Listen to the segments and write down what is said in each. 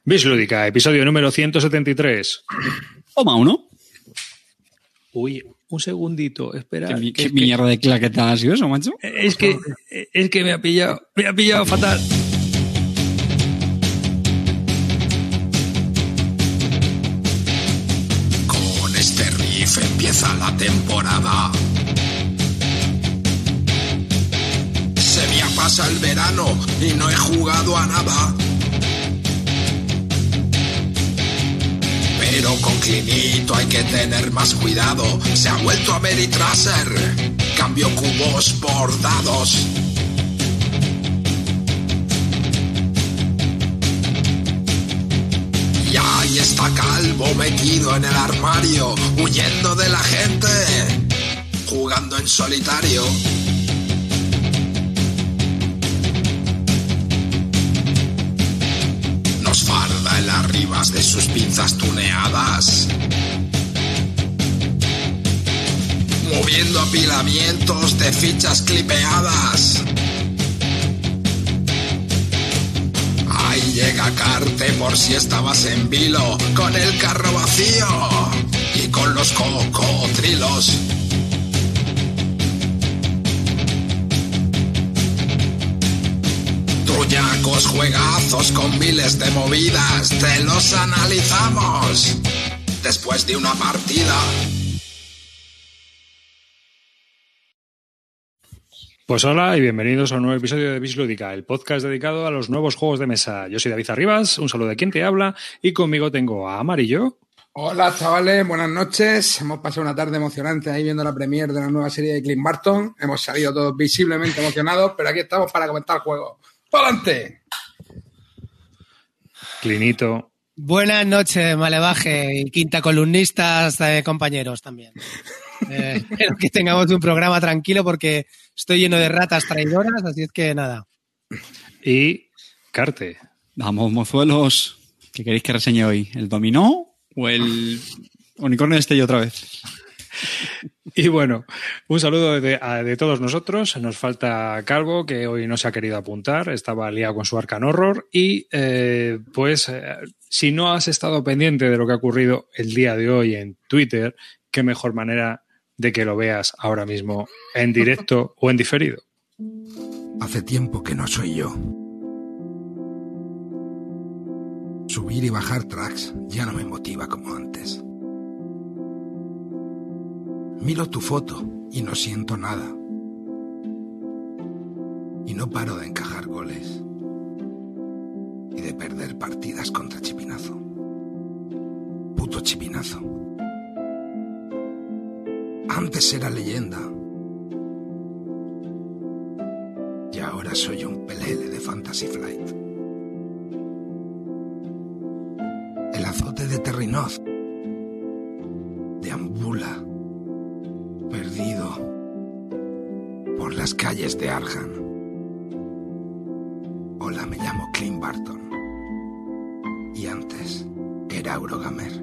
Bislúdica, episodio número 173. Toma uno. Uy, un segundito, espera. ¿Qué mierda de claqueta ha sido eso, macho? Es que me ha pillado fatal. Con este riff empieza la temporada. Se me ha pasado el verano y no he jugado a nada. Pero con Clinito hay que tener más cuidado. Se ha vuelto a Meritraser. Cambio cubos por dados. Y ahí está Calvo metido en el armario, huyendo de la gente, jugando en solitario. Nos farda en las ribas de sus pinzas tuneadas, moviendo apilamientos de fichas clipeadas. Ahí llega Carte por si estabas en vilo, con el carro vacío y con los cocodrilos. Truñacos juegazos con miles de movidas, te los analizamos después de una partida. Pues hola y bienvenidos a un nuevo episodio de Bislúdica, el podcast dedicado a los nuevos juegos de mesa. Yo soy David Arribas, un saludo de quien te habla, y conmigo tengo a Amarillo. Hola chavales, buenas noches. Hemos pasado una tarde emocionante ahí viendo la premiere de la nueva serie de Clint Barton. Hemos salido todos visiblemente emocionados, pero aquí estamos para comentar el juego. ¡Pa'lante! Clinito. Buenas noches, Malevaje y quinta columnistas, compañeros también. Espero que tengamos un programa tranquilo porque estoy lleno de ratas traidoras, así es que nada. Y Carte. Vamos, mozuelos. ¿Qué queréis que reseñe hoy? ¿El dominó o el unicornio destello otra vez? Y bueno, un saludo de todos nosotros. Nos falta Calvo, que hoy no se ha querido apuntar. Estaba liado con su Arkham Horror. Y si no has estado pendiente de lo que ha ocurrido el día de hoy en Twitter, qué mejor manera de que lo veas ahora mismo en directo o en diferido. Hace tiempo que no soy yo. Subir y bajar tracks ya no me motiva como antes. Miro tu foto y no siento nada. Y no paro de encajar goles. Y de perder partidas contra Chipinazo. Puto Chipinazo. Antes era leyenda. Y ahora soy un pelele de Fantasy Flight. El azote de Terrinoz deambula perdido por las calles de Arkham. Hola, me llamo Clint Barton. Y antes era Eurogamer.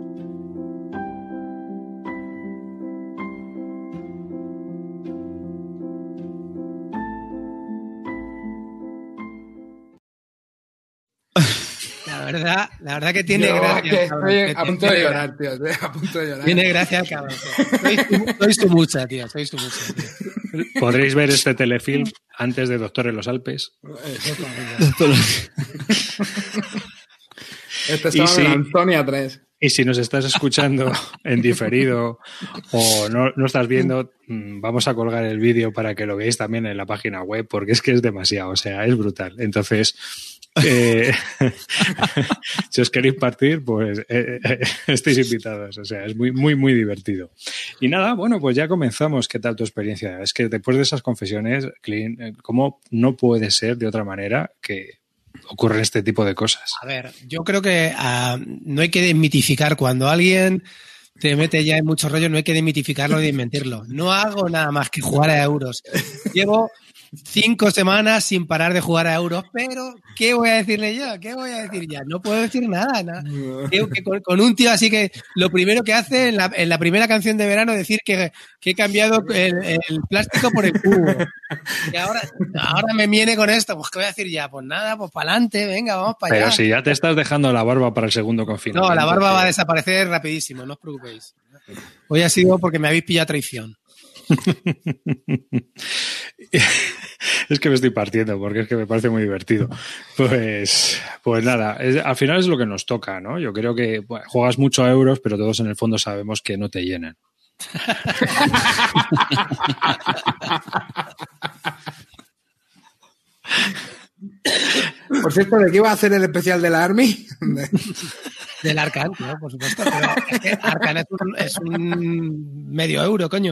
La verdad que tiene gracia. Estoy a punto de llorar, tío. Estoy a punto de llorar. Tiene gracia, cabrón. Sois tu mucha, tío. Podréis ver este telefilm antes de Doctor en los Alpes. Este estaba en Antonia 3. Y si nos estás escuchando en diferido o no estás viendo, vamos a colgar el vídeo para que lo veáis también en la página web, porque es que es demasiado, o sea, es brutal. Entonces, si os queréis partir, pues estáis invitados, o sea, es muy, muy, muy divertido. Y nada, bueno, pues ya comenzamos. ¿Qué tal tu experiencia? Es que después de esas confesiones, Clint, ¿cómo no puede ser de otra manera que ocurren este tipo de cosas? A ver, yo creo que no hay que desmitificar. Cuando alguien te mete ya en mucho rollo, no hay que desmitificarlo ni desmentirlo. No hago nada más que jugar a euros. Llevo 5 semanas sin parar de jugar a euros, pero ¿qué voy a decirle yo? ¿Qué voy a decir ya? No puedo decir nada. Creo que con un tío así que lo primero que hace en la primera canción de verano es decir que he cambiado el plástico por el cubo. Y ahora me viene con esto, pues ¿qué voy a decir ya? Pues nada, pues para adelante, venga, vamos para allá. Pero si ya te estás dejando la barba para el segundo confinamiento. No, la barba va a desaparecer rapidísimo, no os preocupéis. Hoy ha sido porque me habéis pillado traición. Es que me estoy partiendo porque es que me parece muy divertido. Pues nada, al final es lo que nos toca, ¿no? Yo creo que juegas mucho a euros, pero todos en el fondo sabemos que no te llenan. Por cierto, ¿de qué iba a hacer el especial de la Army? Del Arcan, ¿no? Por supuesto. Pero es que Arcan es un medio euro, coño.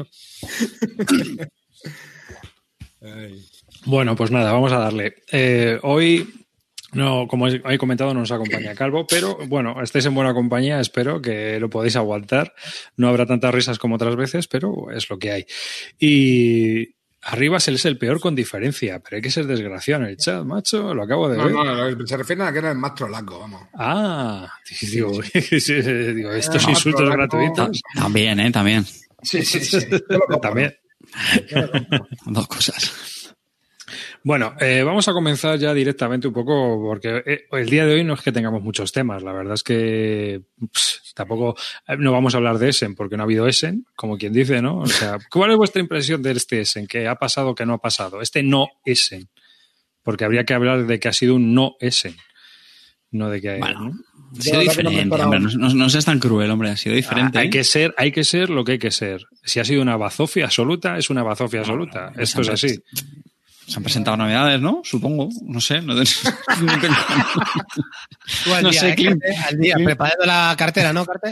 Bueno, pues nada, vamos a darle. Hoy, no, como he comentado, no nos acompaña Calvo, pero bueno, estáis en buena compañía, espero que lo podáis aguantar. No habrá tantas risas como otras veces, pero es lo que hay. Y Arribas es el peor con diferencia, pero hay que ser desgraciado en el chat, macho, lo acabo de ver. No, se refiere a que era el más trolaco, vamos. Ah, digo, estos insultos gratuitos. También, también. Sí. También. Dos cosas. Bueno, vamos a comenzar ya directamente un poco porque el día de hoy no es que tengamos muchos temas. La verdad es que tampoco no vamos a hablar de Essen porque no ha habido Essen, como quien dice, ¿no? O sea, ¿cuál es vuestra impresión de este Essen? ¿Qué ha pasado, qué no ha pasado? Este no Essen. Porque habría que hablar de que ha sido un no Essen. No de que... Bueno, ¿no? Ha sido diferente, hombre. No seas tan cruel, hombre. Ha sido diferente. Hay que ser lo que hay que ser. Si ha sido una bazofia absoluta, es una bazofia absoluta. Esto es así. Se han presentado novedades, ¿no? Supongo. No sé. No tengo... Tú al día, preparando la cartera, ¿no, Carte?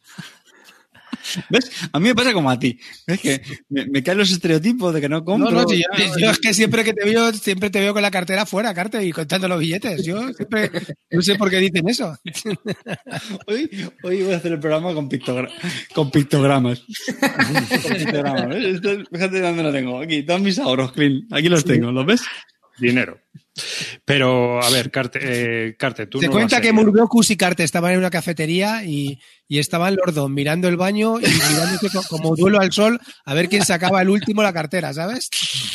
¿Ves? A mí me pasa como a ti. ¿Ves que me caen los estereotipos de que no compro? No, yo es que siempre que te veo con la cartera fuera, Carte, y contando los billetes. Yo siempre no sé por qué dicen eso. Hoy voy a hacer el programa con pictogramas. Con pictogramas, ¿ves? Fíjate dónde lo tengo. Aquí, todos mis ahorros, Clean. Aquí los tengo, ¿los ves? Dinero. Pero, a ver, Carte, tú te no cuenta que Murdokus y Carte estaban en una cafetería y estaban los dos mirando el baño y mirándose como duelo al sol a ver quién sacaba el último la cartera, ¿sabes?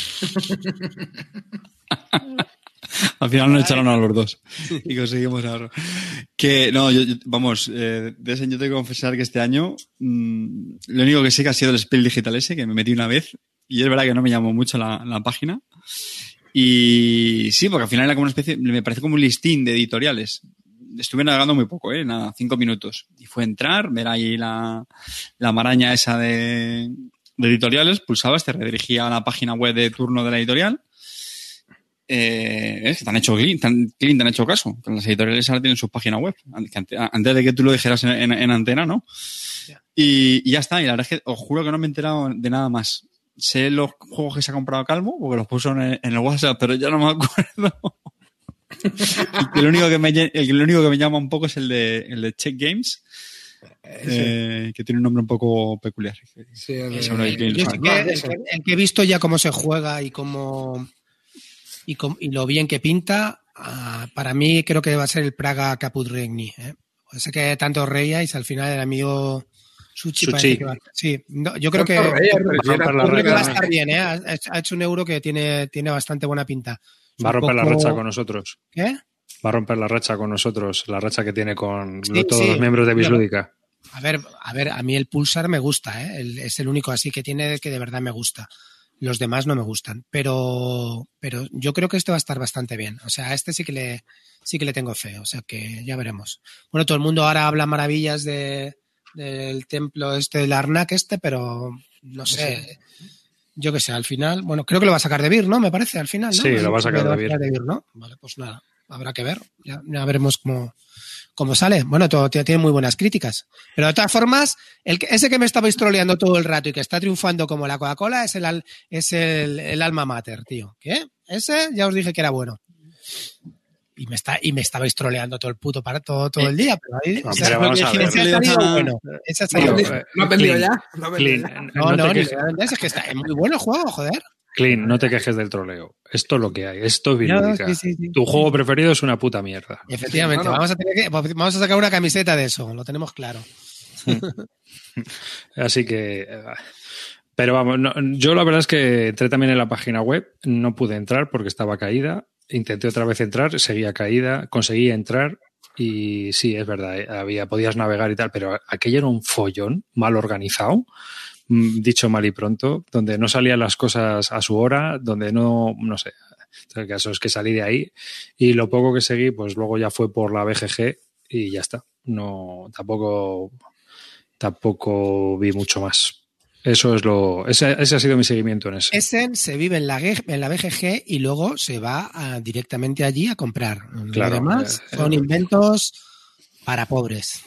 Al final nos echaron a los dos y conseguimos ahorro. Que no, vamos, de ese yo tengo que confesar que este año lo único que sé que ha sido el Spiel Digital ese, que me metí una vez y es verdad que no me llamó mucho la página. Y sí, porque al final era como una especie, me parece como un listín de editoriales. Estuve navegando muy poco, nada, 5 minutos. Y fue entrar, ver ahí la maraña esa de editoriales, pulsabas, te redirigía a la página web de turno de la editorial. Es que te han hecho clean, te han hecho caso. Las editoriales ahora tienen su página web. Antes de que tú lo dijeras en antena, ¿no? Y ya está. Y la verdad es que os juro que no me he enterado de nada más. Sé los juegos que se ha comprado Calvo, porque los puso en el WhatsApp, pero ya no me acuerdo. Y el único que me llama un poco es el de Check Games, que tiene un nombre un poco peculiar. Sí, el que he visto ya cómo se juega y lo bien que pinta, para mí creo que va a ser el Praga Caput Regni. Sé que tanto reíais, al final el amigo Suchi. Sí, no, yo creo que va a estar bien, ha hecho un euro que tiene bastante buena pinta. Va a romper la racha con nosotros. ¿Qué? Va a romper la racha con nosotros, la racha que tiene con todos los miembros de Bislúdica. A ver, a mí el Pulsar me gusta, es el único así que tiene que de verdad me gusta. Los demás no me gustan, pero yo creo que este va a estar bastante bien. O sea, a este sí que le tengo fe, o sea que ya veremos. Bueno, todo el mundo ahora habla maravillas del templo del Arnak pero no sé, yo qué sé, al final, bueno, creo que lo va a sacar de Vir, ¿no? Me parece, al final, ¿no? Sí, lo va a sacar de Vir, ¿no? Vale, pues nada, habrá que ver, ya veremos cómo sale. Bueno, todo tiene muy buenas críticas, pero de todas formas, ese que me estabais troleando todo el rato y que está triunfando como la Coca-Cola es el alma mater, tío. ¿Qué? Ese ya os dije que era bueno. Y me estabais troleando todo el puto para todo el día, pero ahí vamos a ver. Ese ha salido bueno. ¿No ha vendido ya? No, es que está muy bueno el juego, joder. Clean, no te quejes del troleo. Esto es lo que hay. Esto es Virúdica. Sí. Tu juego preferido es una puta mierda. Efectivamente, vamos a sacar una camiseta de eso, lo tenemos claro. Así que... Pero vamos, no, yo la verdad es que entré también en la página web, no pude entrar porque estaba caída. Intenté otra vez entrar, seguía caída, conseguí entrar y sí, es verdad, podías navegar y tal, pero aquello era un follón mal organizado, dicho mal y pronto, donde no salían las cosas a su hora, donde no sé. El caso es que salí de ahí y lo poco que seguí, pues luego ya fue por la BGG y ya está. No, tampoco vi mucho más. Eso es ese ha sido mi seguimiento en ese. Essen se vive en la BGG y luego se va directamente allí a comprar. Claro, lo demás son inventos para pobres.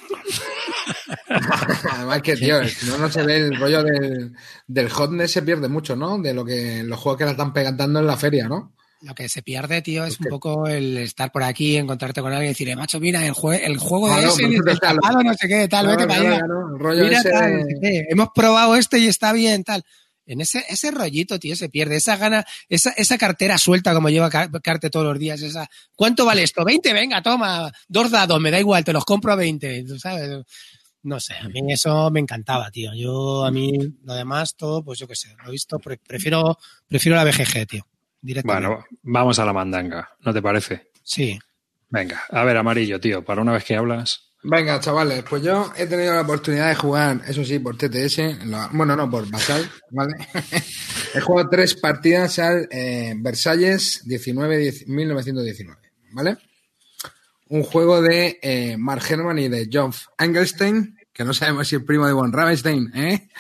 Además que, tío, no se ve el rollo del hotness, se pierde mucho, ¿no? De los juegos que la están pegando en la feria, ¿no? Lo que se pierde, tío, es un poco el estar por aquí, encontrarte con alguien y decir, macho, mira, el juego de ese, destapado, no sé qué, tal, vete para allá. Mira, tal, no sé qué. Hemos probado este y está bien, tal. En ese rollito, tío, se pierde. Esa gana, esa cartera suelta como lleva Carte todos los días. ¿Cuánto vale esto? ¿20? Venga, toma. 2 dados, me da igual, te los compro a 20. ¿Sabes? No sé, a mí eso me encantaba, tío. A mí, lo demás, todo, pues yo qué sé, lo he visto, prefiero la BGG, tío. Bueno, vamos a la mandanga, ¿no te parece? Sí. Venga, a ver, Amarillo, tío, para una vez que hablas. Venga, chavales, pues yo he tenido la oportunidad de jugar, eso sí, por TTS, por Basal, ¿vale? He jugado 3 partidas al Versalles 1919, ¿vale? Un juego de Mark Herman y de John Engelstein, que no sabemos si es primo de Von Ravenstein, ¿eh?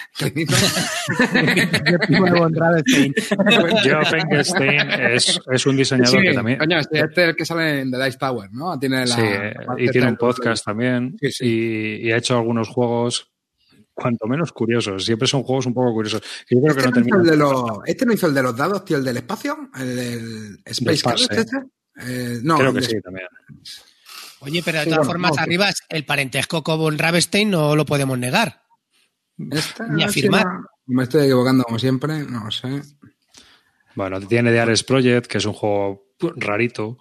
primo de Von Ravenstein. John Engelstein es un diseñador que también... Coño, este es el que sale en The Dice Tower, ¿no? Tiene y tiene un podcast también. Sí. Y ha hecho algunos juegos cuanto menos curiosos. Siempre son juegos un poco curiosos. Yo creo que no termina. ¿Este no hizo el de los dados, tío, el del espacio? ¿El Space Cadets? No, creo que sí, también. Oye, pero de todas formas, arriba el parentesco con Von Ravenstein no lo podemos negar. Ni afirmar. Me estoy equivocando como siempre, no sé. Bueno, tiene The Ares Project, que es un juego rarito.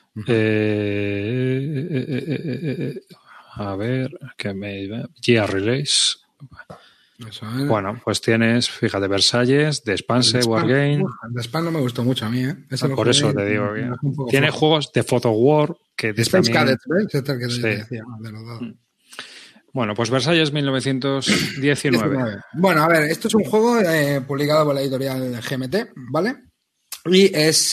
A ver, que me... GR Relays. Eso es. Bueno, pues tienes, fíjate, Versalles, The Expanse, Wargame. The Expanse no me gustó mucho a mí, ¿eh? Por eso te digo. Tiene juegos de Photo War que Space también... Cadets, ¿ves? Este es el que te decía, de los dados. Bueno, pues Versalles 1919. Bueno, a ver, esto es un juego publicado por la editorial GMT, ¿vale? Y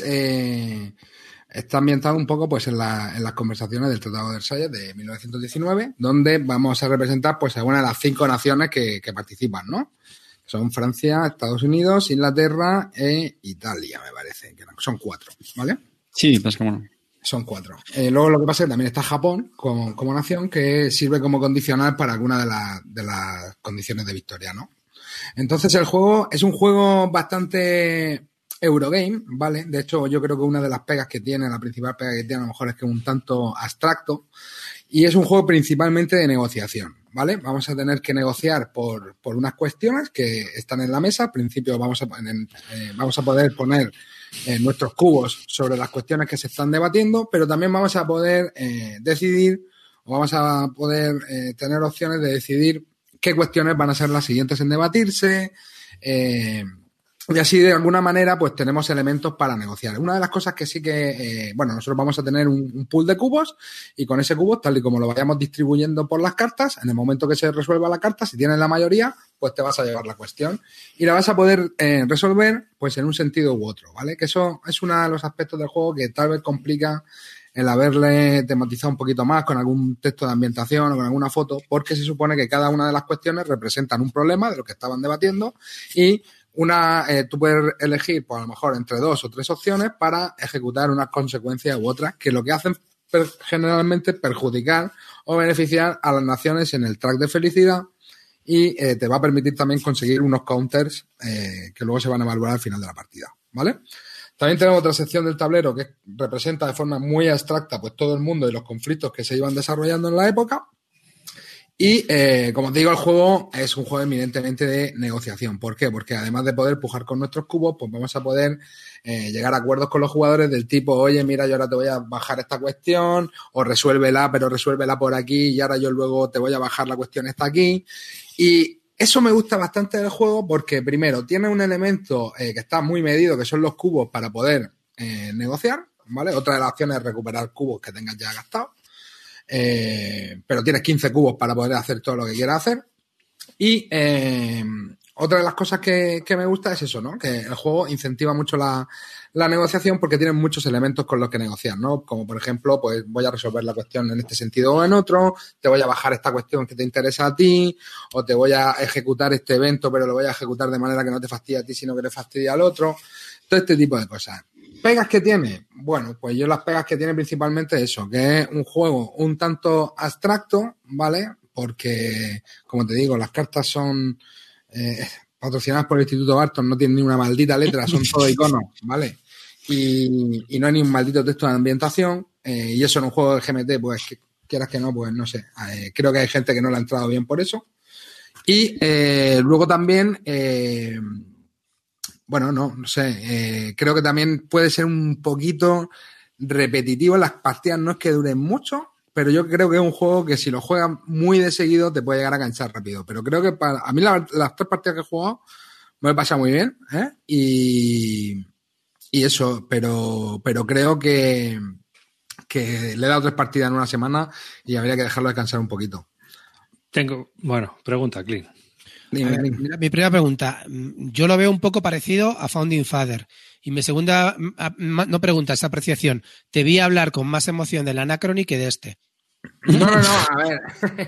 está ambientado un poco pues en las conversaciones del Tratado de Versalles de 1919, donde vamos a representar pues a una de las 5 naciones que participan, ¿no? Son Francia, Estados Unidos, Inglaterra e Italia, me parece, que son 4, ¿vale? Sí, pues cómo no. Son 4. Luego lo que pasa es que también está Japón como nación, que sirve como condicional para alguna de las condiciones de victoria, ¿no? Entonces el juego es un juego bastante Eurogame, ¿vale? De hecho, yo creo que una de las pegas que tiene, la principal pega que tiene a lo mejor es que es un tanto abstracto y es un juego principalmente de negociación, ¿vale? Vamos a tener que negociar por unas cuestiones que están en la mesa. Al principio vamos a poder poner nuestros cubos sobre las cuestiones que se están debatiendo, pero también vamos a poder decidir o vamos a poder tener opciones de decidir qué cuestiones van a ser las siguientes en debatirse, y así de alguna manera pues tenemos elementos para negociar. Una de las cosas que sí que, nosotros vamos a tener un pool de cubos y con ese cubo, tal y como lo vayamos distribuyendo por las cartas, en el momento que se resuelva la carta, si tienes la mayoría, pues te vas a llevar la cuestión y la vas a poder resolver pues en un sentido u otro, ¿vale? Que eso es uno de los aspectos del juego que tal vez complica el haberle tematizado un poquito más con algún texto de ambientación o con alguna foto, porque se supone que cada una de las cuestiones representan un problema de lo que estaban debatiendo y tú puedes elegir, pues a lo mejor entre 2 o 3 opciones para ejecutar unas consecuencias u otras que lo que hacen generalmente perjudicar o beneficiar a las naciones en el track de felicidad y te va a permitir también conseguir unos counters que luego se van a evaluar al final de la partida, ¿vale? También tenemos otra sección del tablero que representa de forma muy abstracta pues todo el mundo y los conflictos que se iban desarrollando en la época. Y, como te digo, el juego es un juego eminentemente de negociación. ¿Por qué? Porque además de poder pujar con nuestros cubos, pues vamos a poder llegar a acuerdos con los jugadores del tipo, oye, mira, yo ahora te voy a bajar esta cuestión, o resuélvela, pero resuélvela por aquí, y ahora yo luego te voy a bajar la cuestión esta aquí. Y eso me gusta bastante del juego porque, primero, tiene un elemento que está muy medido, que son los cubos para poder negociar, ¿vale? Otra de las opciones es recuperar cubos que tengas ya gastados. Pero tienes 15 cubos para poder hacer todo lo que quieras hacer. Y otra de las cosas que me gusta es eso, ¿no? Que el juego incentiva mucho la negociación porque tiene muchos elementos con los que negociar, ¿no? Como por ejemplo, pues voy a resolver la cuestión en este sentido o en otro, te voy a bajar esta cuestión que te interesa a ti, o te voy a ejecutar este evento, pero lo voy a ejecutar de manera que no te fastidie a ti, sino que le fastidie al otro. Todo este tipo de cosas. ¿Pegas que tiene? Bueno, pues yo las pegas que tiene principalmente eso, que es un juego un tanto abstracto, ¿vale? Porque, como te digo, las cartas son patrocinadas por el Instituto Barton, no tienen ni una maldita letra, son todo iconos, ¿vale? Y no hay ni un maldito texto de ambientación, y eso en un juego de GMT, pues que quieras que no, pues no sé. Creo que hay gente que no le ha entrado bien por eso. Y luego también... bueno, no sé, creo que también puede ser un poquito repetitivo. Las partidas no es que duren mucho, pero yo creo que es un juego que si lo juegas muy de seguido te puede llegar a cansar rápido. Pero creo que a mí las 3 partidas que he jugado me he pasado muy bien, ¿eh? Y eso, pero creo que le he dado 3 partidas en una semana y habría que dejarlo descansar un poquito. Pregunta, Clint. Mira, mi primera pregunta, yo lo veo un poco parecido a Founding Father. Y mi segunda, no pregunta, es apreciación. Te vi hablar con más emoción del Anachrony que de este. No, a ver.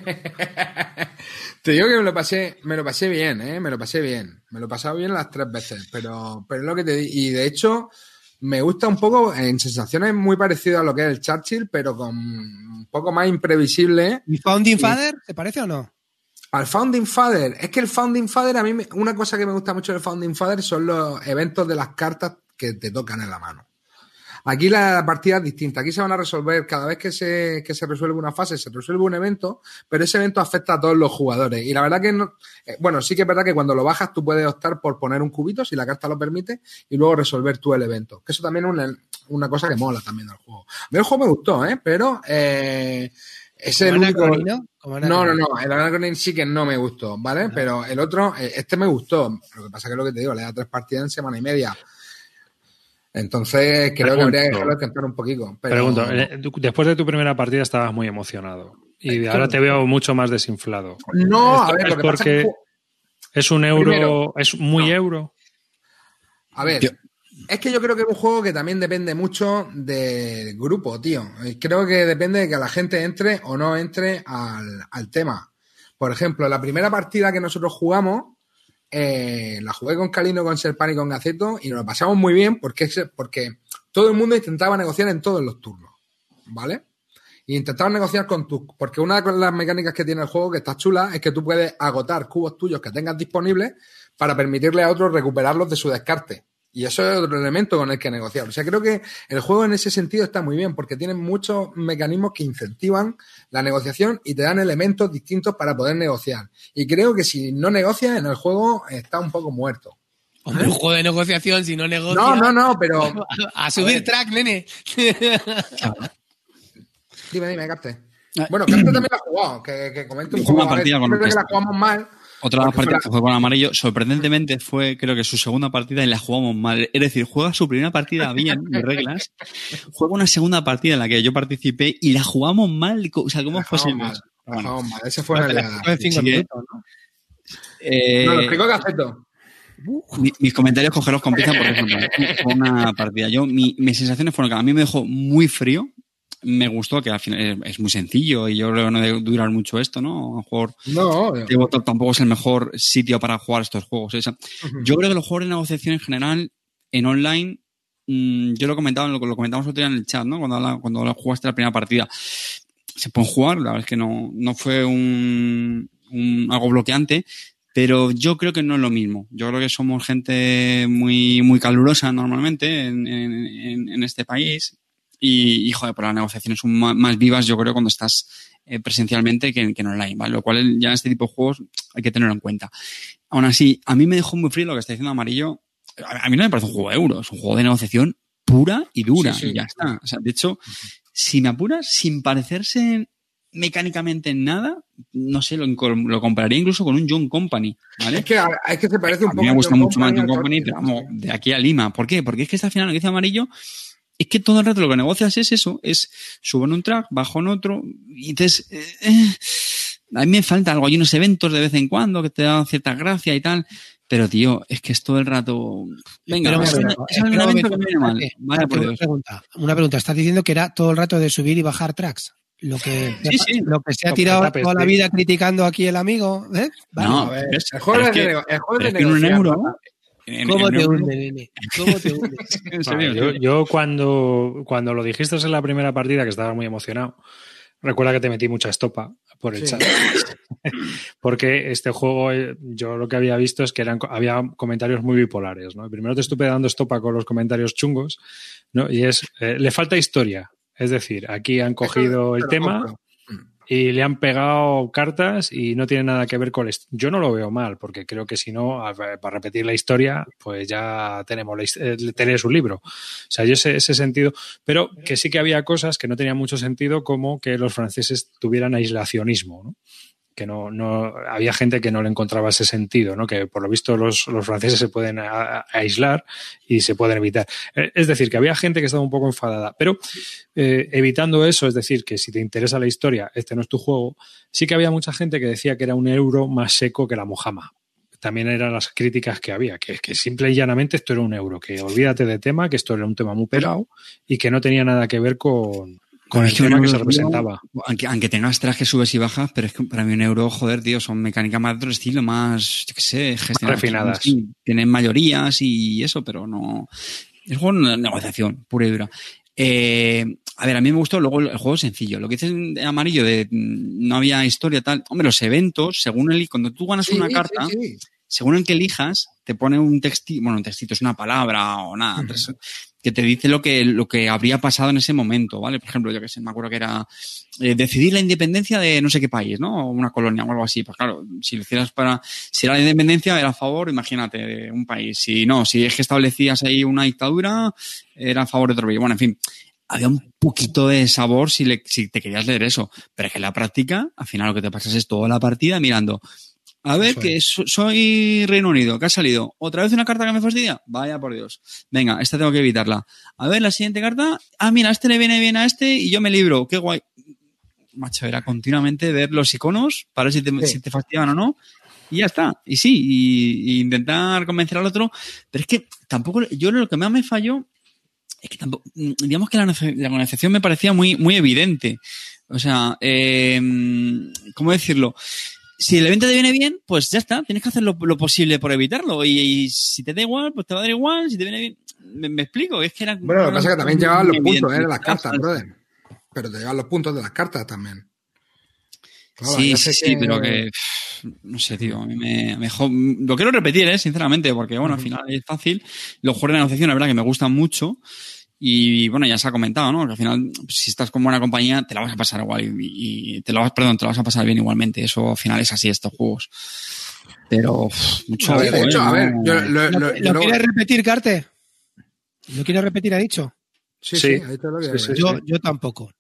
Te digo que me lo pasé bien, me lo pasé bien. Me lo he pasado bien las 3 veces, pero es lo que te digo. Y de hecho, me gusta un poco, en sensaciones muy parecido a lo que es el Churchill, pero con un poco más imprevisible. ¿Y Founding Father, te parece o no? Al Founding Father, es que el Founding Father, a mí una cosa que me gusta mucho del Founding Father son los eventos de las cartas que te tocan en la mano. Aquí la partida es distinta, aquí se van a resolver, cada vez que se resuelve una fase, se resuelve un evento, pero ese evento afecta a todos los jugadores. Y la verdad que no, bueno, sí que es verdad que cuando lo bajas tú puedes optar por poner un cubito, si la carta lo permite, y luego resolver tú el evento. Que eso también es una cosa que mola también del juego. A mí el juego me gustó, pero... es el único... No, el Anachrony sí que no me gustó, ¿vale? No. Pero el otro, este me gustó. Lo que pasa es que lo que te digo, le da 3 partidas en semana y media. Entonces creo que habría que dejarlo descansar un poquito. Pero... Pregunto, después de tu primera partida estabas muy emocionado y ahora te veo mucho más desinflado. No, a ver, lo que pasa es porque es un euro, primero, es muy euro. A ver... Es que yo creo que es un juego que también depende mucho del grupo, tío. Creo que depende de que la gente entre o no entre al tema. Por ejemplo, la primera partida que nosotros jugamos, la jugué con Calino, con Serpan y con Gaceto y nos lo pasamos muy bien porque todo el mundo intentaba negociar en todos los turnos, ¿vale? Y intentaban negociar con porque una de las mecánicas que tiene el juego, que está chula, es que tú puedes agotar cubos tuyos que tengas disponibles para permitirle a otros recuperarlos de su descarte. Y eso es otro elemento con el que negociar. O sea, creo que el juego en ese sentido está muy bien porque tiene muchos mecanismos que incentivan la negociación y te dan elementos distintos para poder negociar. Y creo que si no negocias en el juego está un poco muerto. Hombre, un juego de negociación, si no negocias... No, pero... A subir track, nene. Dime, Carte. Bueno, Carte también la ha jugado. Que comente un juego. Partida con que la jugamos mal. Otra partida que fue con Amarillo, sorprendentemente fue, creo que su segunda partida y la jugamos mal. Es decir, juega su primera partida bien, de reglas, juega una segunda partida en la que yo participé y la jugamos mal. O sea, ¿cómo fue ese mal? La jugamos mal. Ese fue en 5 minutos, ¿no? No, lo explico Gaceto. Mis comentarios cogerlos con pinza porque fue una partida. Mis sensaciones fueron que a mí me dejó muy frío. Me gustó que al final es muy sencillo y yo creo que no debe durar mucho esto, ¿no? A lo mejor Tabletop tampoco es el mejor sitio para jugar estos juegos. Yo creo que los juegos de negociación en general, en online, yo lo comentamos otro día en el chat, ¿no? Cuando jugaste la primera partida. Se pueden jugar, la verdad es que no fue algo bloqueante, pero yo creo que no es lo mismo. Yo creo que somos gente muy, muy calurosa normalmente en este país. Y joder, pero las negociaciones son más vivas, yo creo, cuando estás presencialmente que en online, ¿vale? Lo cual ya en este tipo de juegos hay que tenerlo en cuenta. Aún así, a mí me dejó muy frío lo que está diciendo Amarillo. A mí no me parece un juego de euro, es un juego de negociación pura y dura, y ya está. O sea, de hecho, si me apuras, sin parecerse mecánicamente en nada, no sé, lo compraría incluso con un John Company, ¿vale? Es que se parece un poco a mí me gusta mucho más John Company, Company, pero vamos, de aquí a Lima. ¿Por qué? Porque es que al final lo que dice Amarillo es que todo el rato lo que negocias es eso, es subo en un track, bajo en otro, y entonces a mí me falta algo. Hay unos eventos de vez en cuando que te dan cierta gracia y tal, pero tío, es que es todo el rato... Venga, es un evento que me viene mal. Vale, por Dios. Una pregunta, ¿estás diciendo que era todo el rato de subir y bajar tracks? Lo que se ha tirado toda la vida criticando aquí el amigo, ¿eh? Vale. No, a ver, el juego es de en un euro... ¿Cómo te hunde, nene? ¿Cómo te hunde? Yo cuando lo dijiste en la primera partida, que estaba muy emocionado, recuerda que te metí mucha estopa por el chat. Porque este juego, yo lo que había visto es que había comentarios muy bipolares, ¿no? Primero te estuve dando estopa con los comentarios chungos, ¿no? Y le falta historia. Es decir, aquí han cogido el tema y le han pegado cartas y no tiene nada que ver con esto. Yo no lo veo mal, porque creo que si no, para repetir la historia, pues ya tenés un libro. O sea, yo sé ese sentido, pero que sí que había cosas que no tenían mucho sentido, como que los franceses tuvieran aislacionismo, ¿no? Que no había gente que no le encontraba ese sentido, ¿no? Que por lo visto los franceses se pueden aislar y se pueden evitar. Es decir, que había gente que estaba un poco enfadada, pero evitando eso, es decir, que si te interesa la historia, este no es tu juego, sí que había mucha gente que decía que era un euro más seco que la Mojama. También eran las críticas que había, que simple y llanamente esto era un euro, que olvídate de tema, que esto era un tema muy pelado y que no tenía nada que ver con el tema que se representaba. Aunque tengas trajes, subes y bajas, pero es que para mí un euro, joder, tío, son mecánicas más de otro estilo, más, yo qué sé, gestionadas. Refinadas. Sí, tienen mayorías y eso, pero no... Es un juego de negociación, pura y dura. A ver, a mí me gustó luego el juego sencillo. Lo que dices en Amarillo de no había historia tal... Hombre, los eventos, cuando tú ganas una carta... Según el que elijas, te pone un textito, bueno, un textito es una palabra o nada, que te dice lo que habría pasado en ese momento, ¿vale? Por ejemplo, yo que sé, me acuerdo que era decidir la independencia de no sé qué país, ¿no? O una colonia o algo así. Pues claro, si lo hicieras si era la independencia, era a favor, imagínate, de un país. Si es que establecías ahí una dictadura, era a favor de otro país. Bueno, en fin, había un poquito de sabor si te querías leer eso. Pero es que en la práctica, al final lo que te pasas es toda la partida mirando. A ver, que soy Reino Unido, que ha salido. ¿Otra vez una carta que me fastidia? Vaya por Dios. Venga, esta tengo que evitarla. A ver, la siguiente carta. Ah, mira, este le viene bien a este y yo me libro. Qué guay. Macho, era continuamente ver los iconos para ver si te fastidiaban o no. Y ya está. Y sí, y intentar convencer al otro. Pero es que tampoco... Yo lo que más me falló es que tampoco... Digamos que la negociación me parecía muy, muy evidente. O sea, ¿cómo decirlo? Si el evento te viene bien, pues ya está. Tienes que hacer lo posible por evitarlo. Y si te da igual, pues te va a dar igual. Si te viene bien... Me explico. Es que era... Bueno, lo que pasa es que también llevaban los puntos de las cartas, brother. Pero te llevan los puntos de las cartas también. Claro, sí, pero que... No sé, tío. A mí me lo quiero repetir, sinceramente, porque, bueno, al final es fácil. Los juegos de negociación, la verdad, que me gustan mucho. Y bueno, ya se ha comentado, ¿no? Que al final, si estás con buena compañía, te la vas a pasar igual y te la vas a pasar bien igualmente. Eso al final es así, estos juegos. Pero mucho. De hecho, a ver, ¿Lo quieres repetir, Carte? ¿Lo quieres repetir, ha dicho? Sí, ahí te lo digo. Yo tampoco.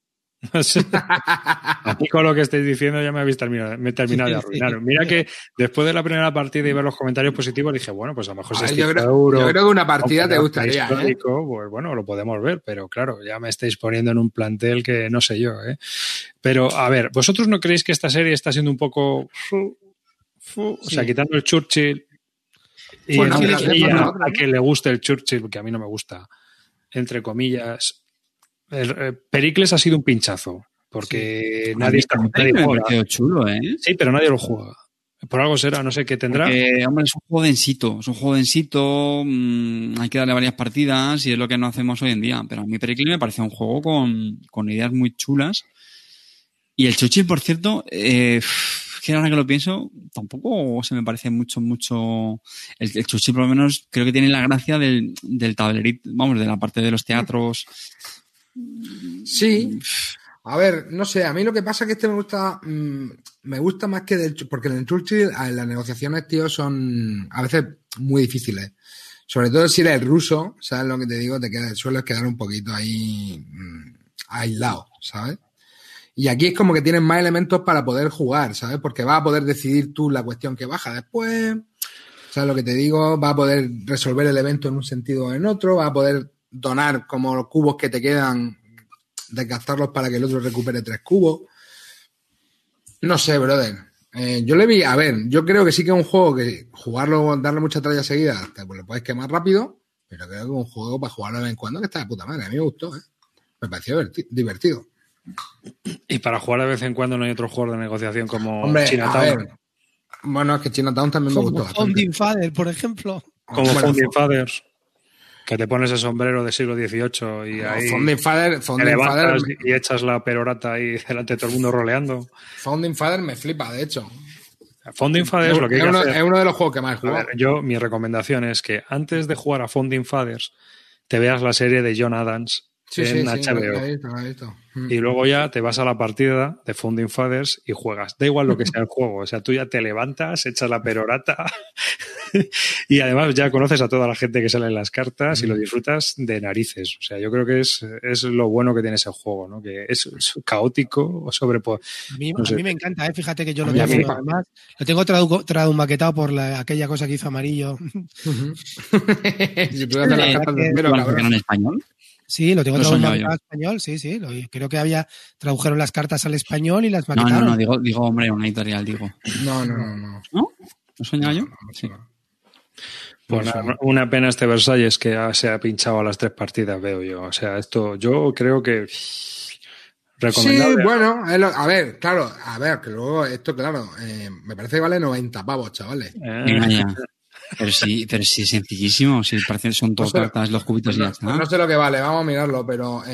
Aquí con lo que estáis diciendo ya me habéis terminado de arruinar. Mira que después de la primera partida y ver los comentarios positivos dije, bueno, pues a lo mejor yo creo que una partida te gustaría, pues bueno, lo podemos ver, pero claro, ya me estáis poniendo en un plantel que no sé yo, ¿eh? Pero a ver, ¿vosotros no creéis que esta serie está siendo un poco o sea, quitando el Churchill y a que le guste el Churchill, porque a mí no me gusta, entre comillas? Pericles ha sido un pinchazo, porque nadie juega. Chulo, ¿eh? Sí, pero nadie lo juega. Por algo será, no sé qué tendrá. Porque, hombre, es un juego densito, hay que darle varias partidas y es lo que no hacemos hoy en día. Pero a mí Pericles me parece un juego con ideas muy chulas. Y el Churchill, por cierto, que ahora que lo pienso, tampoco se me parece mucho. El Churchill, por lo menos, creo que tiene la gracia del tablerito, vamos, de la parte de los teatros. Sí. A ver, no sé, a mí lo que pasa es que este me gusta más que porque en el Churchill las negociaciones, tío, son a veces muy difíciles. Sobre todo si eres ruso, ¿sabes lo que te digo? Sueles quedar un poquito ahí aislado, ¿sabes? Y aquí es como que tienes más elementos para poder jugar, ¿sabes? Porque vas a poder decidir tú la cuestión que baja después, ¿sabes lo que te digo? Vas a poder resolver el evento en un sentido o en otro, vas a poder donar como los cubos que te quedan, desgastarlos para que el otro recupere 3 cubos. No sé, brother. Yo le vi, a ver, yo creo que sí que es un juego que jugarlo, darle mucha tralla seguida, pues lo puedes quemar rápido, pero creo que es un juego para jugarlo de vez en cuando que está de puta madre. A mí me gustó, me pareció divertido. Y para jugar de vez en cuando no hay otro juego de negociación como Hombre, Chinatown. Bueno, es que Chinatown también me gustó bastante. Founding Father, por ejemplo. Como Founding Fathers. Que te pones el sombrero del siglo XVIII y ahí Founding Father y echas la perorata ahí delante de todo el mundo roleando. Founding Father me flipa, de hecho. Founding Fathers lo que hay que hacer... Es uno de los juegos que más he jugado. Mi recomendación es que antes de jugar a Founding Fathers te veas la serie de John Adams en HBO. Lo he visto. Y luego ya te vas a la partida de Founding Fathers y juegas. Da igual lo que sea el juego. O sea, tú ya te levantas, echas la perorata y además ya conoces a toda la gente que sale en las cartas y lo disfrutas de narices. O sea, yo creo que es lo bueno que tiene ese juego, ¿no? Que es caótico o A mí me encanta, fíjate que yo lo tengo además. Lo tengo maquetado por aquella cosa que hizo Amarillo. Si tú haces las cartas de cero, cabrón. ¿En español? Sí, lo tengo traducido al español, sí. Creo que tradujeron las cartas al español y las maquetaron. No, digo, hombre, una editorial, digo. No. ¿No? ¿No soñaba yo? Sí. Pues una pena este Versalles que se ha pinchado a las 3 partidas, veo yo. O sea, esto yo creo que... recomendable. Sí, bueno, a ver, que luego esto, claro, me parece que vale 90 pavos, chavales. Venga ya. Pero sí, es sencillísimo. Si parece son dos cartas, los cubitos y ya está. No sé lo que vale, vamos a mirarlo, pero...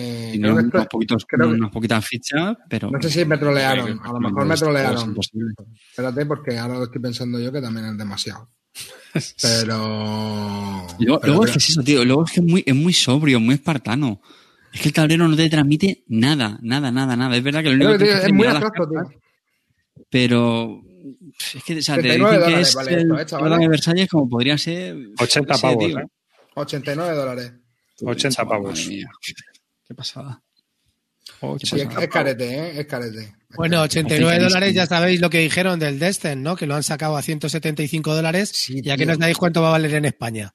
unas poquitas fichas, pero... No sé si me trolearon, a lo mejor me trolearon. Espérate, porque ahora lo estoy pensando yo que también es demasiado. Pero... Luego es que es eso, tío. Luego es que es muy sobrio, muy espartano. Es que el tablero no te transmite nada. Es verdad que lo único que es muy abstracto, tío. Pero... Es que, o sea, te dicen que es vale el de Versalles como podría ser... 80 pavos, tío. $89. 80 pavos. Madre mía. Qué pasada. Sí, es carete, es carete. Bueno, $89 ya sabéis lo que dijeron del Destin, ¿no? Que lo han sacado a $175. Sí, ya que no sabéis cuánto va a valer en España.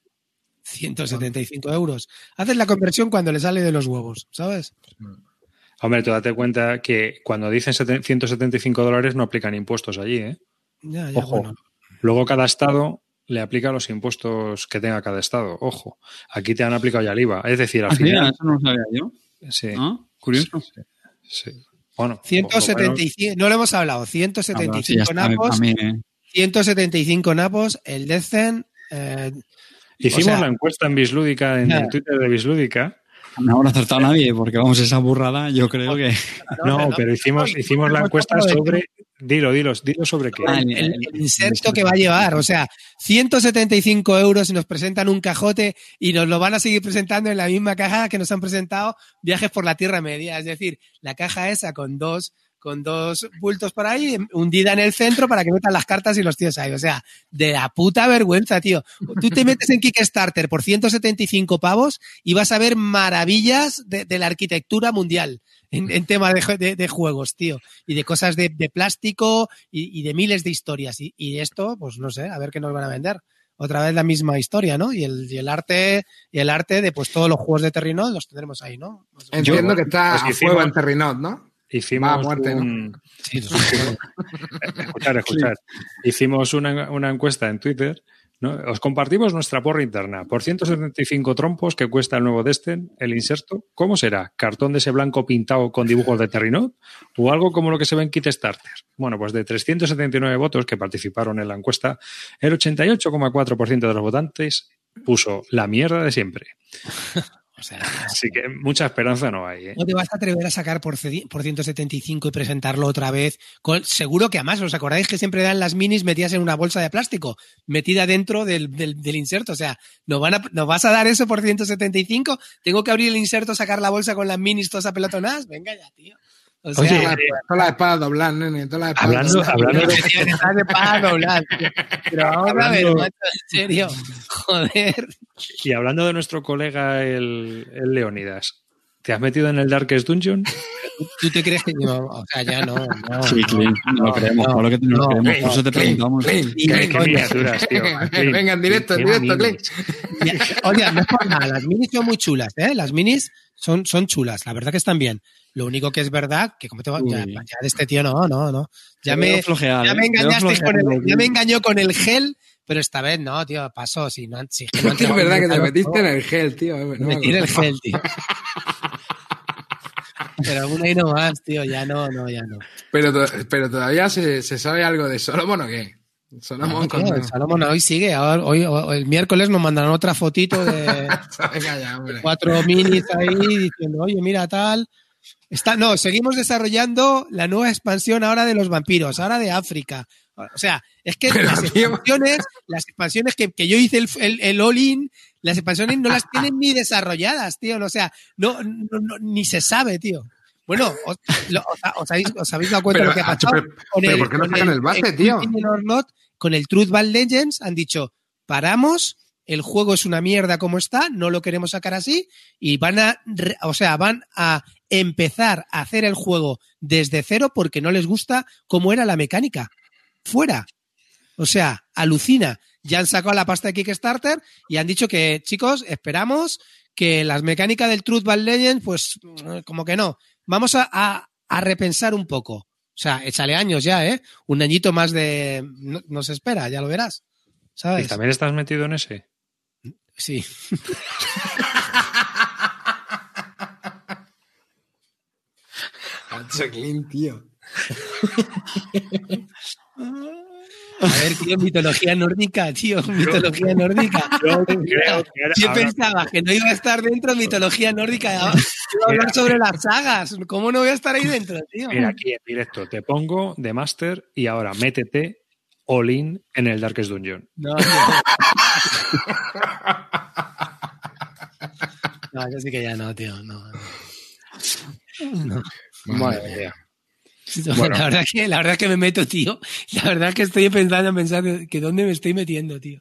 175 euros. Haces la conversión cuando le sale de los huevos, ¿sabes? Hombre, tú date cuenta que cuando dicen $175 no aplican impuestos allí, ¿eh? Ya, ojo. Bueno. Luego cada estado le aplica los impuestos que tenga cada estado. Ojo. Aquí te han aplicado ya el IVA. Es decir, al final... Eso no lo sabía yo. Sí. ¿Ah? Curioso. Sí. Bueno, 175, no lo hemos hablado. 175 napos. 175 napos, el Descent. Hicimos la encuesta en Bislúdica, en el Twitter de Bislúdica. No habrá acertado nadie, porque vamos, esa burrada, yo creo que... No, pero hicimos la encuesta sobre... Dilo sobre qué. El inserto que va a llevar, o sea, 175 euros y nos presentan un cajote y nos lo van a seguir presentando en la misma caja que nos han presentado Viajes por la Tierra Media. Es decir, la caja esa con dos bultos por ahí, hundida en el centro para que metan las cartas y los tíos ahí. O sea, de la puta vergüenza, tío. Tú te metes en Kickstarter por 175 pavos y vas a ver maravillas de la arquitectura mundial en tema de juegos, tío. Y de cosas de plástico y de miles de historias. Y esto, pues no sé, a ver qué nos van a vender. Otra vez la misma historia, ¿no? Y el arte de pues todos los juegos de Terrinod los tendremos ahí, ¿no? Entiendo que está a fuego en Terrinod, ¿no? Hicimos muerte, ¿no? Sí, escuchar. Hicimos una encuesta en Twitter, ¿no? Os compartimos nuestra porra interna. Por 175 trompos que cuesta el nuevo Destin, el inserto, ¿cómo será? ¿Cartón de ese blanco pintado con dibujos de Terrinod? ¿O algo como lo que se ve en Kickstarter? Bueno, pues de 379 votos que participaron en la encuesta, el 88,4% de los votantes puso la mierda de siempre. O sea, así que mucha esperanza no hay, ¿eh? No te vas a atrever a sacar por 175 y presentarlo otra vez. Seguro que además, ¿os acordáis que siempre dan las minis metidas en una bolsa de plástico? Metida dentro del inserto. O sea, ¿nos vas a dar eso por 175? ¿Tengo que abrir el inserto, sacar la bolsa con las minis todas apelotonadas? Venga ya, tío. O Oye, sea, Todas las espadas dobladas, nene. Todas las espadas dobladas. Hablando de... estás de pago, doblar, tío. Pero vamos a ver, Hablando- macho, en serio. Joder. Y hablando de nuestro colega el Leónidas, ¿te has metido en el Darkest Dungeon? ¿Tú te crees que no? O sea, ya no. Sí, Clint, no lo creemos, claro que no lo creemos. Por eso te preguntamos. Clint, Qué coño. miniaturas, tío. Clint, Venga, en directo, qué Clint. minis. Oye, no es por nada, las minis son muy chulas, ¿eh? Las minis son chulas, la verdad que están bien. Lo único que es verdad, que como te va, ya de este tío no. Ya me engañaste ya me engañó con el gel, pero esta vez no, tío, pasó. Si no, si es que no Es verdad que te metiste en el gel, tío. Me metí en el gel, tío. Pero alguna y no más, tío, ya no. Pero todavía se sabe algo de Solomon o qué. Solomon No, Salomón hoy sigue. Hoy, el miércoles nos mandarán otra fotito de Venga ya, hombre. 4 minis ahí diciendo, oye, mira tal. Seguimos desarrollando la nueva expansión ahora de los vampiros, ahora de África. O sea, es que Pero, las expansiones que yo hice el all-in, las expansiones no las tienen ni desarrolladas, tío. O sea, no, ni se sabe, tío. Bueno, os habéis dado cuenta de lo que ha pasado. Pero ¿por qué no sacan el base, tío? Con el Truth Ball Legends han dicho, paramos, el juego es una mierda como está, no lo queremos sacar así, y van a empezar a hacer el juego desde cero porque no les gusta cómo era la mecánica. Fuera. O sea, alucina. Ya han sacado la pasta de Kickstarter y han dicho que, chicos, esperamos que las mecánicas del Truth Ball Legends, pues, como que no. Vamos a repensar un poco. O sea, échale años ya, ¿eh? Un añito más de... No se espera, ya lo verás. ¿Sabes? ¿Y también estás metido en ese? Sí. Hacho Clint, tío. A ver, tío, mitología nórdica, tío. Mitología nórdica. Yo pensaba que no iba a estar dentro de mitología nórdica. Iba a hablar sobre las sagas. ¿Cómo no voy a estar ahí dentro, tío? Mira, aquí en directo te pongo de Master y ahora métete all in en el Darkest Dungeon. No, yo sí que ya no, tío. No. Madre mía. Bueno. La verdad es que me meto, tío. La verdad es que estoy pensando que dónde me estoy metiendo, tío.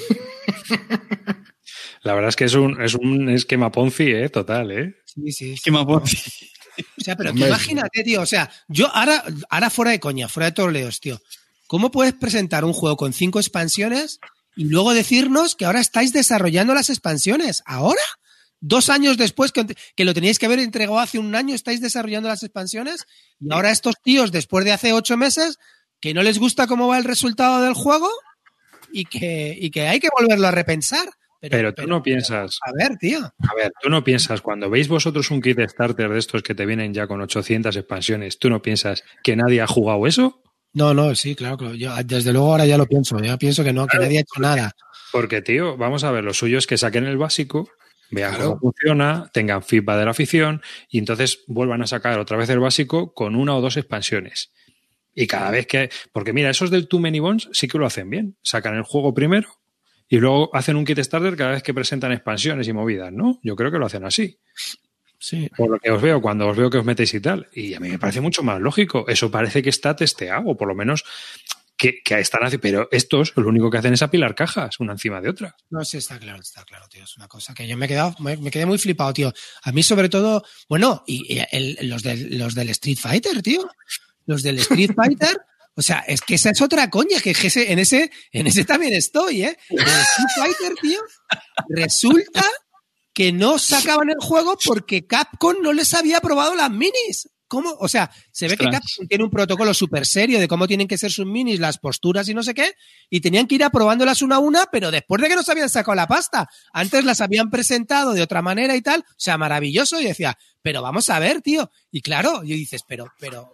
La verdad es que es un esquema Ponzi, total, Sí. Esquema Ponzi. O sea, pero tú imagínate, tío. O sea, yo ahora fuera de coña, fuera de torleos, tío. ¿Cómo puedes presentar un juego con 5 expansiones y luego decirnos que ahora estáis desarrollando las expansiones? ¿Ahora? 2 años después que lo teníais que haber entregado hace un año, estáis desarrollando las expansiones y ahora estos tíos, después de hace 8 meses, que no les gusta cómo va el resultado del juego y que hay que volverlo a repensar. Pero tú no piensas... A ver, tío. A ver, tú no piensas, cuando veis vosotros un kit starter de estos que te vienen ya con 800 expansiones, ¿tú no piensas que nadie ha jugado eso? No, sí, claro. Yo desde luego ahora ya lo pienso. Ya pienso que no, que nadie ha hecho nada. Porque, tío, vamos a ver, lo suyo es que saquen el básico, vean cómo funciona, tengan feedback de la afición y entonces vuelvan a sacar otra vez el básico con 1 o 2 expansiones. Y cada vez que... Porque mira, esos del Too Many Bones sí que lo hacen bien. Sacan el juego primero y luego hacen un kit starter cada vez que presentan expansiones y movidas, ¿no? Yo creo que lo hacen así. Sí. Por lo que os veo, cuando os veo que os metéis y tal. Y a mí me parece mucho más lógico. Eso parece que está testeado, o por lo menos que están haciendo. Pero estos lo único que hacen es apilar cajas, una encima de otra. No, sí, está claro, tío. Es una cosa que yo me quedé muy flipado, tío. A mí, sobre todo, bueno, los del Street Fighter, tío. Los del Street Fighter. O sea, es que esa es otra coña, que en ese también estoy, ¿eh? En el Street Fighter, tío, resulta que no sacaban el juego porque Capcom no les había aprobado las minis. ¿Cómo? O sea, se ve que Capcom tiene un protocolo súper serio de cómo tienen que ser sus minis, las posturas y no sé qué, y tenían que ir aprobándolas una a una, pero después de que nos habían sacado la pasta. Antes las habían presentado de otra manera y tal. O sea, maravilloso. Y decía, pero vamos a ver, tío. Y claro, y dices, pero,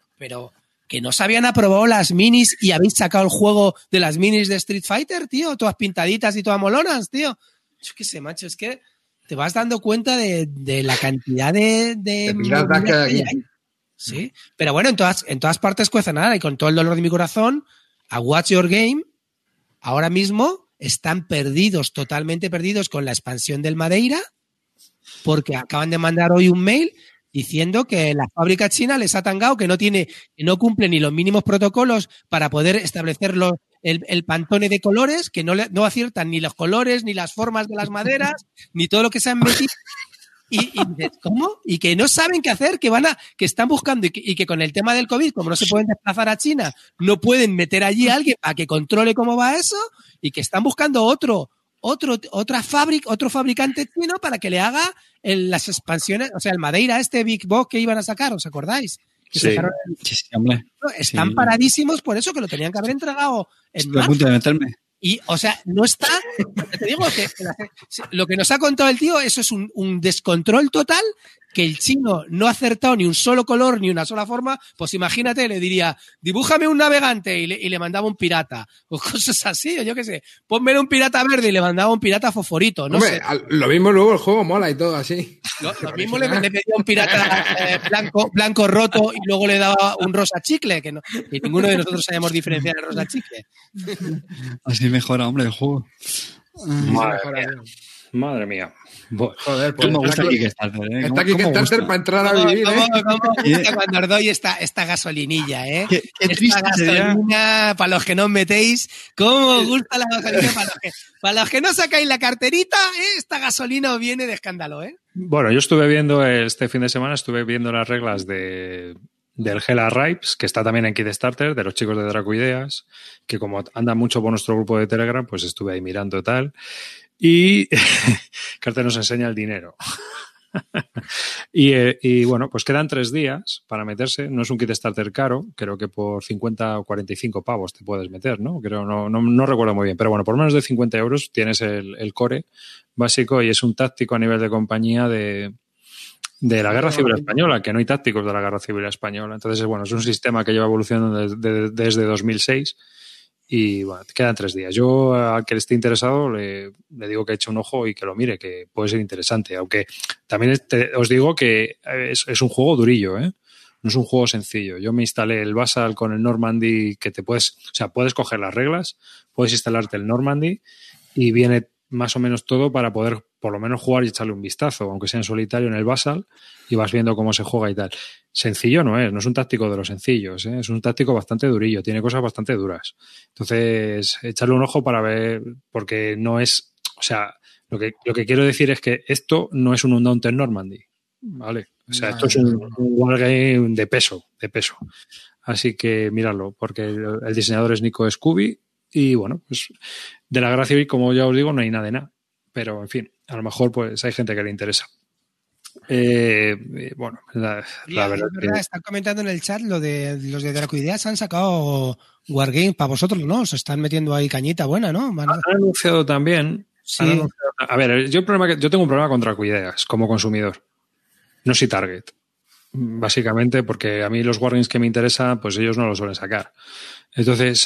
que no se habían aprobado las minis y habéis sacado el juego de las minis de Street Fighter, tío. Todas pintaditas y todas molonas, tío. Yo qué sé, macho, es que te vas dando cuenta de la cantidad de piratas que hay. Sí, pero bueno, en todas partes cuece nada y con todo el dolor de mi corazón, a Watch Your Game ahora mismo están totalmente perdidos con la expansión del Madeira, porque acaban de mandar hoy un mail diciendo que la fábrica china les ha tangado, que no cumple ni los mínimos protocolos para poder establecer el pantone de colores, que no aciertan ni los colores, ni las formas de las maderas, ni todo lo que se han metido. Y dices, ¿cómo? Y que no saben qué hacer, que están buscando y que con el tema del COVID, como no se pueden desplazar a China, no pueden meter allí a alguien para que controle cómo va eso, y que están buscando otro fabricante chino para que le haga las expansiones, o sea, el Madeira, Big Box que iban a sacar, ¿os acordáis? Sí, hombre. Están paradísimos por eso, que lo tenían que haber entregado en marzo. Estoy a punto de meterme. Y, o sea, no está... Te digo que lo que nos ha contado el tío, eso es un descontrol total, que el chino no ha acertado ni un solo color ni una sola forma. Pues imagínate, le diría, dibújame un navegante y le mandaba un pirata. O cosas así, o yo qué sé. Pónmele un pirata verde y le mandaba un pirata fosforito. No sé. Lo mismo luego el juego mola y todo así. Lo mismo le pedía un pirata blanco roto y luego le daba un rosa chicle, que ninguno de nosotros sabemos diferenciar el rosa chicle. Así mejora, hombre, el juego. Madre mía. Joder, pues me gusta Kickstarter, ¿eh? Está Kickstarter para entrar a vivir, ¿Cómo cuando os doy esta gasolinilla, eh? Qué triste gasolina, para los que no os metéis, ¿cómo os gusta la gasolina? Para los que no sacáis la carterita, esta gasolina os viene de escándalo, ¿eh? Bueno, yo estuve viendo este fin de semana, las reglas del Hella Ripes, que está también en Kickstarter, de los chicos de Draco Ideas, que como andan mucho por nuestro grupo de Telegram, pues estuve ahí mirando tal. Y Carter nos enseña el dinero. y bueno, pues quedan 3 días para meterse. No es un Kickstarter caro, creo que por 50 o 45 pavos te puedes meter, ¿no? Creo, no recuerdo muy bien, pero bueno, por menos de 50 euros tienes el core básico y es un táctico a nivel de compañía de la Guerra Civil Española, que no hay tácticos de la Guerra Civil Española. Entonces, bueno, es un sistema que lleva evolucionando desde 2006. Y bueno, quedan 3 días. Yo, al que esté interesado, le digo que eche un ojo y que lo mire, que puede ser interesante. Aunque también os digo que es un juego durillo, ¿eh? No es un juego sencillo. Yo me instalé el Vassal con el Normandy, que puedes coger las reglas, puedes instalarte el Normandy y viene más o menos todo para poder por lo menos jugar y echarle un vistazo, aunque sea en solitario en el Vassal, y vas viendo cómo se juega y tal. Sencillo no es un táctico de los sencillos, ¿eh? Es un táctico bastante durillo, tiene cosas bastante duras. Entonces, echarle un ojo para ver, porque no es, o sea, lo que quiero decir es que esto no es un Undaunted Normandy, ¿vale? O sea, esto es un wargame de peso. Así que míralo, porque el diseñador es Nico Scooby y bueno, pues de la Guerra Civil, como ya os digo, no hay nada de nada. Pero, en fin, a lo mejor pues hay gente que le interesa. Bueno, la verdad es verdad, están comentando en el chat los de Draco Ideas han sacado Wargame para vosotros, ¿no? Se están metiendo ahí cañita buena, ¿no? Han anunciado también. Sí. A ver, yo tengo un problema con Draco Ideas como consumidor. No soy target. Básicamente porque a mí los Wargames que me interesan, pues ellos no los suelen sacar. Entonces,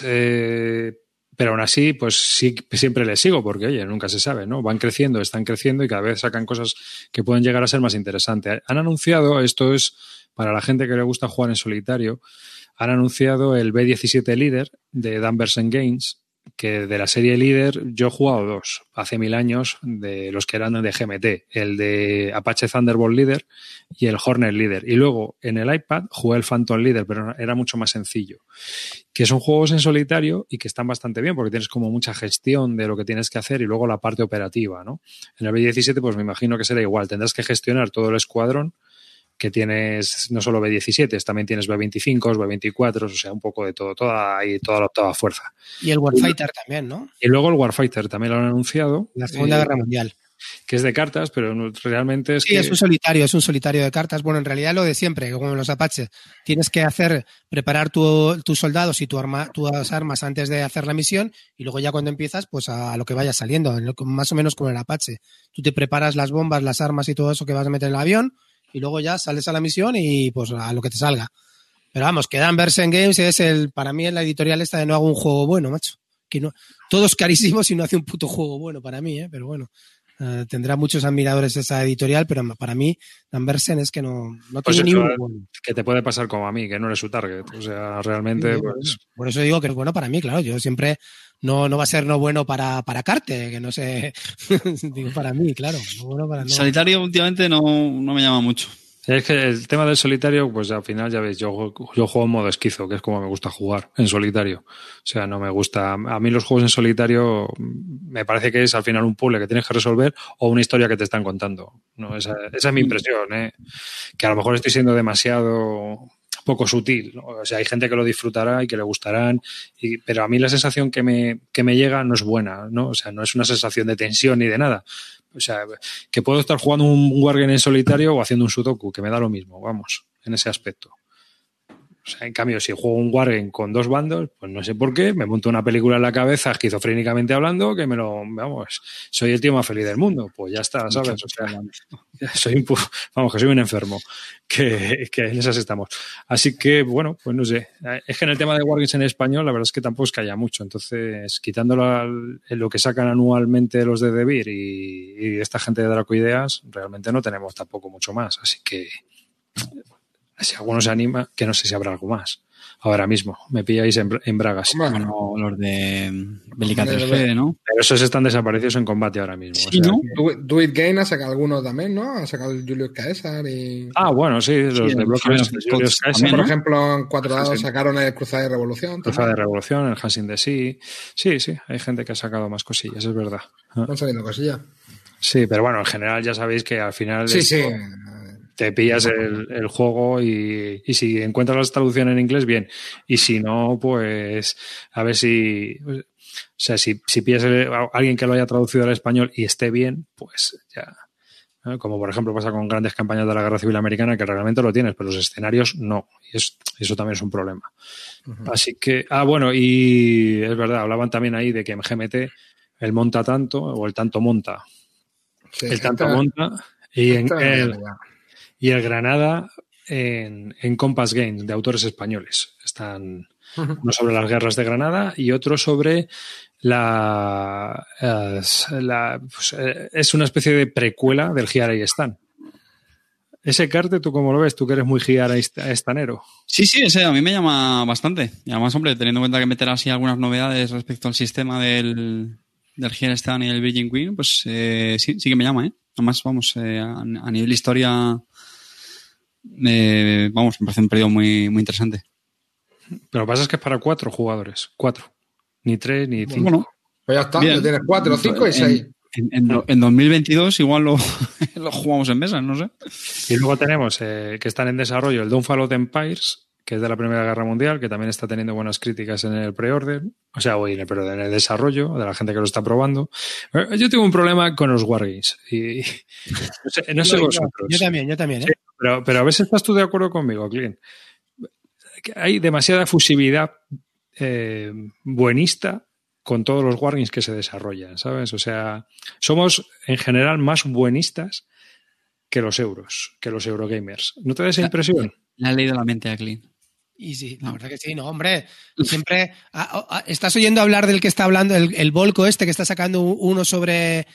pero aún así, pues sí, siempre les sigo porque, oye, nunca se sabe, ¿no? Están creciendo y cada vez sacan cosas que pueden llegar a ser más interesantes. Han anunciado, esto es para la gente que le gusta jugar en solitario, han anunciado el B17 Leader de Danversen Games, que de la serie Leader yo he jugado 2 hace 1000 años, de los que eran de GMT, el de Apache Thunderbolt Leader y el Hornet Leader. Y luego en el iPad jugué el Phantom Leader, pero era mucho más sencillo. Que son juegos en solitario y que están bastante bien porque tienes como mucha gestión de lo que tienes que hacer y luego la parte operativa, ¿no? En el B17 pues me imagino que será igual. Tendrás que gestionar todo el escuadrón, que tienes no solo B17, también tienes B25, B24, o sea, un poco de todo, toda la octava fuerza. Y el Warfighter también, ¿no? Y luego el Warfighter también lo han anunciado. La Segunda Guerra Mundial. Que es de cartas, pero realmente es un solitario de cartas. Bueno, en realidad lo de siempre, como en los Apaches. Tienes que preparar tus soldados y tus armas antes de hacer la misión y luego ya cuando empiezas, pues a lo que vaya saliendo, más o menos como en el Apache. Tú te preparas las bombas, las armas y todo eso que vas a meter en el avión y luego ya sales a la misión y pues a lo que te salga. Pero vamos, que Danversen Games para mí es la editorial esta de no hago un juego bueno, macho. Que no, todo es carísimo si no hace un puto juego bueno para mí, pero bueno. Tendrá muchos admiradores esa editorial, pero para mí Danversen es que no pues tiene ni uno bueno. Que te puede pasar como a mí, que no eres su target. O sea, realmente... Sí, pues... Por eso digo que es bueno para mí, claro. Yo siempre no va a ser no bueno para Carte, que no sé. Digo para mí, claro. No bueno para Solitario últimamente no me llama mucho. Es que el tema del solitario, pues al final ya veis, yo juego en modo esquizo, que es como me gusta jugar en solitario. O sea, no me gusta. A mí los juegos en solitario me parece que es al final un puzzle que tienes que resolver o una historia que te están contando. ¿No? Esa es mi impresión, ¿eh? Que a lo mejor estoy siendo demasiado poco sutil, ¿no? O sea, hay gente que lo disfrutará y que le gustarán, pero a mí la sensación que me llega no es buena, ¿no? O sea, no es una sensación de tensión ni de nada. O sea, que puedo estar jugando un wargame en solitario o haciendo un sudoku, que me da lo mismo, vamos, en ese aspecto. O sea, en cambio, si juego un wargame con 2 bandos, pues no sé por qué, me monto una película en la cabeza, esquizofrénicamente hablando, que vamos, soy el tío más feliz del mundo. Pues ya está, ¿sabes? O sea, que soy un enfermo, que en esas estamos. Así que, bueno, pues no sé. Es que en el tema de wargames en español, la verdad es que tampoco es que haya mucho. Entonces, quitándolo en lo que sacan anualmente los de Devir y esta gente de Dracoideas, realmente no tenemos tampoco mucho más. Así que, si alguno se anima, que no sé si habrá algo más. Ahora mismo, me pilláis en bragas. Bueno, los de Bélica 3G, ¿no? Pero esos están desaparecidos en combate ahora mismo. Sí, o sea, ¿no? Do It Game ha sacado algunos también, ¿no? Ha sacado el Julius Caesar y... Ah, bueno, sí, los de Blockers, Julius Caesar. Por ejemplo, en 4 dados sacaron el Cruzada de Revolución. Cruzada de Revolución, el Hansing the Sea. Sí, hay gente que ha sacado más cosillas, es verdad. Van saliendo cosillas. Sí, pero bueno, en general ya sabéis que al final... Sí. Te pillas el juego y si encuentras las traducciones en inglés, bien. Y si no, pues a ver si... O sea, si pillas a alguien que lo haya traducido al español y esté bien, pues ya... ¿no? Como por ejemplo pasa con grandes campañas de la Guerra Civil Americana, que realmente lo tienes, pero los escenarios no. Y eso también es un problema. Uh-huh. Así que... bueno, y es verdad, hablaban también ahí de que en GMT el monta tanto, o el tanto monta. Sí, el tanto monta. Y el Granada en Compass Games, de autores españoles. Están uno sobre las guerras de Granada y otro sobre es una especie de precuela del Giara y Stan. Ese carte, ¿tú cómo lo ves? Tú que eres muy Giara estanero. Sí, ese a mí me llama bastante. Y además, hombre, teniendo en cuenta que meterá así algunas novedades respecto al sistema del Giara Stan y el Virgin Queen, pues sí que me llama, ¿eh? Además, vamos, a nivel historia... me parece un periodo muy, muy interesante. Pero lo que pasa es que es para 4 jugadores. 4. Ni 3, ni 5. Bueno, pues ya está. Ya tienes 4, 5 y 6. En 2022 igual lo jugamos en mesa, no sé. Y luego tenemos que están en desarrollo el Downfall of the Empires, que es de la Primera Guerra Mundial, que también está teniendo buenas críticas en el pre-order. O sea, en el desarrollo, de la gente que lo está probando. Yo tengo un problema con los Wargames. Y no sé vosotros. Yo también, ¿eh? Sí, pero a veces estás tú de acuerdo conmigo, Clint. Hay demasiada fusividad buenista con todos los wargames que se desarrollan, ¿sabes? O sea, somos en general más buenistas que los Eurogamers. ¿No te da esa impresión? Le ha leído la mente a Clint. Y sí, la verdad que sí, no, hombre. Siempre estás oyendo hablar del que está hablando, el Volco que está sacando uno sobre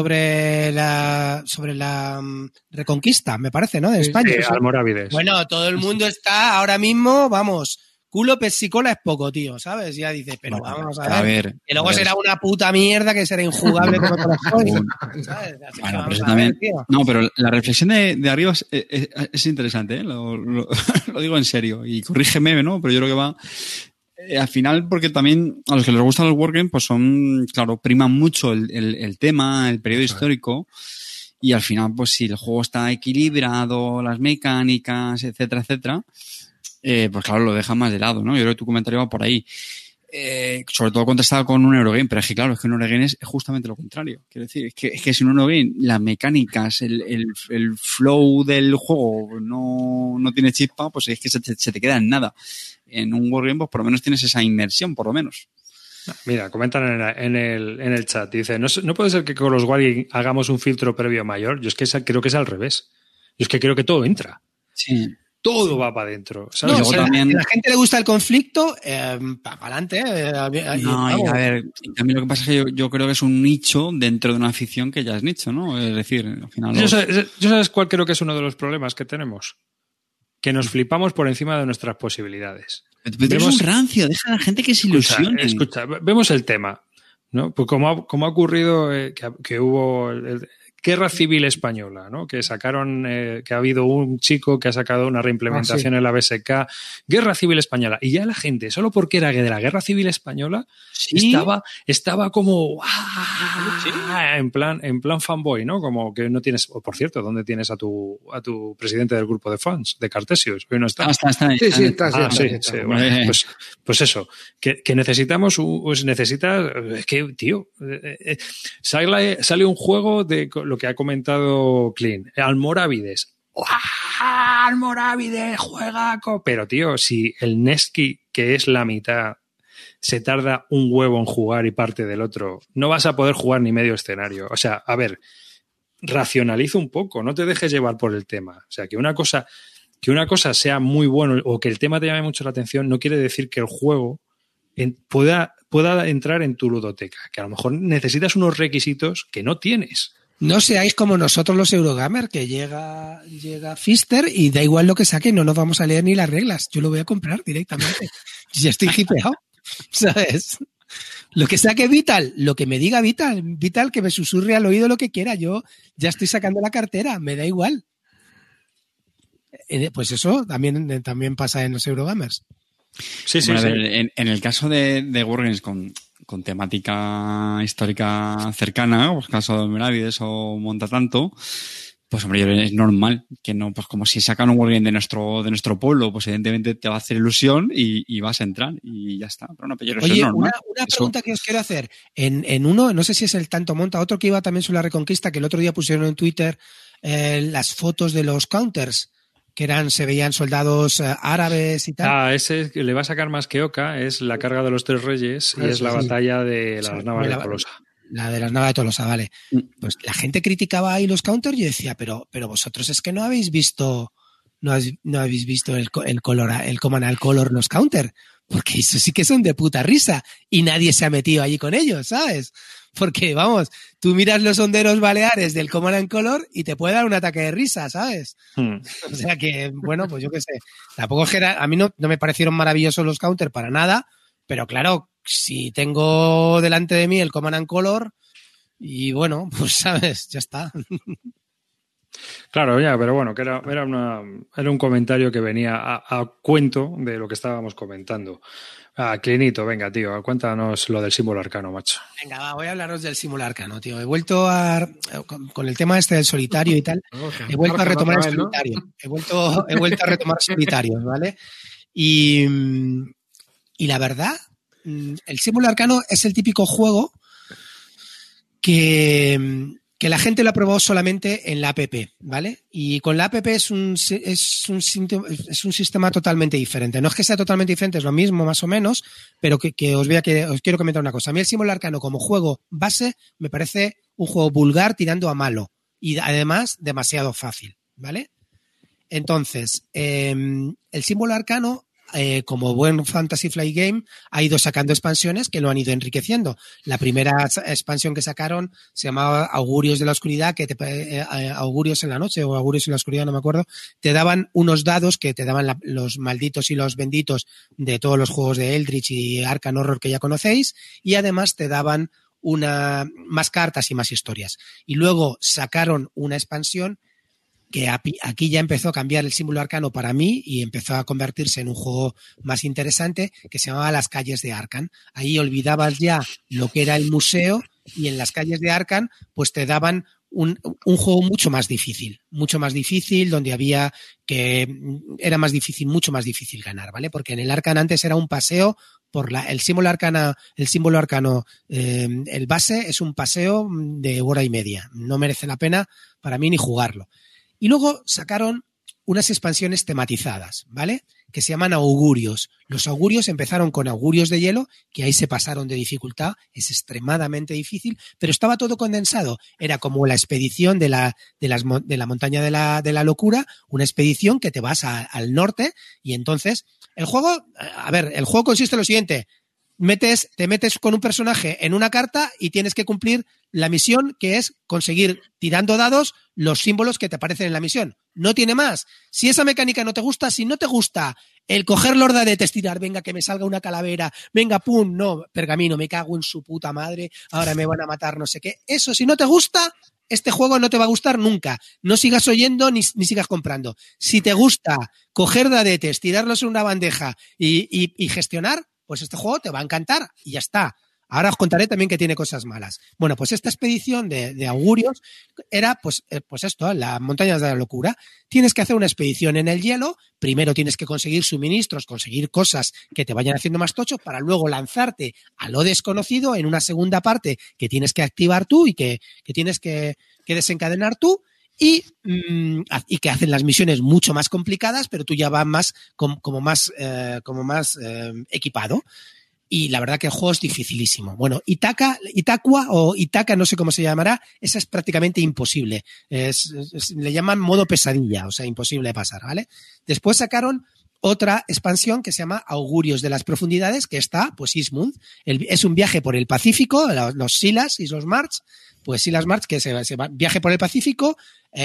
la Reconquista, me parece, ¿no? De España. Sí, Almorávides. Bueno, todo el mundo está ahora mismo, vamos, culo pesicola es poco, tío, ¿sabes? Ya dices, pero bueno, vamos a ver. Que luego será una puta mierda que será injugable como otras cosas, ¿sabes? Bueno, pero también, pero la reflexión de arriba es interesante, ¿eh? Lo digo en serio. Y corrígeme, ¿no? Pero yo creo que va... al final, porque también a los que les gustan los wargames, pues son, claro, priman mucho el tema, el periodo histórico. Y al final, pues si el juego está equilibrado, las mecánicas, etcétera, etcétera... pues claro, lo deja más de lado, ¿no? Yo creo que tu comentario va por ahí. Sobre todo contrastado con un Eurogame, pero es que claro, es que un Eurogame es justamente lo contrario. Quiero decir, es que si un Eurogame, las mecánicas, el flow del juego no tiene chispa, pues es que se te queda en nada. En un Wargame, pues por lo menos tienes esa inmersión, por lo menos. Mira, comentan en el chat, dice, no puede ser que con los Wargame hagamos un filtro previo mayor. Yo es que creo que es al revés. Yo es que creo que todo entra. Sí. Todo va para adentro. No, si también... a la gente le gusta el conflicto, para adelante. No, y a ver, también lo que pasa es que yo creo que es un nicho dentro de una afición que ya es nicho, ¿no? Es decir, al final... ¿Yo sabes cuál creo que es uno de los problemas que tenemos? Que nos flipamos por encima de nuestras posibilidades. Pero es un rancio, deja a la gente que se ilusione. Escucha, vemos el tema, ¿no? Pues como ha ocurrido que hubo... Guerra Civil Española, ¿no? Que sacaron, que ha habido un chico que ha sacado una reimplementación en la BSK, Guerra Civil Española. Y ya la gente, solo porque era de la Guerra Civil Española, estaba como en plan fanboy, ¿no? Como que no tienes, por cierto, ¿dónde tienes a tu presidente del grupo de fans, de Cartesius? Hoy no está. Está ahí. Sí, está. Bueno, pues eso, que necesitamos, necesitas, es que, tío, sale un juego de lo que ha comentado Clint, Almorávides. Almorávides, juegaco. Pero, tío, si el Nevsky, que es la mitad, se tarda un huevo en jugar y parte del otro, no vas a poder jugar ni medio escenario. O sea, a ver, racionaliza un poco, no te dejes llevar por el tema. O sea, que una cosa sea muy bueno o que el tema te llame mucho la atención no quiere decir que el juego pueda entrar en tu ludoteca, que a lo mejor necesitas unos requisitos que no tienes. No seáis como nosotros los Eurogamer, que llega Fister y da igual lo que saque, no nos vamos a leer ni las reglas. Yo lo voy a comprar directamente. Ya estoy hipeado, ¿sabes? Lo que saque Vital, lo que me diga Vital que me susurre al oído lo que quiera. Yo ya estoy sacando la cartera, me da igual. Pues eso también pasa en los Eurogamers. Sí. A ver, en el caso de Wargames con temática histórica cercana, pues caso de Almorávides o Montatanto, pues hombre, es normal que no, pues como si sacan un Wargame de nuestro pueblo, pues evidentemente te va a hacer ilusión y vas a entrar y ya está. Pero pero oye, es normal. una pregunta que os quiero hacer. En uno, no sé si es el Tanto Monta, otro que iba también sobre la Reconquista, que el otro día pusieron en Twitter las fotos de los counters, que se veían soldados árabes y tal. Ese le va a sacar más que Oca, es la carga de los Tres Reyes y es la batalla de las Navas de Tolosa. La de las Navas de Tolosa, vale. Pues la gente criticaba ahí los counters y yo decía, pero vosotros es que no habéis visto el Command and Color, los counters, porque eso sí que son de puta risa y nadie se ha metido allí con ellos, ¿sabes? Porque, vamos, tú miras los honderos baleares del Command and Color y te puede dar un ataque de risa, ¿sabes? O sea que, bueno, pues yo qué sé. Tampoco es que a mí no me parecieron maravillosos los counters para nada, pero claro, si tengo delante de mí el Command and Color y bueno, pues sabes, ya está. Claro, ya, pero bueno, que era un comentario que venía a cuento de lo que estábamos comentando. Clinito, venga, tío, cuéntanos lo del símbolo arcano, macho. Venga, voy a hablaros del símbolo arcano, tío. He vuelto con el tema este del solitario y tal, he vuelto a retomar el solitario. He vuelto a retomar solitarios, ¿vale? Y la verdad, el símbolo arcano es el típico juego que la gente lo ha probado solamente en la app, ¿vale? Y con la app es un sistema totalmente diferente. No es que sea totalmente diferente, es lo mismo más o menos, pero que os quiero comentar una cosa. A mí el símbolo arcano como juego base me parece un juego vulgar tirando a malo y además demasiado fácil, ¿vale? Entonces, el símbolo arcano, como buen Fantasy Flight Game, ha ido sacando expansiones que lo han ido enriqueciendo. La primera expansión que sacaron se llamaba Augurios de la Oscuridad, Augurios en la Noche o Augurios en la Oscuridad, no me acuerdo. Te daban unos dados que te daban los malditos y los benditos de todos los juegos de Eldritch y Arkham Horror que ya conocéis, y además te daban más cartas y más historias. Y luego sacaron una expansión que aquí ya empezó a cambiar el símbolo arcano para mí y empezó a convertirse en un juego más interesante que se llamaba Las Calles de Arkham. Ahí olvidabas ya lo que era el museo y en Las Calles de Arkham pues te daban un juego mucho más difícil, donde era mucho más difícil ganar, ¿vale? Porque en el Arkham antes era un paseo por el símbolo arcano, el base es un paseo de hora y media. No merece la pena para mí ni jugarlo. Y luego sacaron unas expansiones tematizadas, ¿vale? Que se llaman augurios. Los augurios empezaron con augurios de hielo, que ahí se pasaron de dificultad, es extremadamente difícil, pero estaba todo condensado. Era como la expedición de la montaña de la locura, una expedición que te vas al norte y entonces el juego consiste en lo siguiente. Te metes con un personaje en una carta y tienes que cumplir la misión, que es conseguir, tirando dados, los símbolos que te aparecen en la misión. No tiene más. Si esa mecánica no te gusta, si no te gusta el coger los dadetes, tirar, venga, que me salga una calavera, venga, pum, no, pergamino, me cago en su puta madre, ahora me van a matar, no sé qué. Eso, si no te gusta, este juego no te va a gustar nunca. No sigas oyendo ni sigas comprando. Si te gusta coger dadetes, tirarlos en una bandeja y gestionar, pues este juego te va a encantar y ya está. Ahora os contaré también que tiene cosas malas. Bueno, pues esta expedición de augurios era pues esto, las montañas de la locura. Tienes que hacer una expedición en el hielo. Primero tienes que conseguir suministros, conseguir cosas que te vayan haciendo más tocho para luego lanzarte a lo desconocido en una segunda parte que tienes que activar tú y que tienes que desencadenar tú. Y que hacen las misiones mucho más complicadas, pero tú ya vas más como más equipado. Y la verdad que el juego es dificilísimo. Bueno, Ithaca, no sé cómo se llamará, esa es prácticamente imposible. Le llaman modo pesadilla, o sea, imposible de pasar, ¿vale? Después sacaron otra expansión que se llama Augurios de las Profundidades, que está, pues, Eastmund. Es un viaje por el Pacífico, los Silas y los March, pues Silas March, que se va viaje por el Pacífico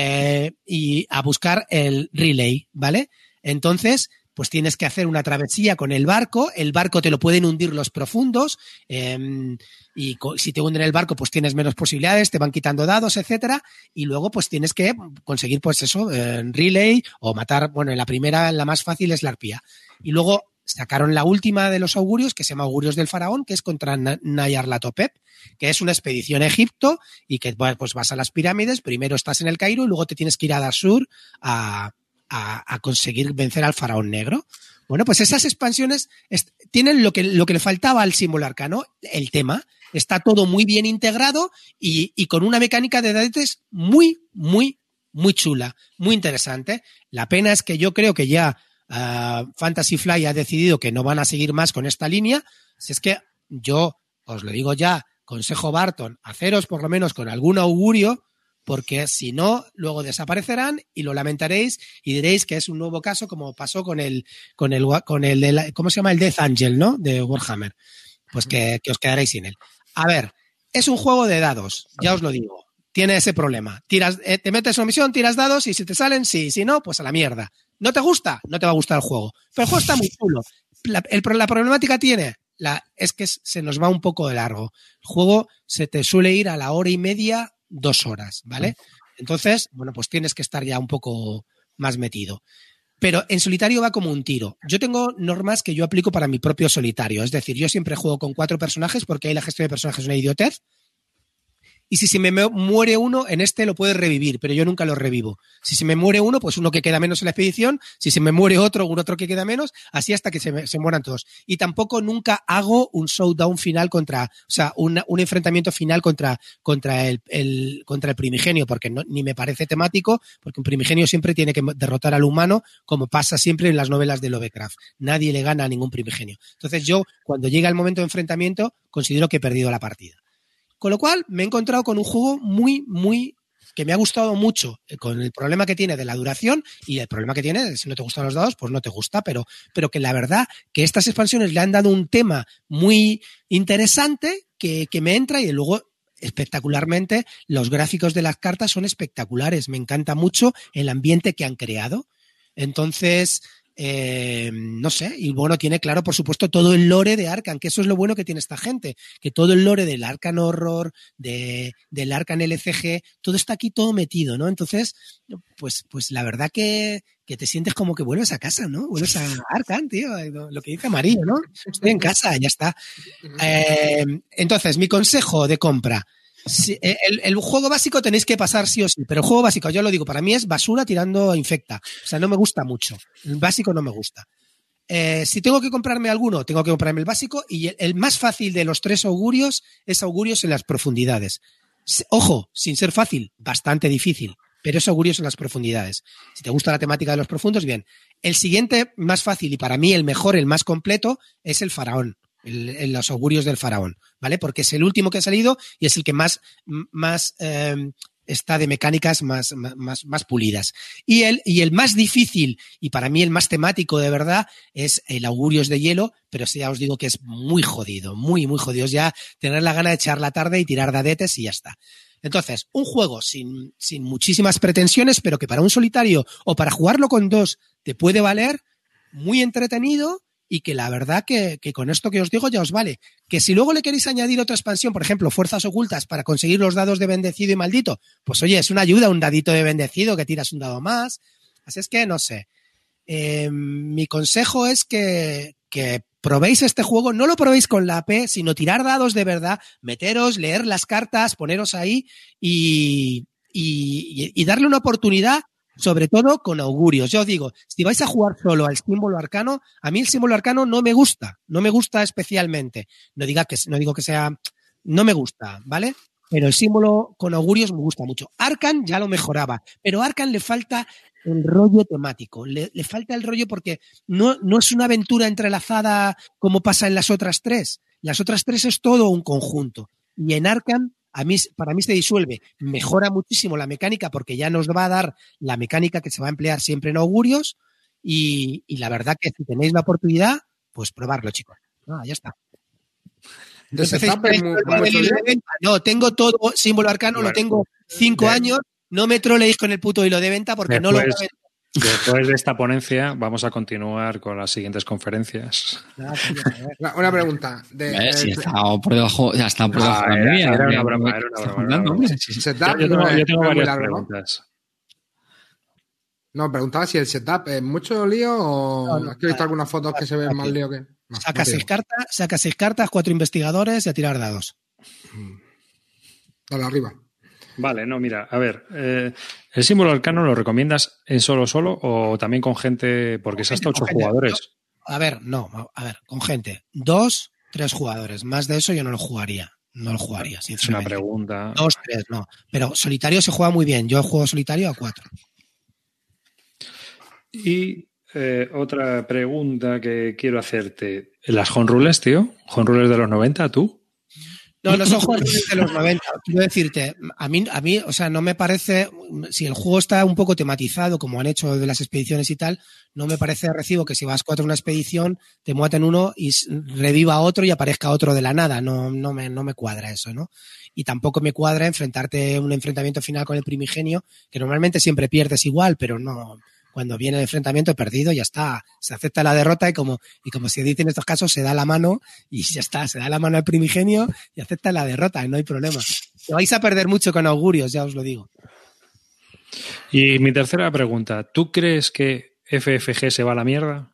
y a buscar el Relay, ¿vale? Entonces, pues tienes que hacer una travesía con el barco te lo pueden hundir los profundos, y si te hunden el barco, pues tienes menos posibilidades, te van quitando dados, etcétera, y luego pues tienes que conseguir, pues eso, relay o matar, bueno, en la primera, la más fácil es la arpía. Y luego sacaron la última de los augurios, que se llama Augurios del Faraón, que es contra Nyarlathotep, que es una expedición a Egipto y que pues vas a las pirámides, primero estás en el Cairo y luego te tienes que ir a Dashur a conseguir vencer al faraón negro. Bueno, pues esas expansiones tienen lo que le faltaba al símbolo arcano, el tema. Está todo muy bien integrado y con una mecánica de dadetes muy, muy, muy chula, muy interesante. La pena es que yo creo que ya Fantasy Flight ha decidido que no van a seguir más con esta línea. Si es que yo os lo digo ya, consejo Barton, haceros por lo menos con algún augurio, porque si no, luego desaparecerán y lo lamentaréis y diréis que es un nuevo caso, como pasó con el de ¿cómo se llama? El Death Angel, ¿no? De Warhammer. Pues que os quedaréis sin él. A ver, es un juego de dados, ya os lo digo. Tiene ese problema. Te metes en una misión, tiras dados y si te salen, sí. Si no, pues a la mierda. ¿No te gusta? No te va a gustar el juego. Pero el juego está muy chulo. La problemática es que se nos va un poco de largo. El juego se te suele ir a la hora y media, 2 horas, ¿vale? Entonces, bueno, pues tienes que estar ya un poco más metido. Pero en solitario va como un tiro. Yo tengo normas que yo aplico para mi propio solitario. Es decir, yo siempre juego con 4 personajes porque ahí la gestión de personajes es una idiotez. Y si se me muere uno, en este lo puedes revivir, pero yo nunca lo revivo. Si se me muere uno, pues uno que queda menos en la expedición. Si se me muere otro que queda menos, así hasta que se mueran todos. Y tampoco nunca hago un showdown final un enfrentamiento final contra el primigenio, porque ni me parece temático, porque un primigenio siempre tiene que derrotar al humano, como pasa siempre en las novelas de Lovecraft. Nadie le gana a ningún primigenio. Entonces yo, cuando llega el momento de enfrentamiento, considero que he perdido la partida. Con lo cual, me he encontrado con un juego muy, muy, que me ha gustado mucho, con el problema que tiene de la duración y el problema que tiene de si no te gustan los dados, pues no te gusta, pero que la verdad que estas expansiones le han dado un tema muy interesante que me entra y luego espectacularmente los gráficos de las cartas son espectaculares. Me encanta mucho el ambiente que han creado. Entonces, no sé, y bueno, tiene claro, por supuesto, todo el lore de Arkham, que eso es lo bueno que tiene esta gente, que todo el lore del Arkham Horror, del Arkham LCG, todo está aquí todo metido, ¿no? Entonces, pues la verdad que te sientes como que vuelves a casa, ¿no? Vuelves a Arkham, tío, lo que dice Amarillo, ¿no? Estoy en casa, ya está. Entonces, mi consejo de compra. Sí, el juego básico tenéis que pasar sí o sí, pero el juego básico, yo lo digo, para mí es basura tirando a infecta. O sea, no me gusta mucho. El básico no me gusta. Si tengo que comprarme alguno, tengo que comprarme el básico y el más fácil de los 3 augurios es Augurios en las Profundidades. Ojo, sin ser fácil, bastante difícil, pero es Augurios en las Profundidades. Si te gusta la temática de los profundos, bien. El siguiente más fácil y para mí el mejor, el más completo, es el Faraón. Los augurios del faraón, ¿vale? Porque es el último que ha salido y es el que más está de mecánicas más pulidas. Y el más difícil, y para mí el más temático de verdad, es el Augurios de Hielo, pero ya os digo que es muy jodido, muy, muy jodido. Es ya tener la gana de echar la tarde y tirar dadetes y ya está. Entonces, un juego sin muchísimas pretensiones, pero que para un solitario o para jugarlo con 2 te puede valer, muy entretenido y que la verdad que con esto que os digo ya os vale. Que si luego le queréis añadir otra expansión, por ejemplo, fuerzas ocultas para conseguir los dados de bendecido y maldito, pues oye, es una ayuda, un dadito de bendecido que tiras un dado más. Así es que no sé. Mi consejo es que probéis este juego, no lo probéis con la AP, sino tirar dados de verdad, meteros, leer las cartas, poneros ahí y darle una oportunidad, sobre todo con augurios. Yo os digo, si vais a jugar solo al símbolo arcano, a mí el símbolo arcano no me gusta especialmente. No digo que sea, no me gusta, ¿vale? Pero el símbolo con augurios me gusta mucho. Arcan ya lo mejoraba, pero a Arcan le falta el rollo temático, le falta el rollo porque no es una aventura entrelazada como pasa en las otras tres. Las otras tres es todo un conjunto. Y en Arkham, para mí se disuelve. Mejora muchísimo la mecánica porque ya nos va a dar la mecánica que se va a emplear siempre en augurios y la verdad que si tenéis la oportunidad, pues probarlo, chicos. Ya está. No, tengo todo símbolo arcano, bueno, lo tengo 5 años. No me troleéis con el puto hilo de venta porque no lo vendo. Después de esta ponencia vamos a continuar con las siguientes conferencias. Una pregunta. Si estaba por debajo, ya está por debajo de la media. Era una broma. Yo tengo varias preguntas. No, preguntaba si el setup es mucho lío o has visto algunas fotos que se ven más lío que... Saca 6 cartas, 4 investigadores y a tirar dados. Dale arriba. Vale, no, mira, a ver, ¿el símbolo arcano lo recomiendas en solo o también con gente? Porque es hasta 8 jugadores. Con gente. 2, 3 jugadores. Más de eso yo no lo jugaría. Sinceramente. Es una pregunta. 2, 3, no. Pero solitario se juega muy bien. Yo juego solitario a 4. Y otra pregunta que quiero hacerte. ¿Las home rules, tío? ¿Home rules de los 90, tú? No son juegos de los 90. Quiero decirte, a mí, o sea, no me parece, si el juego está un poco tematizado, como han hecho de las expediciones y tal, no me parece de recibo que si vas 4 en una expedición, te maten uno y reviva otro y aparezca otro de la nada. No me cuadra eso, ¿no? Y tampoco me cuadra un enfrentamiento final con el primigenio, que normalmente siempre pierdes igual, pero no... Cuando viene el enfrentamiento perdido, ya está. Se acepta la derrota y como se dice en estos casos, se da la mano y ya está. Se da la mano al primigenio y acepta la derrota, no hay problema. Te vais a perder mucho con augurios, ya os lo digo. Y mi tercera pregunta. ¿Tú crees que FFG se va a la mierda?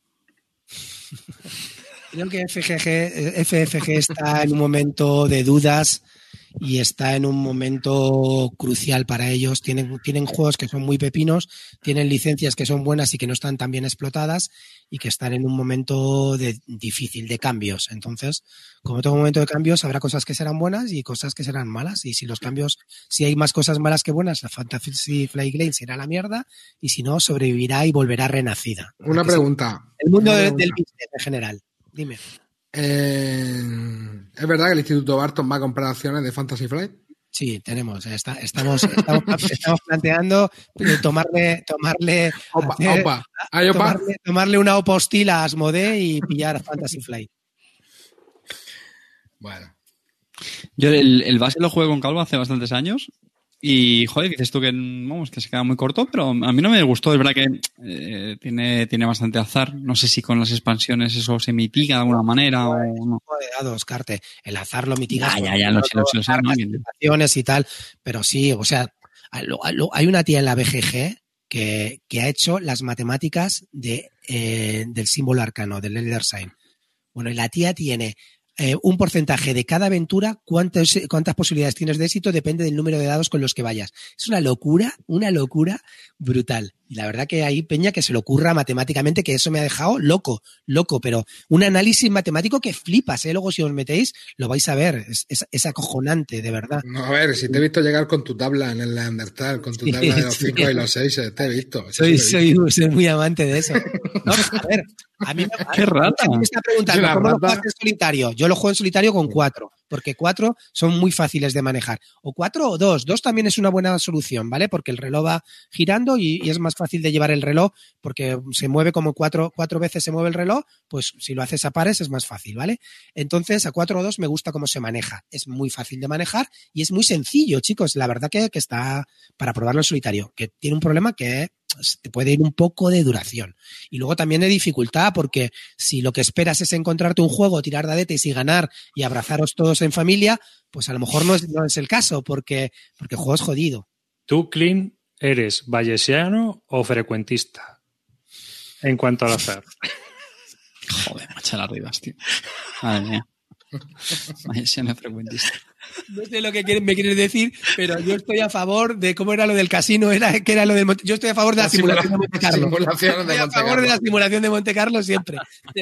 Creo que FFG está en un momento de dudas y está en un momento crucial para ellos. Tienen juegos que son muy pepinos, tienen licencias que son buenas y que no están tan bien explotadas y que están en un momento difícil de cambios. Entonces, como todo momento de cambios, habrá cosas que serán buenas y cosas que serán malas. Y si hay más cosas malas que buenas, la Fantasy Flight Lane se irá a la mierda y si no, sobrevivirá y volverá renacida. Una pregunta. El mundo del business en general. Dime. ¿Es verdad que el Instituto Barton va a comprar acciones de Fantasy Flight? Sí, tenemos. Estamos planteando tomarle una OPA hostil a Asmodee y pillar a Fantasy Flight. Bueno. Yo el base lo jugué con Calvo hace bastantes años. Y, joder, dices tú que se queda muy corto, pero a mí no me gustó. Es verdad que tiene bastante azar. No sé si con las expansiones eso se mitiga de alguna manera o no. Dados, Carte. El azar lo mitigas. Ya, lo sé. Y tal. Pero sí, o sea, hay una tía en la BGG que ha hecho las matemáticas del símbolo arcano, del Elder Sign. Bueno, y la tía tiene... un porcentaje de cada aventura, cuántas posibilidades tienes de éxito depende del número de dados con los que vayas. Es una locura brutal. Y la verdad que hay peña que se le ocurra matemáticamente, que eso me ha dejado loco, pero un análisis matemático que flipas, Luego si os metéis lo vais a ver, es acojonante, de verdad. No, a ver, si te he visto llegar con tu tabla en el Neandertal, con tu tabla de los 5 y los 6, te he visto. Soy muy amante de eso. No, pues a ver, a mí ¡Qué rata! me está preguntando cómo lo juegas en solitario. Yo lo juego en solitario con 4, porque 4 son muy fáciles de manejar. O 4 o 2. 2 también es una buena solución, ¿vale? Porque el reloj va girando y es más fácil de llevar el reloj porque se mueve como 4 veces se mueve el reloj, pues si lo haces a pares es más fácil, ¿vale? Entonces a 4 o 2 me gusta cómo se maneja. Es muy fácil de manejar y es muy sencillo, chicos. La verdad que está para probarlo en solitario, que tiene un problema que te puede ir un poco de duración. Y luego también de dificultad, porque si lo que esperas es encontrarte un juego, tirar dadetes y ganar y abrazaros todos en familia, pues a lo mejor no es el caso, porque el juego es jodido. ¿Tú, Clint, eres bayesiano o frecuentista en cuanto al azar? Joder, macho, las rivas, tío. Madre mía. Bayesiano frecuentista. No sé lo que me quieres decir, pero yo estoy a favor de cómo era lo del casino, que era lo del yo estoy a favor de la simulación de Monte Carlo. Estoy a favor de la simulación de Monte Carlo siempre.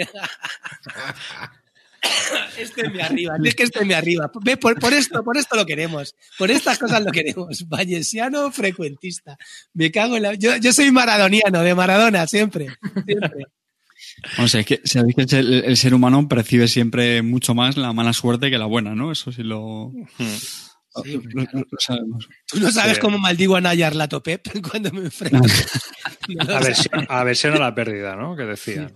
Esténme arriba, es que estéme arriba. Por esto lo queremos. Por estas cosas lo queremos. Bayesiano frecuentista. Me cago en la. Yo soy maradoniano, de Maradona, siempre. O sea, es que sabéis que el ser humano percibe siempre mucho más la mala suerte que la buena, ¿no? Eso sí lo sabemos. Tú no sabes cómo maldigo a Nayar la Topep cuando me enfrento. Aversión a la pérdida, ¿no? Que decían.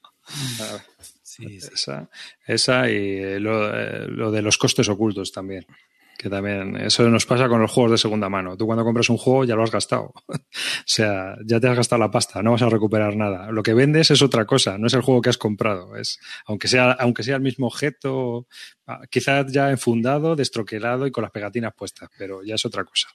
Sí. Esa y lo de los costes ocultos también. Que también eso nos pasa con los juegos de segunda mano. Tú cuando compras un juego ya lo has gastado. O sea, ya te has gastado la pasta, no vas a recuperar nada. Lo que vendes es otra cosa, no es el juego que has comprado. Es, aunque sea el mismo objeto, quizás ya enfundado, destroquelado y con las pegatinas puestas, pero ya es otra cosa.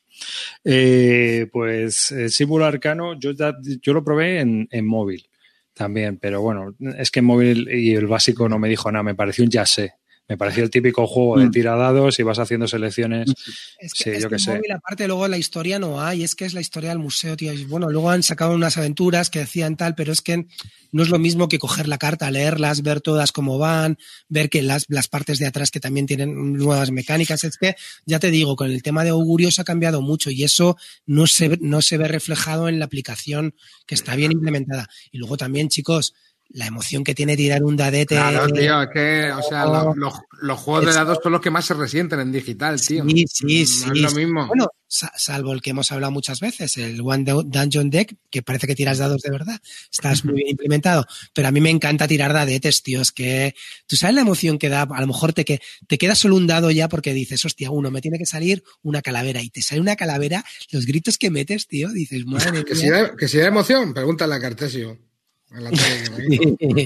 Pues Símbolo Arcano, yo lo probé en móvil también, pero bueno, es que en móvil y el básico no me dijo nada, me pareció un ya sé. Me pareció el típico juego de tiradados y vas haciendo selecciones. Es que, yo qué sé. Móvil, aparte, luego la historia no hay, es que es la historia del museo, tío. Y bueno, luego han sacado unas aventuras que decían tal, pero es que no es lo mismo que coger la carta, leerlas, ver todas cómo van, ver que las partes de atrás que también tienen nuevas mecánicas. Es que, ya te digo, con el tema de augurios ha cambiado mucho y eso no se ve reflejado en la aplicación que está bien implementada. Y luego también, chicos, la emoción que tiene tirar un dadete. Claro, tío, es que, o sea, los juegos de dados son los que más se resienten en digital, tío. Sí. No es lo mismo. Bueno, salvo el que hemos hablado muchas veces, el One Dungeon Deck, que parece que tiras dados de verdad. Estás muy bien implementado. Pero a mí me encanta tirar dadetes, tío. Es que, ¿tú sabes la emoción que da? A lo mejor te queda solo un dado ya porque dices, hostia, me tiene que salir una calavera. Y te sale una calavera, los gritos que metes, tío, dices, madre mía. Que si da emoción, pregúntale a Cartesio. En la tele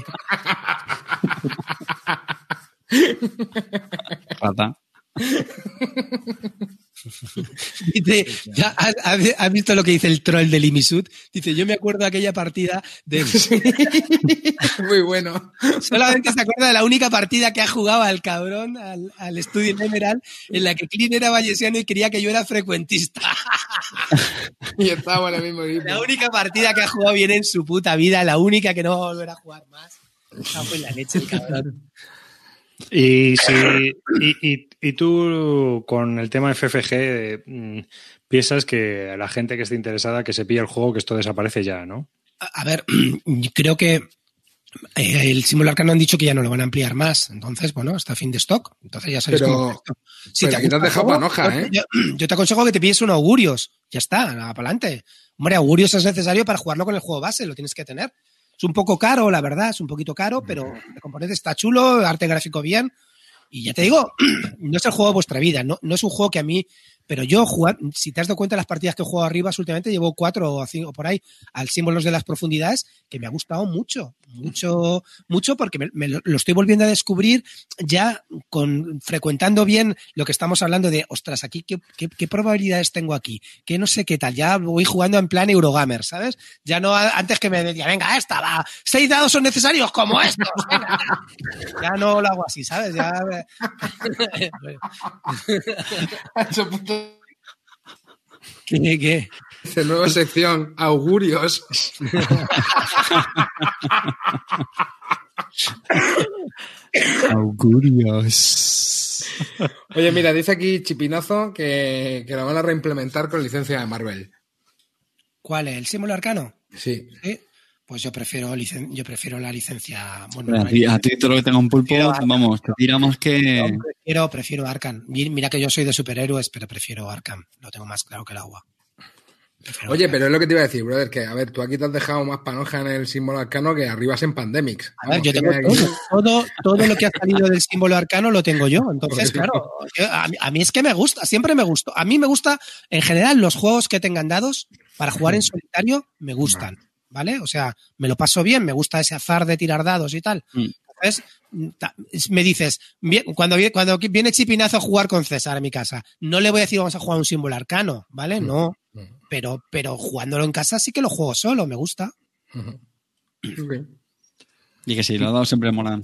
Rata. Dice, ¿has visto lo que dice el troll de Limisud? Dice, yo me acuerdo de aquella partida de... Muy bueno. Solamente se acuerda de la única partida que ha jugado al cabrón, al Studio Emerald, en la que Clint era bayesiano y quería que yo era frecuentista. Y estaba en el mismo equipo. La única partida que ha jugado bien en su puta vida, la única que no va a volver a jugar más. Cago en la leche, el cabrón. Y tú, con el tema FFG, piensas que la gente que esté interesada que se pille el juego, que esto desaparece ya, ¿no? A ver, creo que el Símbolo Arcano han dicho que ya no lo van a ampliar más. Entonces, bueno, está fin de stock. Entonces ya sabéis cómo es esto. Si te has dejado panoja, ¿eh? Yo te aconsejo que te pilles un Augurios. Ya está, nada para adelante. Hombre, Augurios es necesario para jugarlo con el juego base, lo tienes que tener. Es un poco caro, la verdad, es un poquito caro, pero el componente está chulo, arte gráfico bien. Y ya te digo, no es el juego de vuestra vida, no es un juego que a mí... Pero yo, si te has dado cuenta de las partidas que he jugado arriba, últimamente llevo 4 o 5 por ahí al Símbolos de las Profundidades, que me ha gustado mucho, porque me lo estoy volviendo a descubrir ya frecuentando bien lo que estamos hablando de, ostras, aquí, ¿qué probabilidades tengo aquí? Que no sé qué tal, ya voy jugando en plan Eurogamer, ¿sabes? Ya no antes que me decía, venga, 6 dados son necesarios como estos, venga. Ya no lo hago así, ¿sabes? Ya... ¿Qué? Dice nueva sección, augurios. Augurios. Oye, mira, dice aquí Chipinazo que lo van a reimplementar con licencia de Marvel. ¿Cuál es? ¿El Símbolo Arcano? Sí. ¿Sí? Pues yo prefiero la licencia. Bueno, a ti todo lo que tenga un pulpo, vamos, te tira más que... Prefiero Arkham. Mira que yo soy de superhéroes, pero prefiero Arkham. Lo tengo más claro que el agua. Oye, pero es lo que te iba a decir, brother, que a ver, tú aquí te has dejado más panoja en el símbolo arcano que arribas en Pandemics. A ver, yo tengo todo lo que ha salido del símbolo arcano lo tengo yo. Entonces, claro, a mí es que me gusta, siempre me gustó. A mí me gusta, en general, los juegos que tengan dados para jugar en solitario me gustan, ¿vale? O sea, me lo paso bien, me gusta ese azar de tirar dados y tal. Entonces, me dices, cuando viene Chipinazo a jugar con César a mi casa, no le voy a decir vamos a jugar un símbolo arcano, ¿vale? No. Pero jugándolo en casa sí que lo juego solo, me gusta. Okay. Y que sí, los dados siempre molan.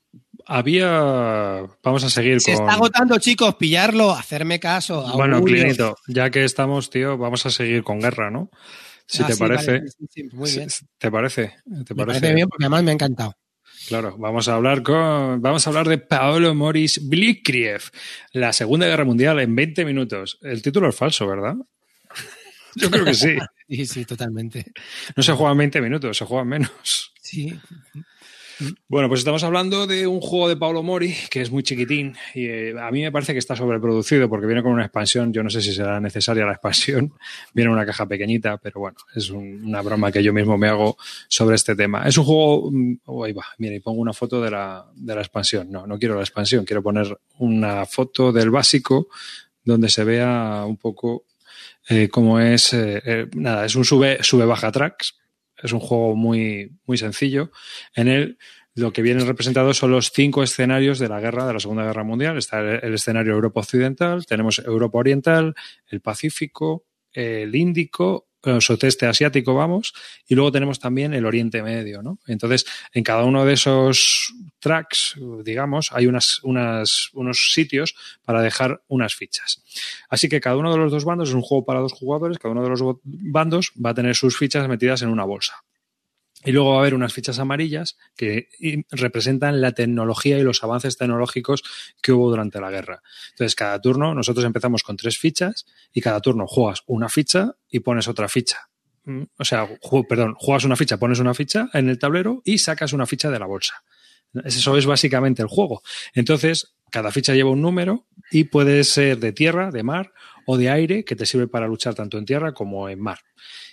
Vamos a seguir Se está agotando, chicos, pillarlo, hacerme caso. Bueno, Clinito, ya que estamos, tío, vamos a seguir con guerra, ¿no? Si te parece. Vale, sí, muy bien. ¿Te parece? Me parece bien porque además me ha encantado. Claro, vamos a hablar de Paolo Maurice Blikriev, la Segunda Guerra Mundial en 20 minutos. El título es falso, ¿verdad? Yo creo que sí. Sí, totalmente. No se juega en 20 minutos, se juega en menos. Sí. Bueno, pues estamos hablando de un juego de Paolo Mori que es muy chiquitín y a mí me parece que está sobreproducido porque viene con una expansión. Yo no sé si será necesaria la expansión. Viene en una caja pequeñita, pero bueno, es una broma que yo mismo me hago sobre este tema. Es un juego... ahí va, mira, y pongo una foto de la expansión. No quiero la expansión, quiero poner una foto del básico donde se vea un poco cómo es... nada, es un sube-baja tracks. Es un juego muy, muy sencillo. En él lo que vienen representados son los 5 escenarios de la guerra, de la Segunda Guerra Mundial. Está el escenario Europa Occidental, tenemos Europa Oriental, el Pacífico, el Índico, el sudeste asiático, vamos, y luego tenemos también el Oriente Medio, ¿no? Entonces, en cada uno de esos tracks, digamos, hay unos sitios para dejar unas fichas. Así que cada uno de los dos bandos es un juego para 2 jugadores, cada uno de los bandos va a tener sus fichas metidas en una bolsa. Y luego va a haber unas fichas amarillas que representan la tecnología y los avances tecnológicos que hubo durante la guerra. Entonces, cada turno, nosotros empezamos con 3 fichas y cada turno juegas una ficha y pones otra ficha. O sea, juegas una ficha, pones una ficha en el tablero y sacas una ficha de la bolsa. Eso es básicamente el juego. Entonces, cada ficha lleva un número y puede ser de tierra, de mar o de aire, que te sirve para luchar tanto en tierra como en mar.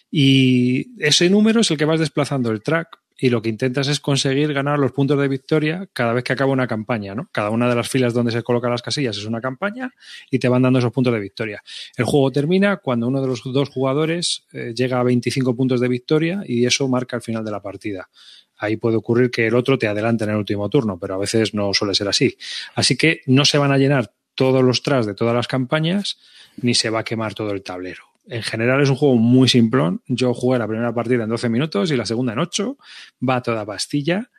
Y ese número es el que vas desplazando el track y lo que intentas es conseguir ganar los puntos de victoria cada vez que acaba una campaña, ¿no? Cada una de las filas donde se colocan las casillas es una campaña y te van dando esos puntos de victoria. El juego termina cuando uno de los 2 jugadores llega a 25 puntos de victoria y eso marca el final de la partida. Ahí puede ocurrir que el otro te adelante en el último turno, pero a veces no suele ser así. Así que no se van a llenar todos los tracks de todas las campañas ni se va a quemar todo el tablero. En general es un juego muy simplón. Yo jugué la primera partida en 12 minutos y la segunda en 8. Va a toda pastilla.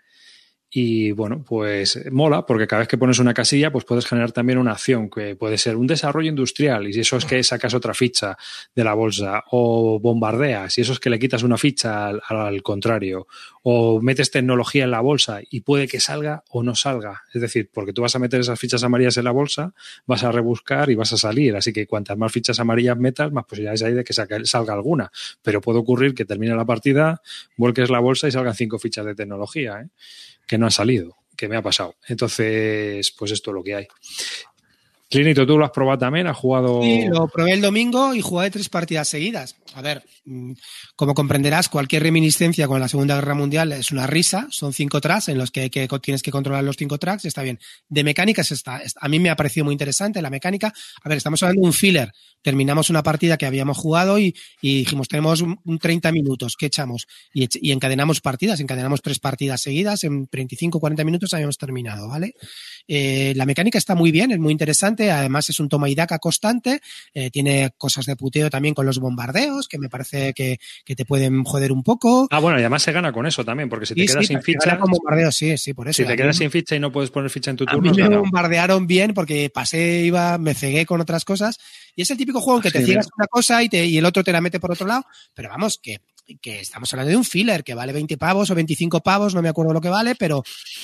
Y bueno, pues mola porque cada vez que pones una casilla pues puedes generar también una acción que puede ser un desarrollo industrial y si eso es que sacas otra ficha de la bolsa o bombardeas y eso es que le quitas una ficha al contrario o metes tecnología en la bolsa y puede que salga o no salga. Es decir, porque tú vas a meter esas fichas amarillas en la bolsa, vas a rebuscar y vas a salir. Así que cuantas más fichas amarillas metas, más posibilidades hay de que salga alguna. Pero puede ocurrir que termine la partida, vuelques la bolsa y salgan 5 fichas de tecnología, que no han salido, que me ha pasado. Entonces, pues esto es lo que hay. Clinito, ¿tú lo has probado también? ¿Has jugado...? Sí, lo probé el domingo y jugué 3 partidas seguidas. A ver, como comprenderás, cualquier reminiscencia con la Segunda Guerra Mundial es una risa. Son 5 tracks en los que tienes que controlar los 5 tracks. Está bien. De mecánicas a mí me ha parecido muy interesante la mecánica. A ver, estamos hablando de un filler. Terminamos una partida que habíamos jugado y dijimos, tenemos un 30 minutos, ¿qué echamos? Y encadenamos 3 partidas seguidas. En 25, 40 minutos habíamos terminado, ¿vale? La mecánica está muy bien, es muy interesante. Además es un toma y daca constante. Tiene cosas de puteo también con los bombardeos, que me parece que te pueden joder un poco. Ah, bueno, y además se gana con eso también, porque si te quedas sin ficha... con bombardeos, sí, por eso. Si te quedas sin ficha y no puedes poner ficha en tu turno... A mí me bombardearon bien porque me cegué con otras cosas. Y es el típico juego en que te ciegas una cosa y el otro te la mete por otro lado. Pero vamos, que estamos hablando de un filler que vale 20 pavos o 25 pavos, no me acuerdo lo que vale, pero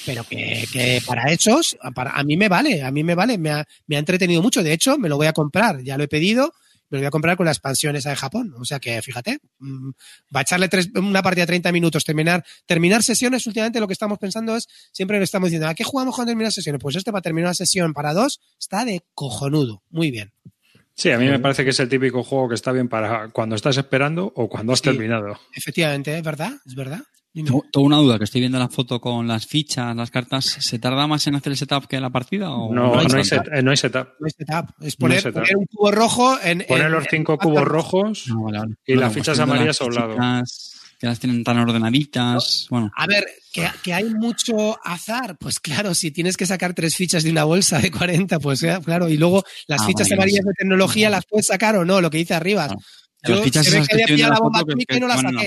que para esos, a mí me vale, me ha entretenido mucho. De hecho, me lo voy a comprar, ya lo he pedido. me lo voy a comprar con la expansión esa de Japón. O sea que, fíjate, va a echarle una partida de 30 minutos, terminar sesiones. Últimamente lo que estamos pensando es, siempre lo estamos diciendo, ¿a qué jugamos cuando terminar sesiones? Pues para terminar una sesión para 2 está de cojonudo. Muy bien. Sí, a mí me parece que es el típico juego que está bien para cuando estás esperando o cuando has terminado. Efectivamente, es verdad. Tengo una duda, que estoy viendo la foto con las fichas, las cartas. ¿Se tarda más en hacer el setup que en la partida? ¿O no hay setup. No hay setup. Es poner un cubo rojo poner los 5 cubos rojos y las fichas amarillas a un lado. Que las tienen tan ordenaditas. Bueno. A ver, que hay mucho azar. Pues claro, si tienes que sacar 3 fichas de una bolsa de 40, pues claro. Y luego las fichas amarillas de tecnología las puedes sacar o no, lo que dice arriba. Yo se ve que había pillado la bomba atómica y no la saqué.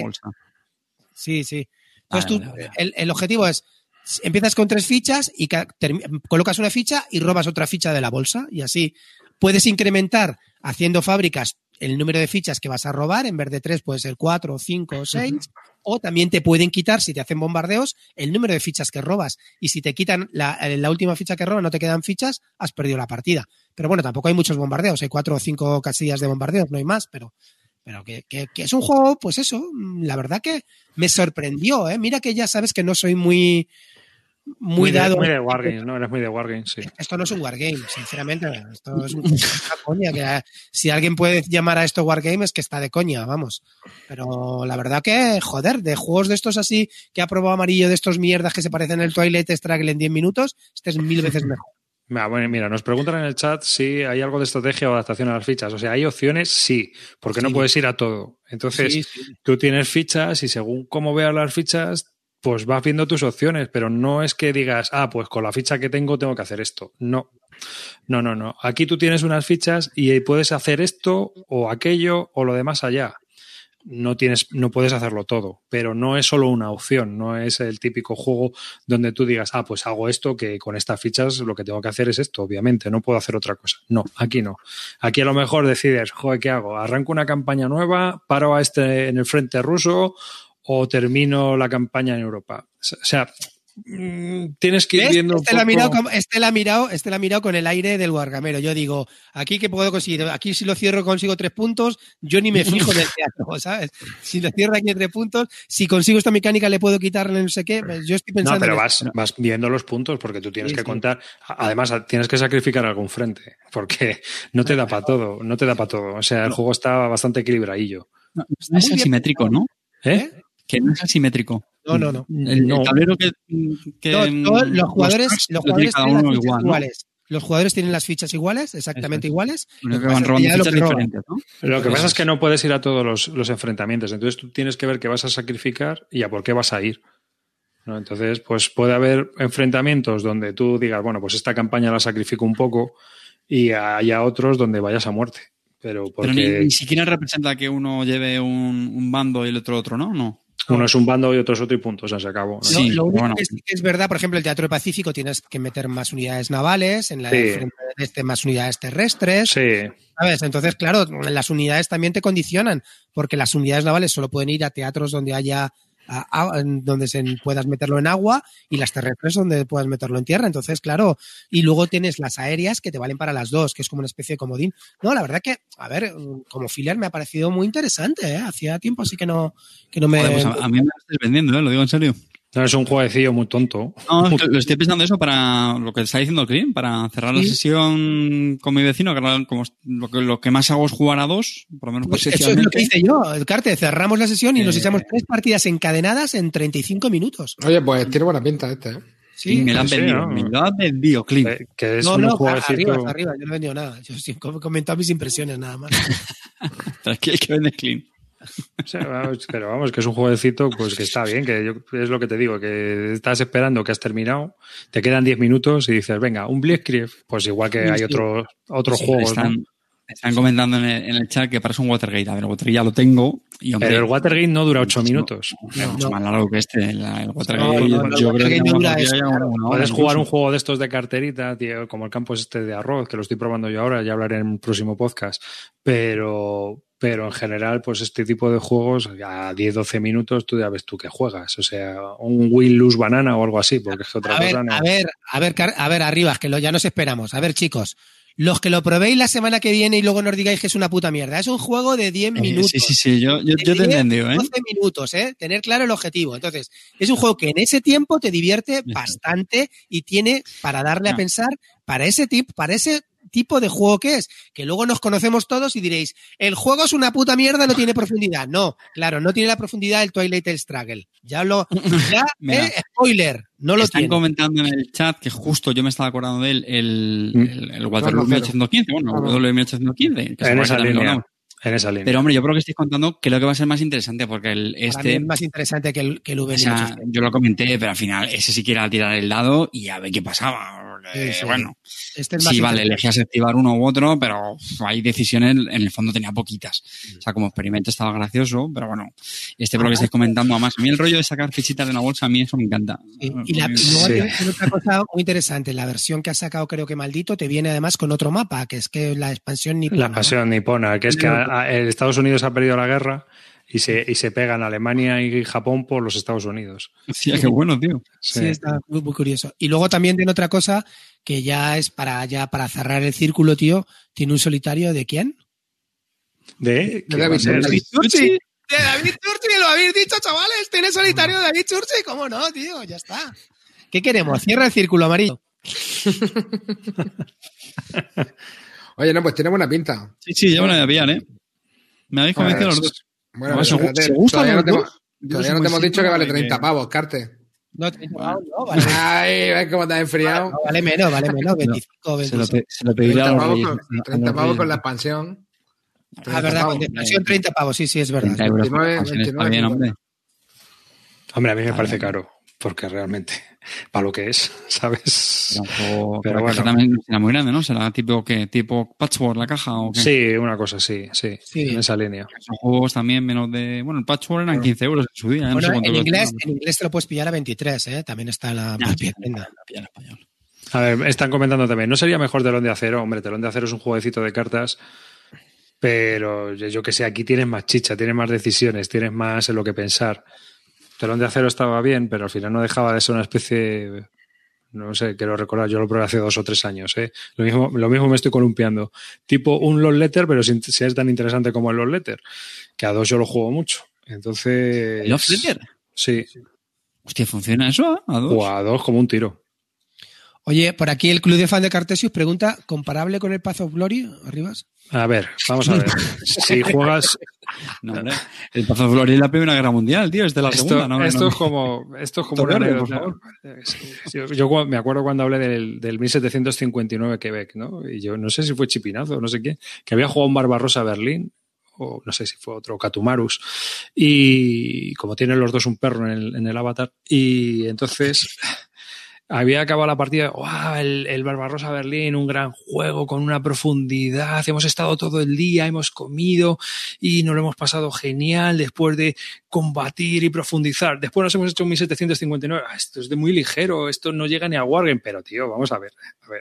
Sí. Entonces el objetivo es, empiezas con 3 fichas y colocas una ficha y robas otra ficha de la bolsa. Y así puedes incrementar haciendo fábricas el número de fichas que vas a robar. En vez de 3 puede ser 4, 5 o 6. O también te pueden quitar, si te hacen bombardeos, el número de fichas que robas. Y si te quitan la última ficha que robas, no te quedan fichas, has perdido la partida. Pero bueno, tampoco hay muchos bombardeos. Hay 4 o 5 casillas de bombardeos, no hay más, pero que es un juego, pues eso, la verdad que me sorprendió, ¿eh? Mira que ya sabes que no soy muy dado. Muy de Wargames, ¿no? Eres muy de Wargames, sí. Esto no es un Wargame, sinceramente. Esto es una coña. Que si alguien puede llamar a esto Wargame es que está de coña, vamos. Pero la verdad que, joder, de juegos de estos así que ha probado Amarillo, de estos mierdas que se parecen al Twilight Struggle en 10 minutos, este es 1000 veces mejor. Bueno, mira, nos preguntan en el chat si hay algo de estrategia o adaptación a las fichas. O sea, hay opciones, sí, porque no puedes ir a todo. Entonces, tú tienes fichas y según cómo veas las fichas, pues vas viendo tus opciones, pero no es que digas, pues con la ficha que tengo que hacer esto. No. Aquí tú tienes unas fichas y puedes hacer esto o aquello o lo demás allá. No puedes hacerlo todo, pero no es solo una opción, no es el típico juego donde tú digas, pues hago esto, que con estas fichas lo que tengo que hacer es esto, obviamente, no puedo hacer otra cosa. No, aquí no. Aquí a lo mejor decides, ¿qué hago? ¿Arranco una campaña nueva, paro en el frente ruso o termino la campaña en Europa? O sea, tienes que ir viendo un poco... Este la ha mirado con el aire del wargamero. Yo digo, aquí ¿qué puedo conseguir? Aquí si lo cierro consigo 3 puntos, yo ni me fijo en el teatro, ¿sabes? Si lo cierro aquí 3 puntos, si consigo esta mecánica le puedo quitarle no sé qué. Yo estoy pensando... No, pero vas viendo los puntos porque tú tienes que contar. Además, tienes que sacrificar algún frente porque no te da para todo. No te da para todo. O sea, el juego está bastante equilibradillo. No es asimétrico, ¿no? Que no es asimétrico. No. El tablero que los jugadores tienen las fichas iguales. Los jugadores tienen las fichas iguales, exactamente iguales. Lo que van robando fichas diferentes, ¿no? Lo que pasa es que no puedes ir a todos los enfrentamientos. Entonces tú tienes que ver qué vas a sacrificar y a por qué vas a ir, ¿no? Entonces, pues puede haber enfrentamientos donde tú digas, bueno, pues esta campaña la sacrifico un poco y haya otros donde vayas a muerte. Pero ni siquiera representa que uno lleve un bando y el otro, ¿no? No. Uno es un bando y otro es otro y punto, o sea, se acabó, ¿no? Sí, lo único que es verdad, por ejemplo, el Teatro del Pacífico tienes que meter más unidades navales, en la frente de más unidades terrestres. Sí. ¿Sabes? Entonces, claro, las unidades también te condicionan, porque las unidades navales solo pueden ir a teatros donde haya donde puedas meterlo en agua y las terrestres donde puedas meterlo en tierra. Entonces, claro, y luego tienes las aéreas que te valen para las dos, que es como una especie de comodín. No, la verdad que, a ver, como filler me ha parecido muy interesante, ¿eh? Hacía tiempo así que no me... Pues a mí me lo estás vendiendo, lo digo en serio. No, es un jueguecillo muy tonto. No, lo estoy pensando eso para lo que está diciendo el Clean, para cerrar la sesión con mi vecino, que como lo que más hago es jugar a 2, por lo menos pues eso es lo que hice yo, el Carte, cerramos la sesión y nos echamos 3 partidas encadenadas en 35 minutos. Oye, pues tiene buena pinta este, ¿eh? Sí, me lo han vendido, ¿no? me lo han vendido, Clean. Que es un jueguecito... arriba, yo no he vendido nada. Yo sí he comentado mis impresiones nada más. Tranquilo, que vende Clean. O sea, pero vamos, que es un jueguecito pues que está bien, que es lo que te digo, que estás esperando que has terminado, te quedan 10 minutos y dices, venga, un Blitzkrieg, pues igual que hay otros juegos, Están comentando en el chat que parece un Watergate. A ver, el Watergate ya lo tengo. Y, hombre, pero el Watergate no dura 8 minutos. Es mucho más largo que este. El Watergate yo creo que dura puedes jugar un juego de estos de carterita, tío, como el campo es este de arroz, que lo estoy probando yo ahora, ya hablaré en el próximo podcast. Pero en general, pues este tipo de juegos, a 10-12 minutos, tú ya ves tú que juegas. O sea, un Win Lose Banana o algo así, porque es que otra cosa no. A ver, arriba, que ya nos esperamos. A ver, chicos. Los que lo probéis la semana que viene y luego nos digáis que es una puta mierda. Es un juego de 10 minutos. Sí, yo te he entendido, 12 minutos, tener claro el objetivo. Entonces, es un juego que en ese tiempo te divierte bastante y tiene para darle a pensar para ese tipo de juego que es, que luego nos conocemos todos y diréis, el juego es una puta mierda, no tiene profundidad. No, claro, no tiene la profundidad del Twilight Struggle. Spoiler, no lo están tiene. Comentando en el chat que justo yo me estaba acordando de él, el Waterloo 1815, W 1815. Que en esa línea. Pero hombre, yo creo que estáis contando que lo que va a ser más interesante, porque Es más interesante que el V. O sea, yo lo comenté, pero al final ese sí que era tirar el dado y a ver qué pasaba. Sí. Bueno, sí, vale, elegías activar uno u otro, pero hay decisiones, en el fondo tenía poquitas. O sea, como experimento estaba gracioso, pero bueno, por lo que estáis comentando, además, a mí el rollo de sacar fichitas de una bolsa, a mí eso me encanta. Y luego tiene otra cosa muy interesante, la versión que ha sacado, creo que Maldito, te viene además con otro mapa, que es que la expansión nipona. La expansión nipona, que es que Estados Unidos ha perdido la guerra y se pegan Alemania y Japón por los Estados Unidos. Sí, qué bueno, tío. Sí, está muy, muy curioso. Y luego también tiene otra cosa que ya es para cerrar el círculo, tío. Tiene un solitario ¿de quién? De David Churchi. De David Churchi, lo habéis dicho, chavales. Tiene solitario de David Churchi. ¿Cómo no, tío? Ya está. ¿Qué queremos? Cierra el círculo amarillo. Oye, no, pues tiene buena pinta. Sí, ya me la habían, ¿eh? Me habéis convencido los dos. Bueno, todavía no te hemos dicho que vale 30 pavos, Carte. No, 30 pavos, no, vale. Ay, ves cómo te has enfriado. No, vale menos, 25, 26. Se lo pediría 30 pavos con la expansión. Verdad, con la expansión 30 pavos, sí, es verdad. 29, está bien, hombre. Hombre, a mí me parece caro, porque realmente, para lo que es, ¿sabes? Pero bueno. También será muy grande, ¿no? ¿Será tipo patchwork la caja o qué? Sí, una cosa sí, en esa línea. Son juegos también menos de... Bueno, el patchwork eran 15 euros en su día. Bueno, en inglés te lo puedes pillar a 23, ¿eh? También está la tienda. A ver, están comentando también, ¿no sería mejor Telón de Acero? Hombre, Telón de Acero es un jueguecito de cartas, pero yo que sé, aquí tienes más chicha, tienes más decisiones, tienes más en lo que pensar. Telón de Acero estaba bien, pero al final no dejaba de ser una especie, no sé, quiero recordar, yo lo probé hace 2 o 3 años, ¿eh? Lo mismo me estoy columpiando. Tipo un Love Letter, pero sin ser tan interesante como el Love Letter, que a 2 yo lo juego mucho. Entonces... ¿Love Letter? Sí. Hostia, ¿funciona eso a 2? O a 2 como un tiro. Oye, por aquí el Club de Fan de Cartesius pregunta, ¿comparable con el Path of Glory, Arribas? A ver, vamos a ver. Si juegas... No, hombre. El Path of Glory es la Primera Guerra Mundial, tío. Es de la Segunda, ¿no? Esto es como una anécdota. Yo me acuerdo cuando hablé del 1759 Quebec, ¿no? Y yo no sé si fue Chipinazo, no sé qué, que había jugado un Barbarossa Berlín, o no sé si fue otro Catumarus, y como tienen los dos un perro en el avatar, y entonces... Había acabado la partida, ¡wow! El Barbarossa Berlín, un gran juego con una profundidad, hemos estado todo el día, hemos comido y nos lo hemos pasado genial después de combatir y profundizar. Después nos hemos hecho un 1759, esto es de muy ligero, esto no llega ni a Wargame, pero tío, vamos a ver.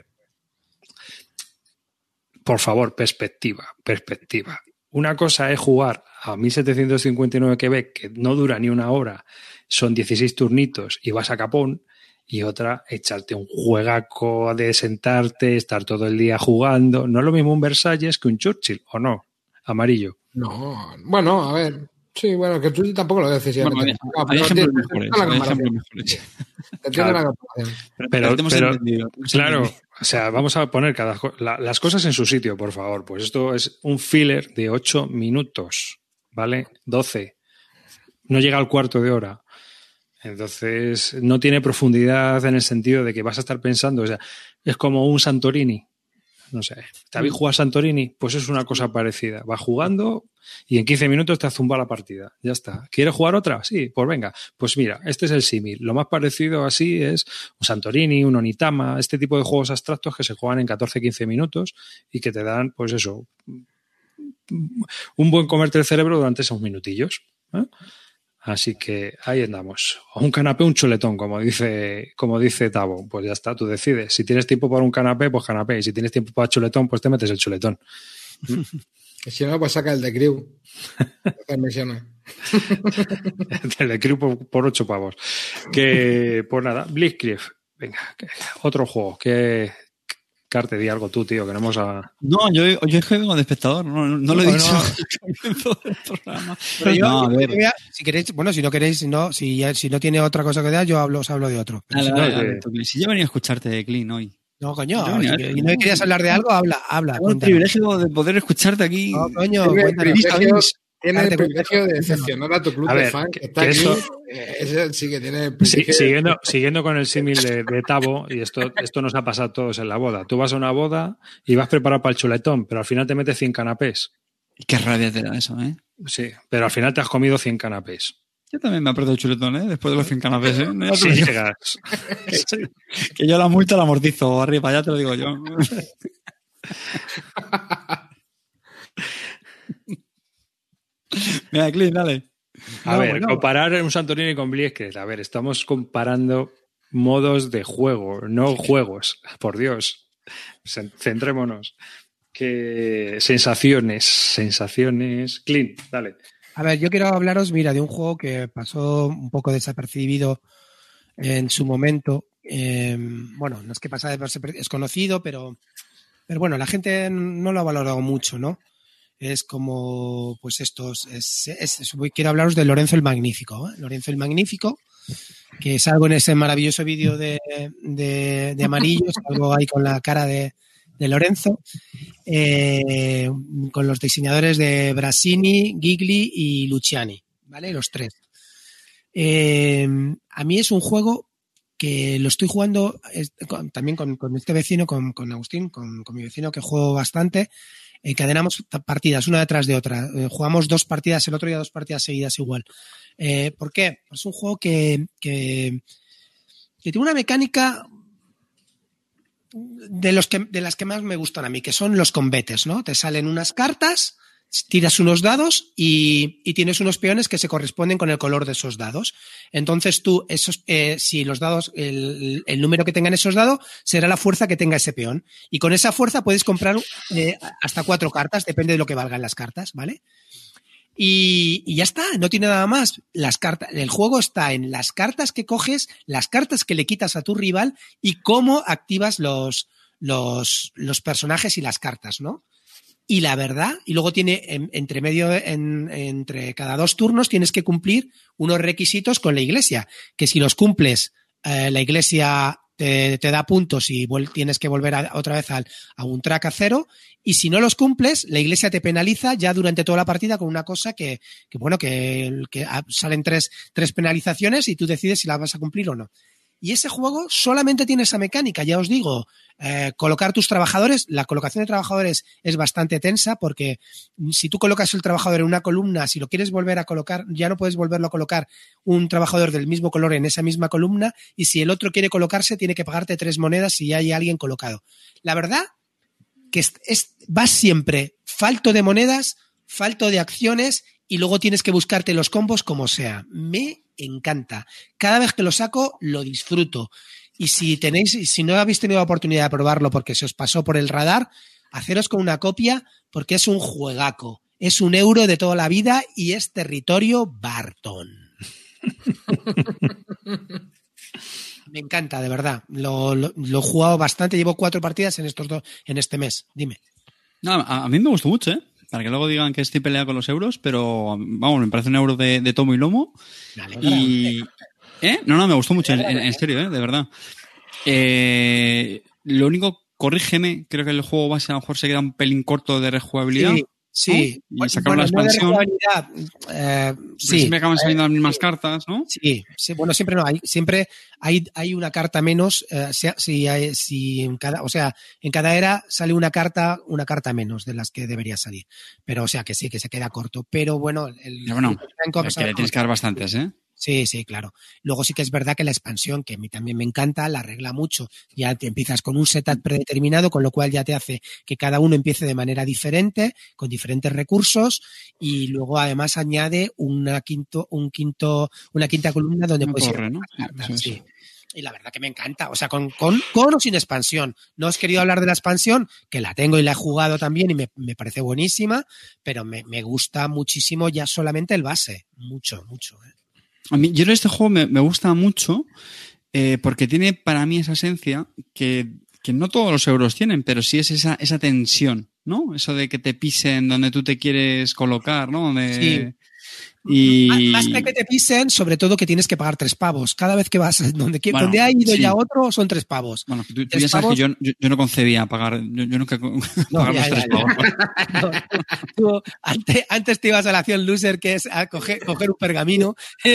Por favor, perspectiva. Una cosa es jugar a 1759 Quebec, que no dura ni una hora, son 16 turnitos y vas a capón. Y otra, echarte un juegaco de sentarte, estar todo el día jugando. No es lo mismo un Versalles que un Churchill, ¿o no? Amarillo. No, bueno, a ver. Sí, bueno, que Churchill tampoco lo decís. Bueno, hay ejemplos mejores. Pero claro, o sea, vamos a poner las cosas en su sitio, por favor. Pues esto es un filler de 8 minutos, ¿vale? 12. No llega al cuarto de hora. Entonces, no tiene profundidad en el sentido de que vas a estar pensando, o sea, es como un Santorini. No sé, ¿te habéis jugado Santorini? Pues es una cosa parecida. Vas jugando y en 15 minutos te has zumbado la partida. Ya está. ¿Quieres jugar otra? Sí, pues venga. Pues mira, este es el símil. Lo más parecido así es un Santorini, un Onitama, este tipo de juegos abstractos que se juegan en 14-15 minutos y que te dan, pues eso, un buen comerte el cerebro durante esos minutillos, ¿eh? Así que ahí andamos. Un canapé, un chuletón, como dice Tavo. Pues ya está, tú decides. Si tienes tiempo para un canapé, pues canapé. Y si tienes tiempo para chuletón, pues te metes el chuletón. Y si no, pues saca el de Crew. El de Crew por 8 pavos. Que, pues nada, Blitzkrieg. Venga, otro juego. Carte, di algo tú, tío, que no hemos... No, yo es que vengo de espectador, no lo he dicho al comienzo del programa. Pero yo, No, a ver. si queréis, bueno, si no queréis, si no tiene otra cosa que dar, yo os hablo de otro. Pero Si yo venía a escucharte, Clean, hoy. No, coño, y no querías hablar de algo, habla. Tengo el privilegio de poder escucharte aquí. No, coño, Tiene el privilegio de decepcionar a tu club de fans que está aquí. Eso sí que tiene el privilegio. Siguiendo con el símil de Tabo, y esto nos ha pasado a todos en la boda. Tú vas a una boda y vas preparado para el chuletón, pero al final te metes 100 canapés. Y qué rabia te da eso, ¿eh? Sí, pero al final te has comido 100 canapés. Yo también me aprieto el chuletón, ¿eh? Después de los 100 canapés, ¿eh? No sí, llegas. Que yo la multa la amortizo arriba, ya te lo digo yo. Mira, Clint, dale. Comparar un Santorini con Bliezkred. A ver, estamos comparando modos de juego, no juegos. Por Dios. Centrémonos. Que sensaciones. Clint, dale. A ver, yo quiero hablaros, mira, de un juego que pasó un poco desapercibido en su momento. Bueno, no es que pasa desconocido, pero bueno, la gente no lo ha valorado mucho, ¿no? Es como, pues quiero hablaros de Lorenzo el Magnífico, ¿eh? Lorenzo el Magnífico, que salgo en ese maravilloso vídeo de amarillo, salgo ahí con la cara de Lorenzo, con los diseñadores de Brasini, Gigli y Luciani, ¿vale? Los tres. A mí es un juego que lo estoy jugando también con este vecino, con Agustín, con mi vecino, que juego bastante. Encadenamos partidas una detrás de otra. Jugamos 2 partidas, el otro día 2 partidas seguidas igual. ¿Por qué? Es un juego que tiene una mecánica de las que más me gustan a mí, que son los combates, ¿no? Te salen unas cartas, tiras unos dados y tienes unos peones que se corresponden con el color de esos dados. Entonces tú, si los dados, el número que tengan esos dados será la fuerza que tenga ese peón. Y con esa fuerza puedes comprar hasta 4 cartas, depende de lo que valgan las cartas, ¿vale? Y ya está, no tiene nada más. El juego está en las cartas que coges, las cartas que le quitas a tu rival y cómo activas los personajes y las cartas, ¿no? Y la verdad, y luego tiene entre cada 2 turnos tienes que cumplir unos requisitos con la iglesia, que si los cumples, la iglesia te da puntos y tienes que volver otra vez a un track a 0, y si no los cumples, la iglesia te penaliza ya durante toda la partida con una cosa que salen tres penalizaciones y tú decides si las vas a cumplir o no. Y ese juego solamente tiene esa mecánica, ya os digo, colocar tus trabajadores. La colocación de trabajadores es bastante tensa porque si tú colocas el trabajador en una columna, si lo quieres volver a colocar, ya no puedes volverlo a colocar un trabajador del mismo color en esa misma columna, y si el otro quiere colocarse tiene que pagarte 3 monedas si ya hay alguien colocado. La verdad que vas siempre falto de monedas, falto de acciones, y luego tienes que buscarte los combos como sea. Me encanta. Cada vez que lo saco, lo disfruto. Y si no habéis tenido la oportunidad de probarlo porque se os pasó por el radar, haceros con una copia porque es un juegaco. Es un euro de toda la vida y es territorio Barton. Me encanta, de verdad. Lo he jugado bastante. Llevo 4 partidas en este mes. Dime. No, a mí me gustó mucho, ¿eh? Para que luego digan que estoy peleado con los euros, pero vamos, me parece un euro de tomo y lomo. Dale, y no, me gustó mucho, en serio, de verdad. Lo único, corrígeme, creo que el juego base a lo mejor se queda un pelín corto de rejugabilidad. Sí. Y sacaron la expansión. Sí. Siempre acaban saliendo las mismas cartas, ¿no? Sí. Bueno, siempre no. Siempre hay una carta menos. En cada era sale una carta menos de las que debería salir. Pero, o sea, que sí, que se queda corto. Pero bueno, es que le tienes que dar bastantes, ¿eh? Sí, claro. Luego sí que es verdad que la expansión, que a mí también me encanta, la arregla mucho. Ya te empiezas con un setup predeterminado, con lo cual ya te hace que cada uno empiece de manera diferente, con diferentes recursos, y luego además añade una quinta columna donde puedes ir, ¿no? Cartas, sí. Y la verdad que me encanta, o sea, con o sin expansión. No os he querido hablar de la expansión, que la tengo y la he jugado también y me parece buenísima, pero me gusta muchísimo ya solamente el base. Mucho, ¿eh? A mí, este juego me gusta mucho porque tiene para mí esa esencia que que no todos los euros tienen, pero sí es esa tensión, ¿no? Eso de que te pisen donde tú te quieres colocar, ¿no? Sí. Y... Más que te pisen, sobre todo que tienes que pagar 3 pavos. Cada vez que vas donde ha ido ya otro, son 3 pavos. Bueno, tú ya sabes que yo no concebía pagar, yo nunca pagar los 3 pavos. No, tú, antes te ibas a la acción loser, que es a coger un pergamino.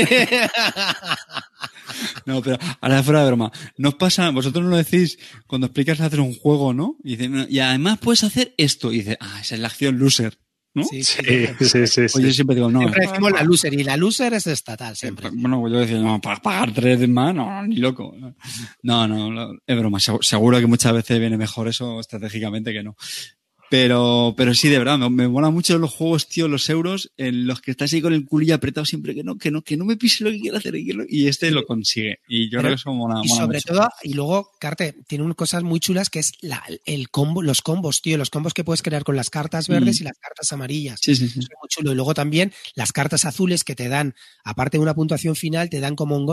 No, pero ahora fuera de broma. ¿Nos pasa, vosotros no lo decís cuando explicas hacer un juego, ¿no? Y dices, y además puedes hacer esto. Y dices, esa es la acción loser, ¿no? Sí. Pues yo siempre digo, no. Siempre decimos la loser, y la loser es estatal, siempre. Bueno, yo decía, no, para pagar 3 más, no, ni loco. No, es broma. Seguro que muchas veces viene mejor eso estratégicamente que no. Pero sí, de verdad, me mola mucho los juegos, tío, los euros, en los que estás ahí con el culillo apretado siempre que no me pise lo que quiero hacer, y este lo consigue. Y yo creo que eso mola sobre mucho. todo, y luego, Carte, tiene unas cosas muy chulas que es el combo, los combos, tío, los combos que puedes crear con las cartas verdes y las cartas amarillas. Sí. Eso es muy chulo. Y luego también las cartas azules que te dan, aparte de una puntuación final, te dan como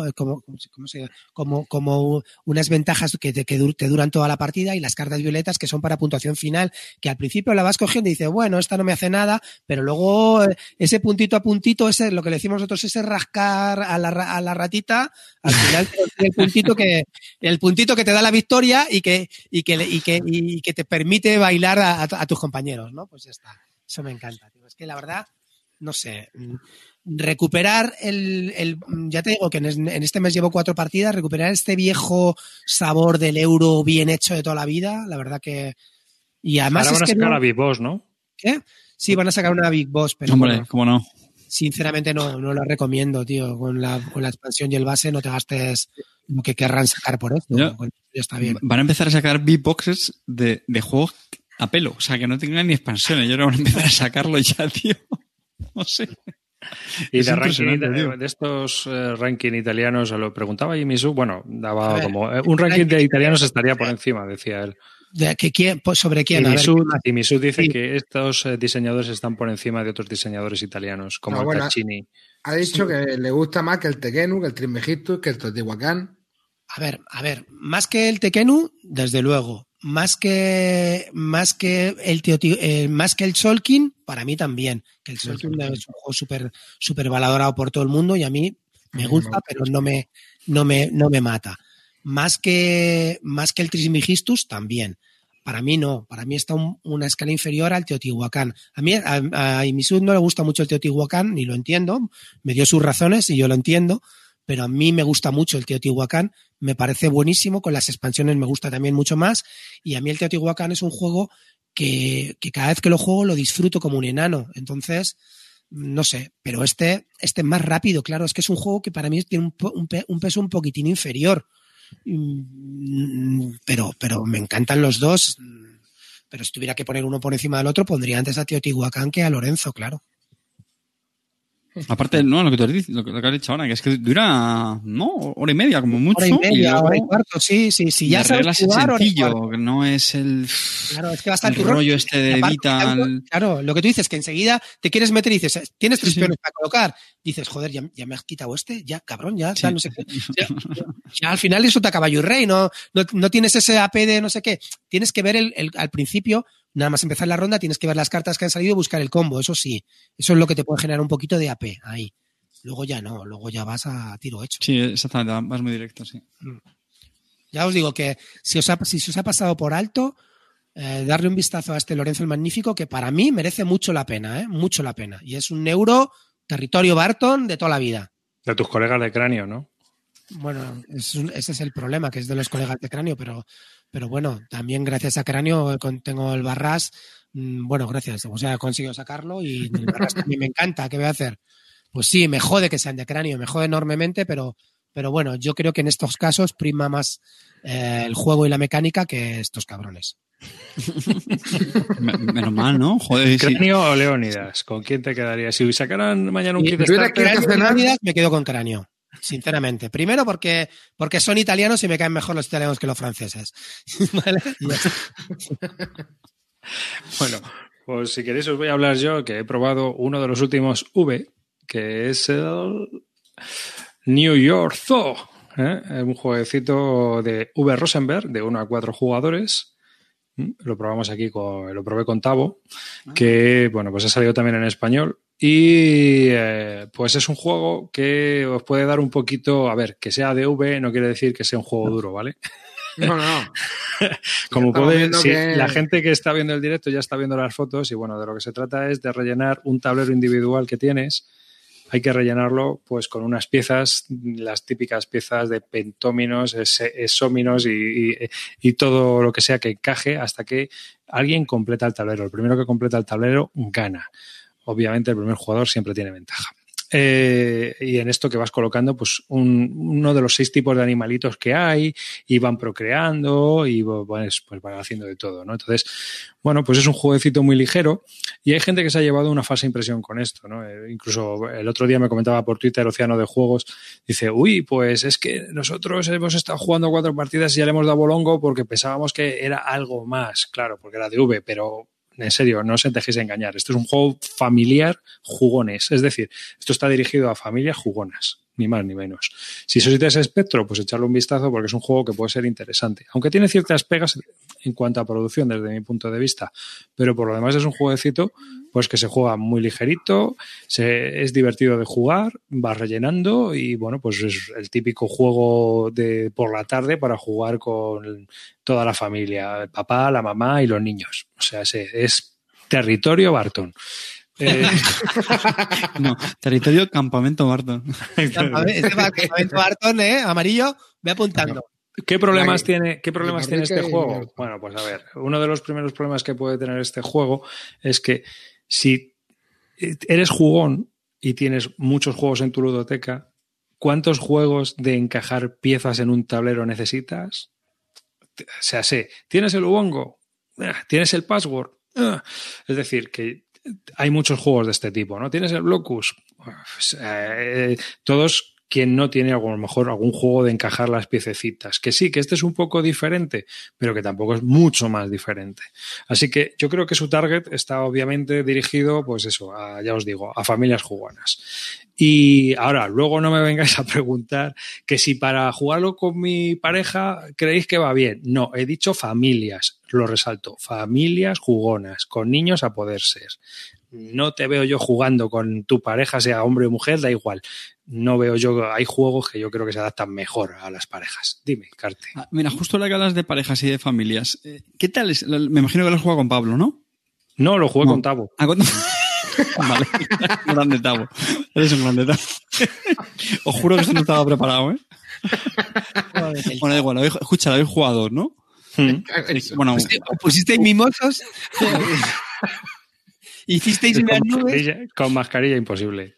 unas ventajas que te duran toda la partida, y las cartas violetas que son para puntuación final, que al principio la vas cogiendo y dices, bueno, esta no me hace nada, pero luego ese puntito a puntito, ese, lo que le decimos nosotros, ese rascar a la ratita, al final el puntito que te da la victoria y que te permite bailar a tus compañeros, ¿no? Pues ya está. Eso me encanta, tío. Es que la verdad, no sé, recuperar ya te digo que en este mes llevo 4 partidas, recuperar este viejo sabor del euro bien hecho de toda la vida, la verdad que... Y además ahora van a sacar a Big Boss, ¿no? ¿Qué? Sí, van a sacar una Big Boss, pero hombre, bueno, cómo no. Sinceramente no la recomiendo, tío. Con la expansión y el base no te gastes lo que querrán sacar por esto. Ya está bien. Van a empezar a sacar Big Boxes de juegos a pelo, o sea, que no tengan ni expansiones. Yo no van a empezar a sacarlo ya, tío. No sé. Y de ranking de estos ranking italianos, lo preguntaba Jimmy Su, bueno, daba como un ranking de italianos estaría por encima, decía él. ¿Sobre quién? Jimmy Su dice que estos diseñadores están por encima de otros diseñadores italianos, como el Taccini. Ha dicho que le gusta más que el Tekkenu, que el Trismegistus, que el Teotihuacán. A ver, más que el Tekkenu, desde luego. Más que el Solkin, para mí también. Que el Solkin es un juego súper valorado por todo el mundo y a mí me gusta, pero no me mata. Más que el Trismegistus, también. Para mí no. Para mí está una escala inferior al Teotihuacán. A mí, a Imisud no le gusta mucho el Teotihuacán, ni lo entiendo. Me dio sus razones y yo lo entiendo. Pero a mí me gusta mucho el Teotihuacán. Me parece buenísimo. Con las expansiones me gusta también mucho más. Y a mí el Teotihuacán es un juego que cada vez que lo juego lo disfruto como un enano. Entonces... no sé, pero este es más rápido, claro. Es que es un juego que para mí tiene un peso un poquitín inferior. Pero me encantan los dos. Pero si tuviera que poner uno por encima del otro, pondría antes a Teotihuacán que a Lorenzo, claro. Aparte, no, lo que has dicho ahora, que es que dura, hora y media, como mucho. Hora y media, hora y cuarto, sí. Ya sabes jugar, sencillo, que no es el... Claro, es que va a estar el rollo este de Vital... Claro, lo que tú dices, que enseguida te quieres meter y dices, tienes 3 peones para colocar. Dices, joder, ya me has quitado ya, cabrón, ya no sé qué. Ya al final eso te a caballo y rey, no tienes ese AP de no sé qué. Tienes que ver al principio... Nada más empezar la ronda tienes que ver las cartas que han salido y buscar el combo, eso sí. Eso es lo que te puede generar un poquito de AP ahí. Luego ya no, luego ya vas a tiro hecho. Sí, exactamente, vas muy directo, sí. Ya os digo que si os ha pasado por alto, darle un vistazo a este Lorenzo el Magnífico, que para mí merece mucho la pena, mucho la pena. Y es un euro territorio Barton de toda la vida. De tus colegas de Cráneo, ¿no? Bueno, ese es el problema, que es de los colegas de Cráneo, pero bueno, también gracias a Cráneo tengo el Barras, gracias, o sea, he conseguido sacarlo y el Barras también me encanta, ¿qué voy a hacer? Pues sí, me jode que sean de Cráneo, me jode enormemente, pero bueno, yo creo que en estos casos prima más el juego y la mecánica que estos cabrones. Menos mal, ¿no? Joder, ¿Cráneo o Leónidas? ¿Con quién te quedarías? Si sacaran mañana un kit de Leónidas, me quedo con Cráneo. Sinceramente. Primero porque son italianos y me caen mejor los italianos que los franceses. ¿Vale? Bueno, pues si queréis os voy a hablar yo, que he probado uno de los últimos V, que es el New York Zoo. Es un jueguecito de V. Rosenberg, de 1 a 4 jugadores. Lo probamos aquí, lo probé con Tavo, que, bueno, pues ha salido también en español. Y pues es un juego que os puede dar un poquito, a ver, que sea de V no quiere decir que sea un juego duro, ¿vale? No. Como puede, sí, la gente que está viendo el directo ya está viendo las fotos y bueno, de lo que se trata es de rellenar un tablero individual que tienes. Hay que rellenarlo pues con unas piezas, las típicas piezas de pentóminos, esóminos y todo lo que sea que encaje hasta que alguien completa el tablero. El primero que completa el tablero gana. Obviamente el primer jugador siempre tiene ventaja. Y en esto que vas colocando pues uno de los 6 tipos de animalitos que hay y van procreando y pues van haciendo de todo, ¿no? Entonces, bueno, pues es un jueguecito muy ligero y hay gente que se ha llevado una falsa impresión con esto, ¿no? Incluso el otro día me comentaba por Twitter Océano de Juegos, dice, uy, pues es que nosotros hemos estado jugando 4 partidas y ya le hemos dado bolongo porque pensábamos que era algo más, claro, porque era de V, pero en serio, no os dejéis engañar. Esto es un juego familiar jugones. Es decir, esto está dirigido a familias jugonas, ni más ni menos. Si sois de ese espectro, pues echarle un vistazo porque es un juego que puede ser interesante. Aunque tiene ciertas pegas en cuanto a producción desde mi punto de vista. Pero por lo demás es un jueguecito pues que se juega muy ligerito, es divertido de jugar, va rellenando y bueno, pues es el típico juego de por la tarde para jugar con toda la familia, el papá, la mamá y los niños. O sea, es territorio Barton. No, territorio Campamento Barton. Campamento Barton, amarillo, ve apuntando. ¿Qué problemas tiene este juego? Bueno, pues a ver, uno de los primeros problemas que puede tener este juego es que si eres jugón y tienes muchos juegos en tu ludoteca, ¿cuántos juegos de encajar piezas en un tablero necesitas? O sea, ¿tienes el Ubongo? ¿Tienes el Password? Es decir, que hay muchos juegos de este tipo, ¿no? ¿Tienes el Blocus? Todos... quien no tiene a lo mejor algún juego de encajar las piececitas. Que sí, que este es un poco diferente, pero que tampoco es mucho más diferente. Así que yo creo que su target está obviamente dirigido, pues eso, ya os digo, a familias jugonas. Y ahora, luego no me vengáis a preguntar que si para jugarlo con mi pareja creéis que va bien. No, he dicho familias, lo resalto, familias jugonas, con niños a poder ser. No te veo yo jugando con tu pareja, sea hombre o mujer, da igual. No veo yo, hay juegos que yo creo que se adaptan mejor a las parejas. Dime, Carte. Mira, justo la que hablas de parejas y de familias. ¿Qué tal es? Me imagino que lo has jugado con Pablo, ¿no? No, lo jugué con Tavo. Vale, un grande Tavo. Eres un grande Tavo. Os juro que esto no estaba preparado, ¿eh? Bueno, da igual, escucha, habéis jugado, ¿no? Bueno, ¿pusisteis mimosos? ¿Hicisteis unas nubes? Con mascarilla imposible.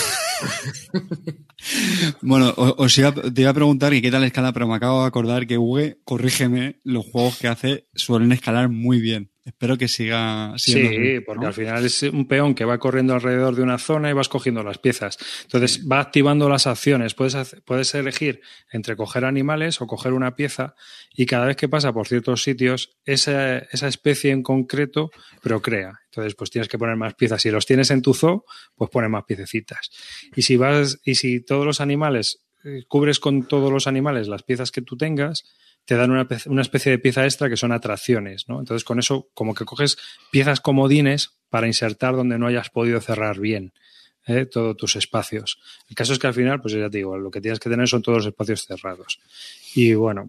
Bueno, te iba a preguntar que qué tal escala, pero me acabo de acordar que Uge, corrígeme, los juegos que hace suelen escalar muy bien. Espero que siga siendo sí, así, porque ¿no? al final es un peón que va corriendo alrededor de una zona y vas cogiendo las piezas. Entonces va activando las acciones. Puedes elegir entre coger animales o coger una pieza y cada vez que pasa por ciertos sitios, esa especie en concreto procrea. Entonces, pues tienes que poner más piezas. Si los tienes en tu zoo, pues pones más piececitas. Y si todos los animales, cubres con todos los animales las piezas que tú tengas, te dan una especie de pieza extra que son atracciones, ¿no? Entonces, con eso, como que coges piezas comodines para insertar donde no hayas podido cerrar bien todos tus espacios. El caso es que al final, pues ya te digo, lo que tienes que tener son todos los espacios cerrados. Y bueno...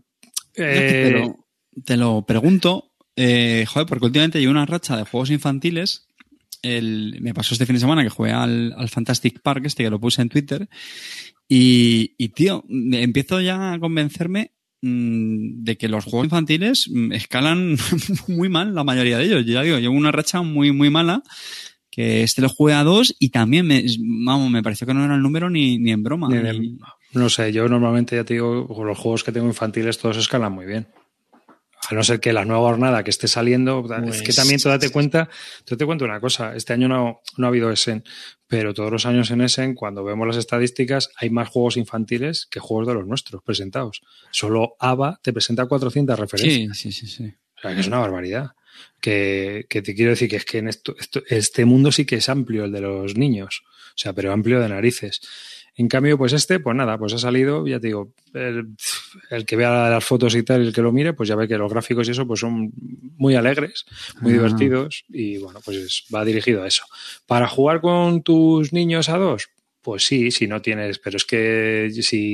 Te lo pregunto, joder, porque últimamente llevo una racha de juegos infantiles. Me pasó este fin de semana que jugué al Fantastic Park, que lo puse en Twitter, y tío, empiezo ya a convencerme de que los juegos infantiles escalan muy mal, la mayoría de ellos. Ya digo, llevo una racha muy, muy mala, que lo jugué a 2 y también me pareció que no era el número ni en broma. No sé, yo normalmente ya te digo, con los juegos que tengo infantiles todos escalan muy bien. A no ser que la nueva jornada que esté saliendo, pues, es que también tú te cuento una cosa, este año no ha habido Essen, pero todos los años en Essen, cuando vemos las estadísticas, hay más juegos infantiles que juegos de los nuestros presentados. Solo ABA te presenta 400 referencias. Sí. O sea, que es una barbaridad. Que te quiero decir que es que en este mundo sí que es amplio el de los niños, o sea, pero amplio de narices. En cambio, pues pues nada, pues ha salido, ya te digo, el que vea las fotos y tal, el que lo mire, pues ya ve que los gráficos y eso pues son muy alegres, muy divertidos y bueno, pues va dirigido a eso. ¿Para jugar con tus niños a dos? Pues sí, si no tienes, pero es que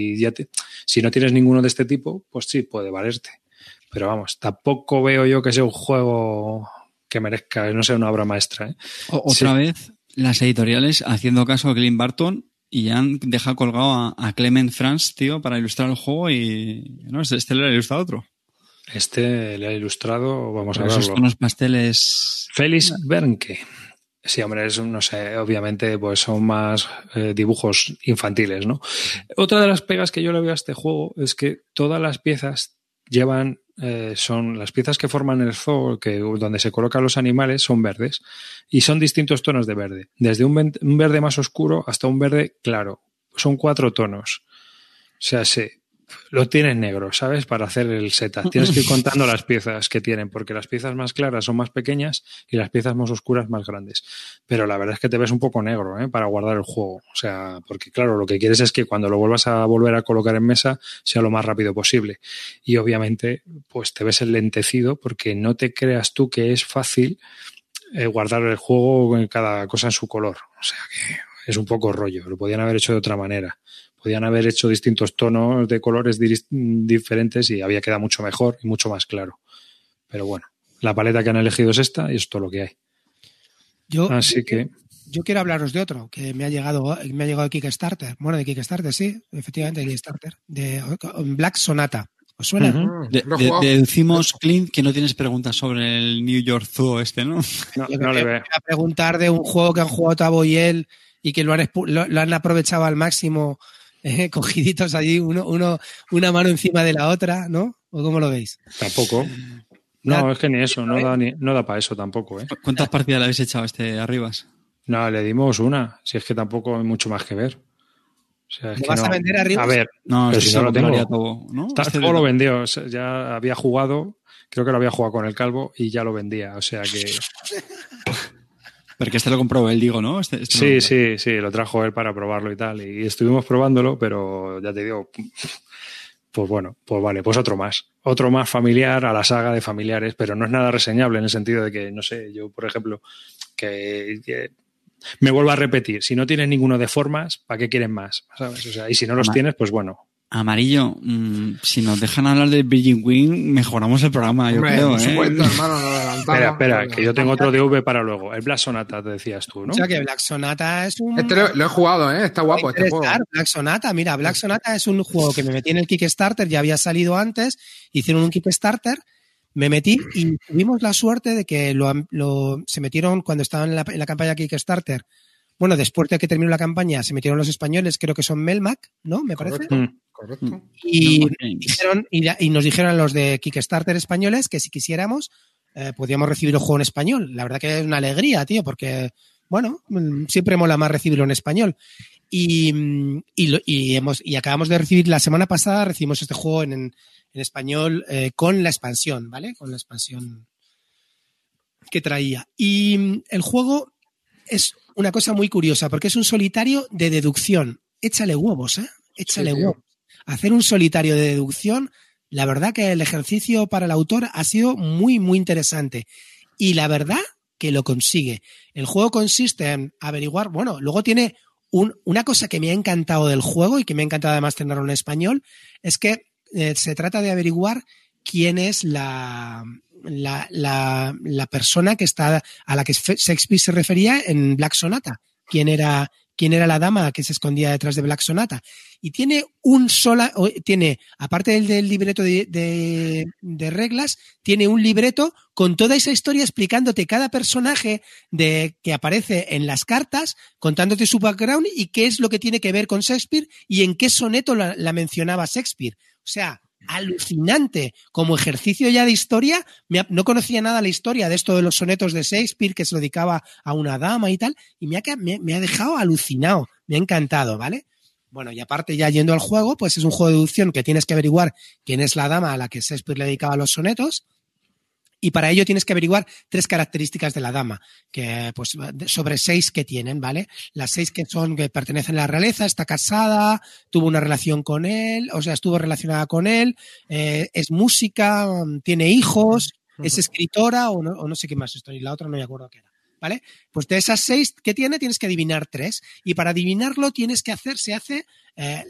si no tienes ninguno de este tipo, pues sí, puede valerte. Pero vamos, tampoco veo yo que sea un juego que merezca, no sea una obra maestra, ¿eh? Otra vez, las editoriales haciendo caso a Clint Barton y han dejado colgado a Clement France, tío, para ilustrar el juego y... No, este le ha ilustrado otro. Este le ha ilustrado, vamos a verlo. Esos tonos pasteles... Félix Bernke. Sí, hombre, no sé, obviamente pues son más dibujos infantiles, ¿no? Otra de las pegas que yo le veo a este juego es que todas las piezas son las piezas que forman el zoo, donde se colocan los animales, son verdes y son distintos tonos de verde, desde un verde más oscuro hasta un verde claro. Son 4 tonos. O sea, lo tienes negro, ¿sabes? Para hacer el setup. Tienes que ir contando las piezas que tienen, porque las piezas más claras son más pequeñas y las piezas más oscuras más grandes. Pero la verdad es que te ves un poco negro, ¿eh? Para guardar el juego. O sea, porque claro, lo que quieres es que cuando lo vuelvas a volver a colocar en mesa sea lo más rápido posible. Y obviamente, pues te ves enlentecido porque no te creas tú que es fácil guardar el juego con cada cosa en su color. O sea que es un poco rollo. Lo podían haber hecho de otra manera. Podían haber hecho distintos tonos de colores diferentes y había quedado mucho mejor y mucho más claro. Pero bueno, la paleta que han elegido es esta y es todo lo que hay. Yo quiero hablaros de otro que me ha llegado de Kickstarter. Bueno, de Kickstarter, sí, efectivamente, de Kickstarter. De Black Sonata. ¿Os suena? Deducimos, Clint, que no tienes preguntas sobre el New York Zoo ¿no? No le veo. Voy a preguntar de un juego que han jugado Tavo y él y que lo han aprovechado al máximo. Cogiditos allí, una mano encima de la otra, ¿no? ¿O cómo lo veis? Tampoco. No, es que ni eso, no da para eso tampoco, ¿eh? ¿Cuántas partidas le habéis echado a Arribas? No, le dimos una, si es que tampoco hay mucho más que ver. O sea, es ¿Lo que vas a vender Arribas? A ver, no, pero si no lo tengo. Todo, ¿no? Todo lo vendió, ya había jugado, creo que lo había jugado con el Calvo y ya lo vendía, o sea que... Porque lo compró él, digo, ¿no? Sí, lo trajo él para probarlo y tal. Y estuvimos probándolo, pero ya te digo, pues bueno, pues vale, pues otro más familiar a la saga de familiares, pero no es nada reseñable en el sentido de que, no sé, yo, por ejemplo, que me vuelvo a repetir, si no tienes ninguno de formas, ¿para qué quieres más? ¿Sabes? O sea, y si no los tienes, pues bueno. Amarillo, si nos dejan hablar de Virgin Wing, mejoramos el programa, yo creo, ¿eh? Supuesto, hermano, espera, que yo tengo otro DV para luego. El Black Sonata, te decías tú, ¿no? O sea, que Black Sonata es un... lo he jugado, ¿eh? Está guapo este juego. Black Sonata, mira, Black Sonata es un juego que me metí en el Kickstarter, ya había salido antes, hicieron un Kickstarter, me metí y tuvimos la suerte de que se metieron cuando estaban en la campaña Kickstarter. Bueno, después de que terminó la campaña, se metieron los españoles, creo que son Melmac, ¿no? Me parece. Correcto. Y nos dijeron los de Kickstarter españoles que si quisiéramos podíamos recibir el juego en español. La verdad que es una alegría, tío, porque, bueno, siempre mola más recibirlo en español. Y acabamos de recibir, la semana pasada recibimos este juego en español con la expansión, ¿vale? Con la expansión que traía. Y el juego es una cosa muy curiosa porque es un solitario de deducción. Échale huevos, ¿eh? Échale huevos. Hacer un solitario de deducción, la verdad que el ejercicio para el autor ha sido muy, muy interesante. Y la verdad que lo consigue. El juego consiste en averiguar, bueno, luego tiene una cosa que me ha encantado del juego y que me ha encantado además tenerlo en español, es que se trata de averiguar quién es la persona a la que Shakespeare se refería en Black Sonata. ¿Quién era la dama que se escondía detrás de Black Sonata? Y tiene aparte del libreto de reglas, tiene un libreto con toda esa historia explicándote cada personaje que aparece en las cartas, contándote su background y qué es lo que tiene que ver con Shakespeare y en qué soneto la mencionaba Shakespeare. O sea, alucinante. Como ejercicio ya de historia, no conocía nada la historia de esto de los sonetos de Shakespeare, que se lo dedicaba a una dama y tal, y me ha dejado alucinado, me ha encantado, ¿vale? Bueno, y aparte ya yendo al juego, pues es un juego de deducción que tienes que averiguar quién es la dama a la que Shakespeare le dedicaba los sonetos, Y para ello tienes que averiguar 3 características de la dama, que pues sobre 6 que tienen, ¿vale? Las 6 que pertenecen a la realeza, está casada, tuvo una relación con él, o sea, estuvo relacionada con él, es música, tiene hijos, es escritora o no sé qué más estoy, y la otra no me acuerdo qué era. ¿Vale? Pues de esas 6 que tiene tienes que adivinar 3 y para adivinarlo tienes que se hace a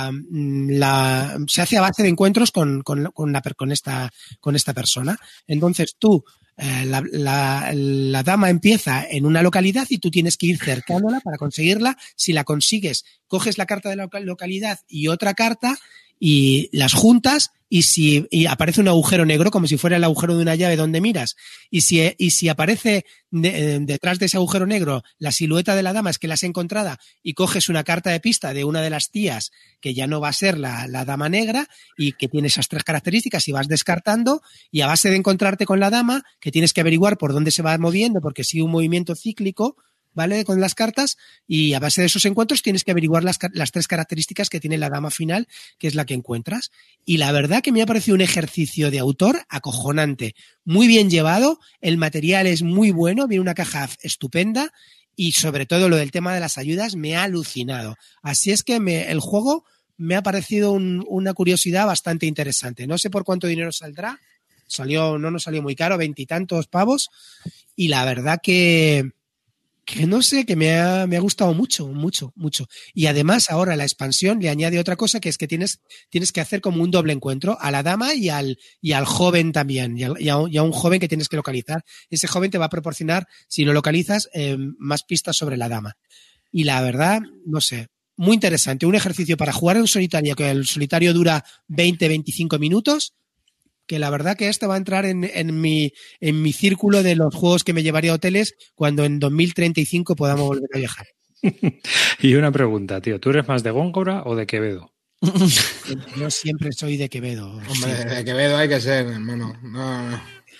base de encuentros con esta persona. Entonces tú la dama empieza en una localidad y tú tienes que ir cercándola para conseguirla. Si la consigues, coges la carta de la localidad y otra carta y las juntas y aparece un agujero negro como si fuera el agujero de una llave donde miras y si aparece detrás de ese agujero negro la silueta de la dama es que la has encontrado y coges una carta de pista de una de las tías que ya no va a ser la dama negra y que tiene esas 3 características y vas descartando y a base de encontrarte con la dama que tienes que averiguar por dónde se va moviendo porque sigue un movimiento cíclico, ¿vale? Con las cartas y a base de esos encuentros tienes que averiguar las 3 características que tiene la dama final, que es la que encuentras. Y la verdad que me ha parecido un ejercicio de autor acojonante, muy bien llevado, el material es muy bueno, viene una caja estupenda y sobre todo lo del tema de las ayudas me ha alucinado. Así es que el juego me ha parecido una curiosidad bastante interesante. No sé por cuánto dinero saldrá, no nos salió muy caro, 20 y tantos pavos y la verdad que no sé, que me ha gustado mucho. Y además ahora la expansión le añade otra cosa que es que tienes que hacer como un doble encuentro a la dama y al joven también, y a un joven que tienes que localizar. Ese joven te va a proporcionar, si lo localizas, más pistas sobre la dama. Y la verdad, no sé, muy interesante. Un ejercicio para jugar en solitario, que el solitario dura 20-25 minutos, que la verdad que va a entrar en mi círculo de los juegos que me llevaría a hoteles cuando en 2035 podamos volver a viajar. Y una pregunta, tío, ¿tú eres más de Góngora o de Quevedo? Yo siempre soy de Quevedo. Hombre, sí. De Quevedo hay que ser, hermano. No.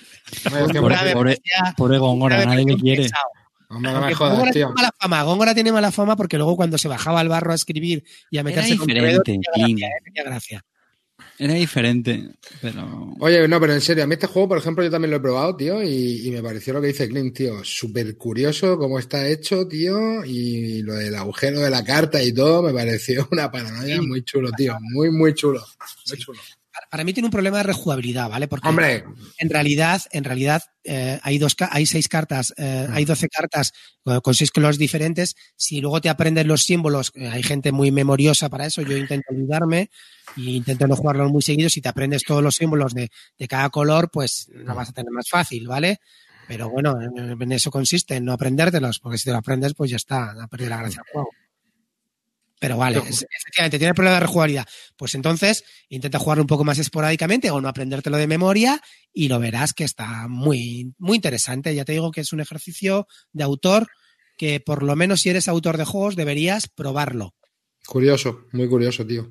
Pobre Góngora, nadie le quiere. Hombre, no me jodas, tío. Góngora tiene mala fama porque luego cuando se bajaba al barro a escribir y a meterse con Quevedo tenía gracia. Era diferente, pero... Oye, no, pero en serio, a mí este juego, por ejemplo, yo también lo he probado, tío, y me pareció lo que dice Clint, tío, súper curioso cómo está hecho, tío, y lo del agujero de la carta y todo, me pareció una paranoia muy chulo, tío, muy, muy chulo, muy chulo. Para mí tiene un problema de rejugabilidad, ¿vale? Porque ¡hombre! en realidad hay 6 cartas, hay 12 cartas con 6 colores diferentes. Si luego te aprendes los símbolos, hay gente muy memoriosa para eso, yo intento olvidarme e intento no jugarlos muy seguido. Si te aprendes todos los símbolos de cada color, pues lo vas a tener más fácil, ¿vale? Pero bueno, en eso consiste, en no aprendértelos, porque si te lo aprendes, pues ya está, ha perdido la gracia del juego. Pero vale, efectivamente, tiene problema de rejugabilidad. Pues entonces, intenta jugarlo un poco más esporádicamente o no aprendértelo de memoria y lo verás que está muy, muy interesante. Ya te digo que es un ejercicio de autor que por lo menos si eres autor de juegos deberías probarlo. Curioso, muy curioso, tío.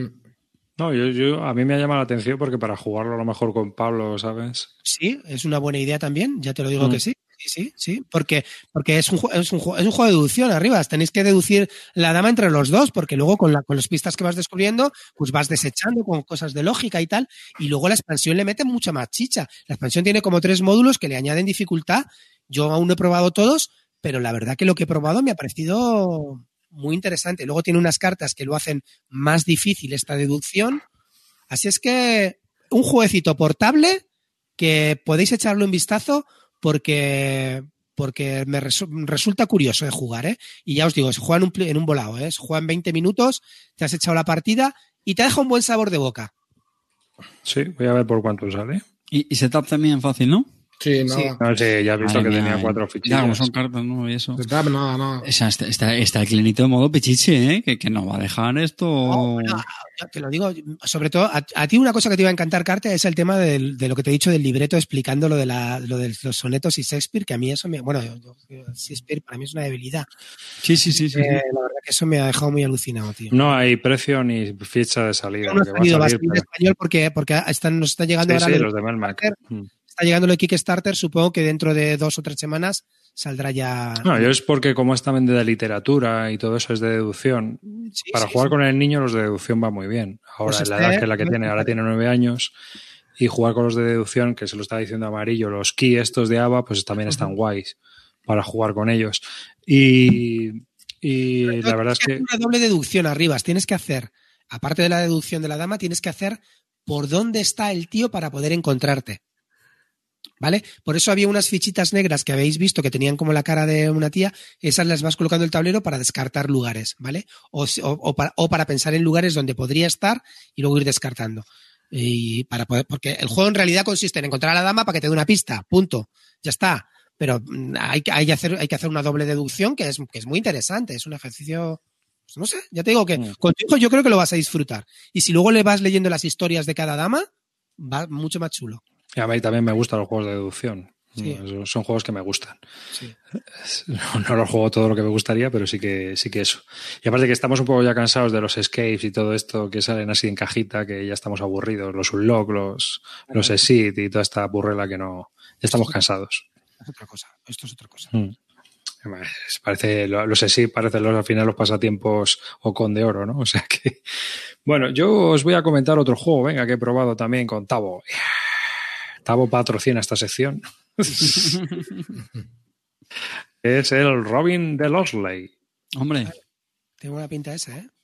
No, a mí me ha llamado la atención porque para jugarlo a lo mejor con Pablo, ¿sabes? Sí, es una buena idea también, ya te lo digo que sí. Sí, porque es un juego de deducción arriba. Tenéis que deducir la dama entre los dos, porque luego con las pistas que vas descubriendo, pues vas desechando con cosas de lógica y tal, y luego la expansión le mete mucha más chicha. La expansión tiene como 3 módulos que le añaden dificultad. Yo aún no he probado todos, pero la verdad que lo que he probado me ha parecido muy interesante. Luego tiene unas cartas que lo hacen más difícil esta deducción. Así es que un jueguecito portable que podéis echarle un vistazo porque me resulta curioso de jugar, ¿eh? Y ya os digo, se juega en un volado, ¿eh? Se juega en 20 minutos, te has echado la partida y te deja un buen sabor de boca. Sí, voy a ver por cuánto sale. Y setup también fácil, ¿no? Sí, nada. Sí. No sé, ya has visto que tenía 4 fichillas. Ya, como son cartas, ¿no? Y eso. Setup, nada. O sea, está el clinito de modo pichiche, ¿eh? Que no va a dejar esto... No, bueno, te lo digo, sobre todo, a ti una cosa que te iba a encantar, Carte, es el tema de lo que te he dicho del libreto explicando lo de los sonetos y Shakespeare, que a mí eso Shakespeare para mí es una debilidad. Sí. La verdad que eso me ha dejado muy alucinado, tío. No hay precio ni fecha de salida. No ha salido, va a salir en español porque nos está llegando ahora los de Melmac. Está llegando el Kickstarter, supongo que dentro de 2 o 3 semanas saldrá ya... No, yo es porque como es también de literatura y todo eso es de deducción, para jugar con el niño los de deducción va muy bien. Ahora pues la edad que es la que tiene, ahora tiene 9 años y jugar con los de deducción, que se lo estaba diciendo Amarillo, los key estos de ABA, pues también están guays para jugar con ellos. Y la verdad es que... Una doble deducción arriba. Tienes que hacer, aparte de la deducción de la dama, tienes que hacer por dónde está el tío para poder encontrarte. ¿Vale? Por eso había unas fichitas negras que habéis visto que tenían como la cara de una tía, esas las vas colocando en el tablero para descartar lugares, ¿vale? O para pensar en lugares donde podría estar y luego ir descartando. Y para poder, porque el juego en realidad consiste en encontrar a la dama para que te dé una pista, punto, ya está. Pero hay que hacer una doble deducción que es muy interesante, es un ejercicio, pues no sé, ya te digo que contigo yo creo que lo vas a disfrutar. Y si luego le vas leyendo las historias de cada dama, va mucho más chulo. Y a mí también me gustan los juegos de deducción. Sí. Son juegos que me gustan. Sí. No los juego todo lo que me gustaría, pero sí que eso. Y aparte que estamos un poco ya cansados de los escapes y todo esto que salen así en cajita, que ya estamos aburridos, los unlock, los exit y toda esta burrela que no... Ya estamos cansados. Es otra cosa. Esto es otra cosa. Parece, los exit parecen al final los pasatiempos o con de oro, ¿no? O sea que... Bueno, yo os voy a comentar otro juego, venga, que he probado también con Tavo. Tavo patrocina esta sección. Es el Robin de Losley. Hombre. Tengo una pinta esa, ¿eh?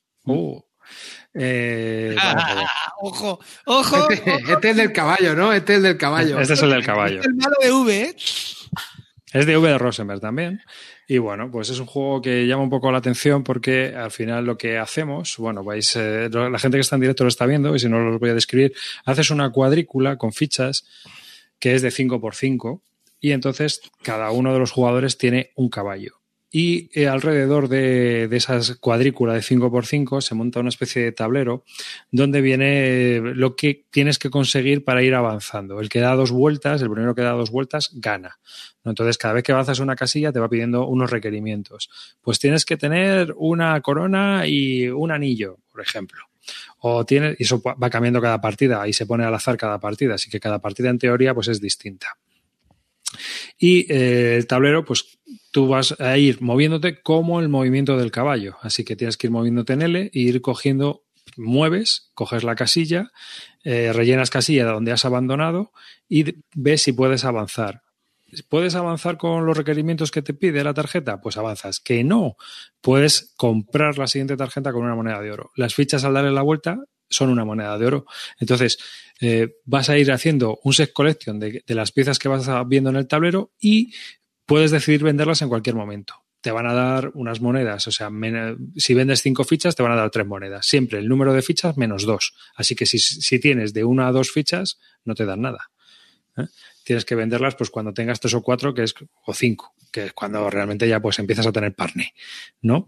Ojo. Este es del caballo, ¿no? Este es el del caballo. Este es el del caballo. Este es el malo de V, ¿eh? Es de V de Rosenberg también. Y bueno, pues es un juego que llama un poco la atención porque al final lo que hacemos, bueno, vais, la gente que está en directo lo está viendo y si no los voy a describir, haces una cuadrícula con fichas que es de 5x5 y entonces cada uno de los jugadores tiene un caballo. Y alrededor de esas cuadrículas de 5x5 se monta una especie de tablero donde viene lo que tienes que conseguir para ir avanzando. El que da 2 vueltas, el primero que da 2 vueltas, gana. Entonces, cada vez que avanzas una casilla te va pidiendo unos requerimientos. Pues tienes que tener una corona y un anillo, por ejemplo. Y eso va cambiando cada partida y se pone al azar cada partida. Así que cada partida, en teoría, pues es distinta. Y el tablero, pues tú vas a ir moviéndote como el movimiento del caballo. Así que tienes que ir moviéndote en L e ir cogiendo, mueves, coges la casilla, rellenas casilla donde has abandonado y ves si puedes avanzar. ¿Puedes avanzar con los requerimientos que te pide la tarjeta? Pues avanzas. Que no, puedes comprar la siguiente tarjeta con una moneda de oro. Las fichas al darle la vuelta son una moneda de oro. Entonces, vas a ir haciendo un set collection de las piezas que vas viendo en el tablero y puedes decidir venderlas en cualquier momento. Te van a dar unas monedas, o sea, si vendes 5 fichas te van a dar 3 monedas. Siempre el número de fichas menos 2. Así que si tienes de 1 a 2 fichas, no te dan nada. Tienes que venderlas pues cuando tengas 3 o 4 o 5, que es cuando realmente ya pues empiezas a tener partner, ¿no?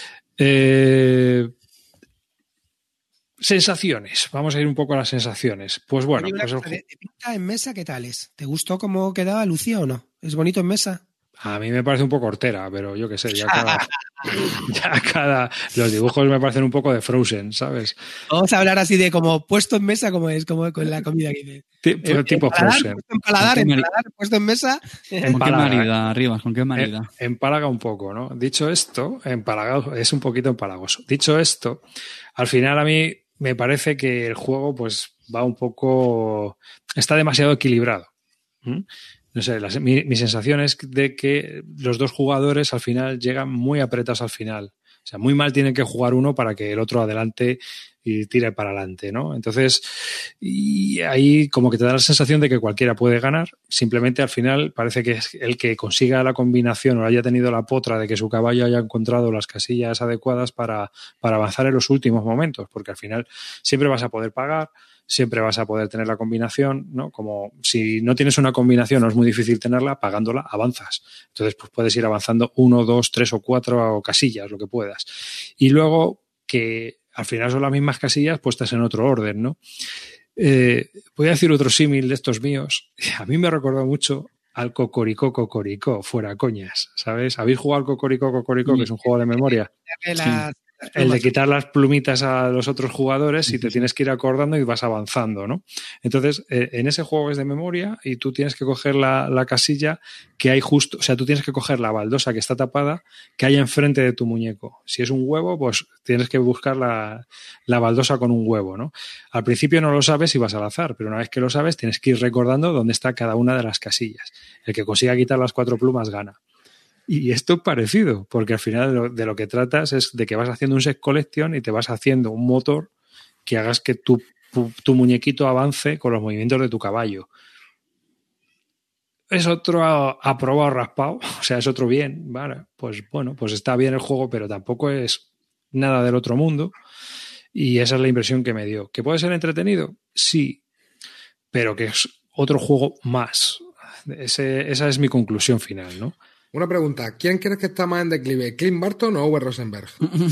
Sensaciones. Vamos a ir un poco a las sensaciones. Pues bueno. Pues en mesa, ¿qué tal es? ¿Te gustó cómo quedaba Lucía o no? ¿Es bonito en mesa? A mí me parece un poco hortera, pero yo qué sé, los dibujos me parecen un poco de Frozen, ¿sabes? Vamos a hablar así de como puesto en mesa, como es, como con la comida que dice. Tipo Frozen. Puesto en paladar, puesto en mesa. ¿Con qué marida, Arribas? ¿Con qué marida? Empalaga un poco, ¿no? Dicho esto, es un poquito empalagoso. Dicho esto, al final a mí me parece que el juego pues va un poco... está demasiado equilibrado. No sé, mi sensación es de que los dos jugadores al final llegan muy apretados al final. O sea, muy mal tienen que jugar uno para que el otro adelante y tire para adelante, ¿no? Entonces, y ahí como que te da la sensación de que cualquiera puede ganar. Simplemente al final parece que es el que consiga la combinación o haya tenido la potra de que su caballo haya encontrado las casillas adecuadas para avanzar en los últimos momentos, porque al final siempre vas a poder pagar, siempre vas a poder tener la combinación, ¿no? Como si no tienes una combinación o es muy difícil tenerla, pagándola avanzas. Entonces, pues puedes ir avanzando 1, 2, 3 o 4 casillas, lo que puedas. Y luego que al final son las mismas casillas puestas en otro orden, ¿no? Voy a decir otro símil de estos míos. A mí me recordó mucho al Cocoricó, fuera coñas, ¿sabes? ¿Habéis jugado al Cocoricó, que es un juego de memoria? el de quitar las plumitas a los otros jugadores y te tienes que ir acordando y vas avanzando, ¿no? Entonces, en ese juego es de memoria y tú tienes que coger la casilla que hay justo, o sea, tú tienes que coger la baldosa que está tapada que hay enfrente de tu muñeco. Si es un huevo, pues tienes que buscar la baldosa con un huevo, ¿no? Al principio no lo sabes y vas al azar, pero una vez que lo sabes tienes que ir recordando dónde está cada una de las casillas. El que consiga quitar las 4 plumas gana. Y esto es parecido, porque al final de lo que tratas es de que vas haciendo un set collection y te vas haciendo un motor que hagas que tu muñequito avance con los movimientos de tu caballo. Es otro aprobado raspado, o sea, es otro bien, vale, pues bueno, pues está bien el juego, pero tampoco es nada del otro mundo y esa es la impresión que me dio. ¿Que puede ser entretenido? Sí, pero que es otro juego más. Esa es mi conclusión final, ¿no? Una pregunta, ¿quién crees que está más en declive? ¿Clint Barton o Uwe Rosenberg?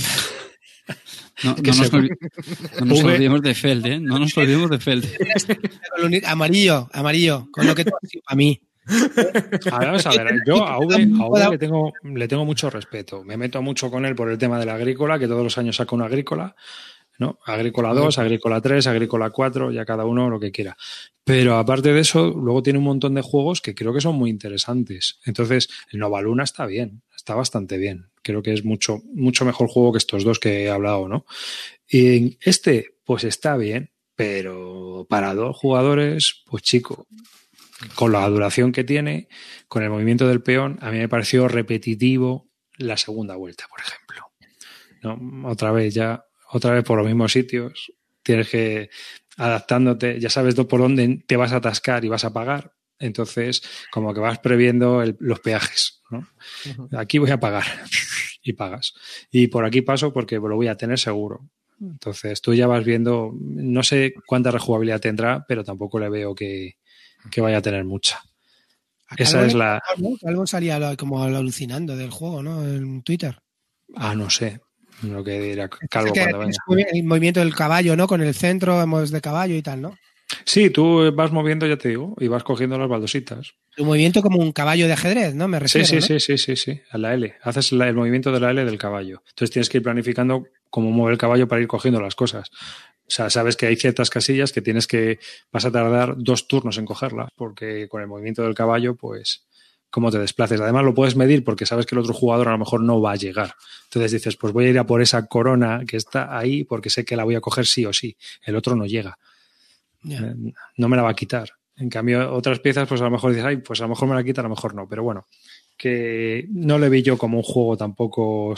No nos olvidemos de Feld, ¿eh? No nos olvidemos de Feld. Amarillo, con lo que tú has dicho a mí. Vamos a ver, yo a Uwe le tengo mucho respeto. Me meto mucho con él por el tema de la agrícola, que todos los años saca una agrícola, ¿no? Agrícola 2, agrícola 3, agrícola 4, ya cada uno lo que quiera. Pero aparte de eso, luego tiene un montón de juegos que creo que son muy interesantes. Entonces, el Nova Luna está bien, está bastante bien. Creo que es mucho mejor juego que estos dos que he hablado, ¿no? Y este, pues está bien, pero para 2 jugadores, pues chico, con la duración que tiene, con el movimiento del peón, a mí me pareció repetitivo la segunda vuelta, por ejemplo. ¿No? Otra vez por los mismos sitios, tienes que adaptándote, ya sabes por dónde te vas a atascar y vas a pagar, entonces como que vas previendo los peajes, ¿no? Uh-huh. Aquí voy a pagar y pagas. Y por aquí paso porque lo voy a tener seguro. Entonces tú ya vas viendo, no sé cuánta rejugabilidad tendrá, pero tampoco le veo que vaya a tener mucha. Esa es la... Algo salía como alucinando del juego, ¿no? En Twitter. No sé. Lo que dirá Calvo cuando venga. El movimiento del caballo, ¿no? Con el centro de caballo y tal, ¿no? Sí, tú vas moviendo, ya te digo, y vas cogiendo las baldositas. Un movimiento como un caballo de ajedrez, ¿no? Me refiero, sí. A la L. Haces el movimiento de la L del caballo. Entonces tienes que ir planificando cómo mueve el caballo para ir cogiendo las cosas. O sea, sabes que hay ciertas casillas que vas a tardar 2 turnos en cogerlas, porque con el movimiento del caballo, pues... cómo te desplaces. Además lo puedes medir porque sabes que el otro jugador a lo mejor no va a llegar. Entonces dices, pues voy a ir a por esa corona que está ahí porque sé que la voy a coger sí o sí. El otro no llega. Yeah. No me la va a quitar. En cambio, otras piezas, pues a lo mejor dices, pues a lo mejor me la quita, a lo mejor no. Pero bueno, que no le vi yo como un juego tampoco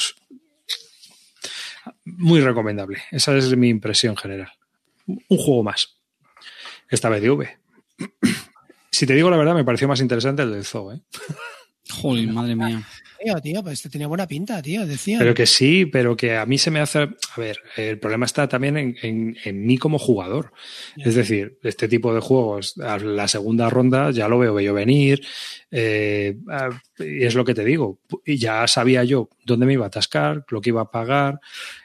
muy recomendable. Esa es mi impresión general. Un juego más. Esta vez de V. Si te digo la verdad, me pareció más interesante el del Zoo, ¿eh? Joder, madre mía. Tío, pues este tenía buena pinta, tío, decía. Pero que sí, pero que a mí se me hace... A ver, el problema está también en mí como jugador. Yeah. Es decir, este tipo de juegos, a la segunda ronda ya lo veo yo venir, y es lo que te digo. Y ya sabía yo dónde me iba a atascar, lo que iba a pagar.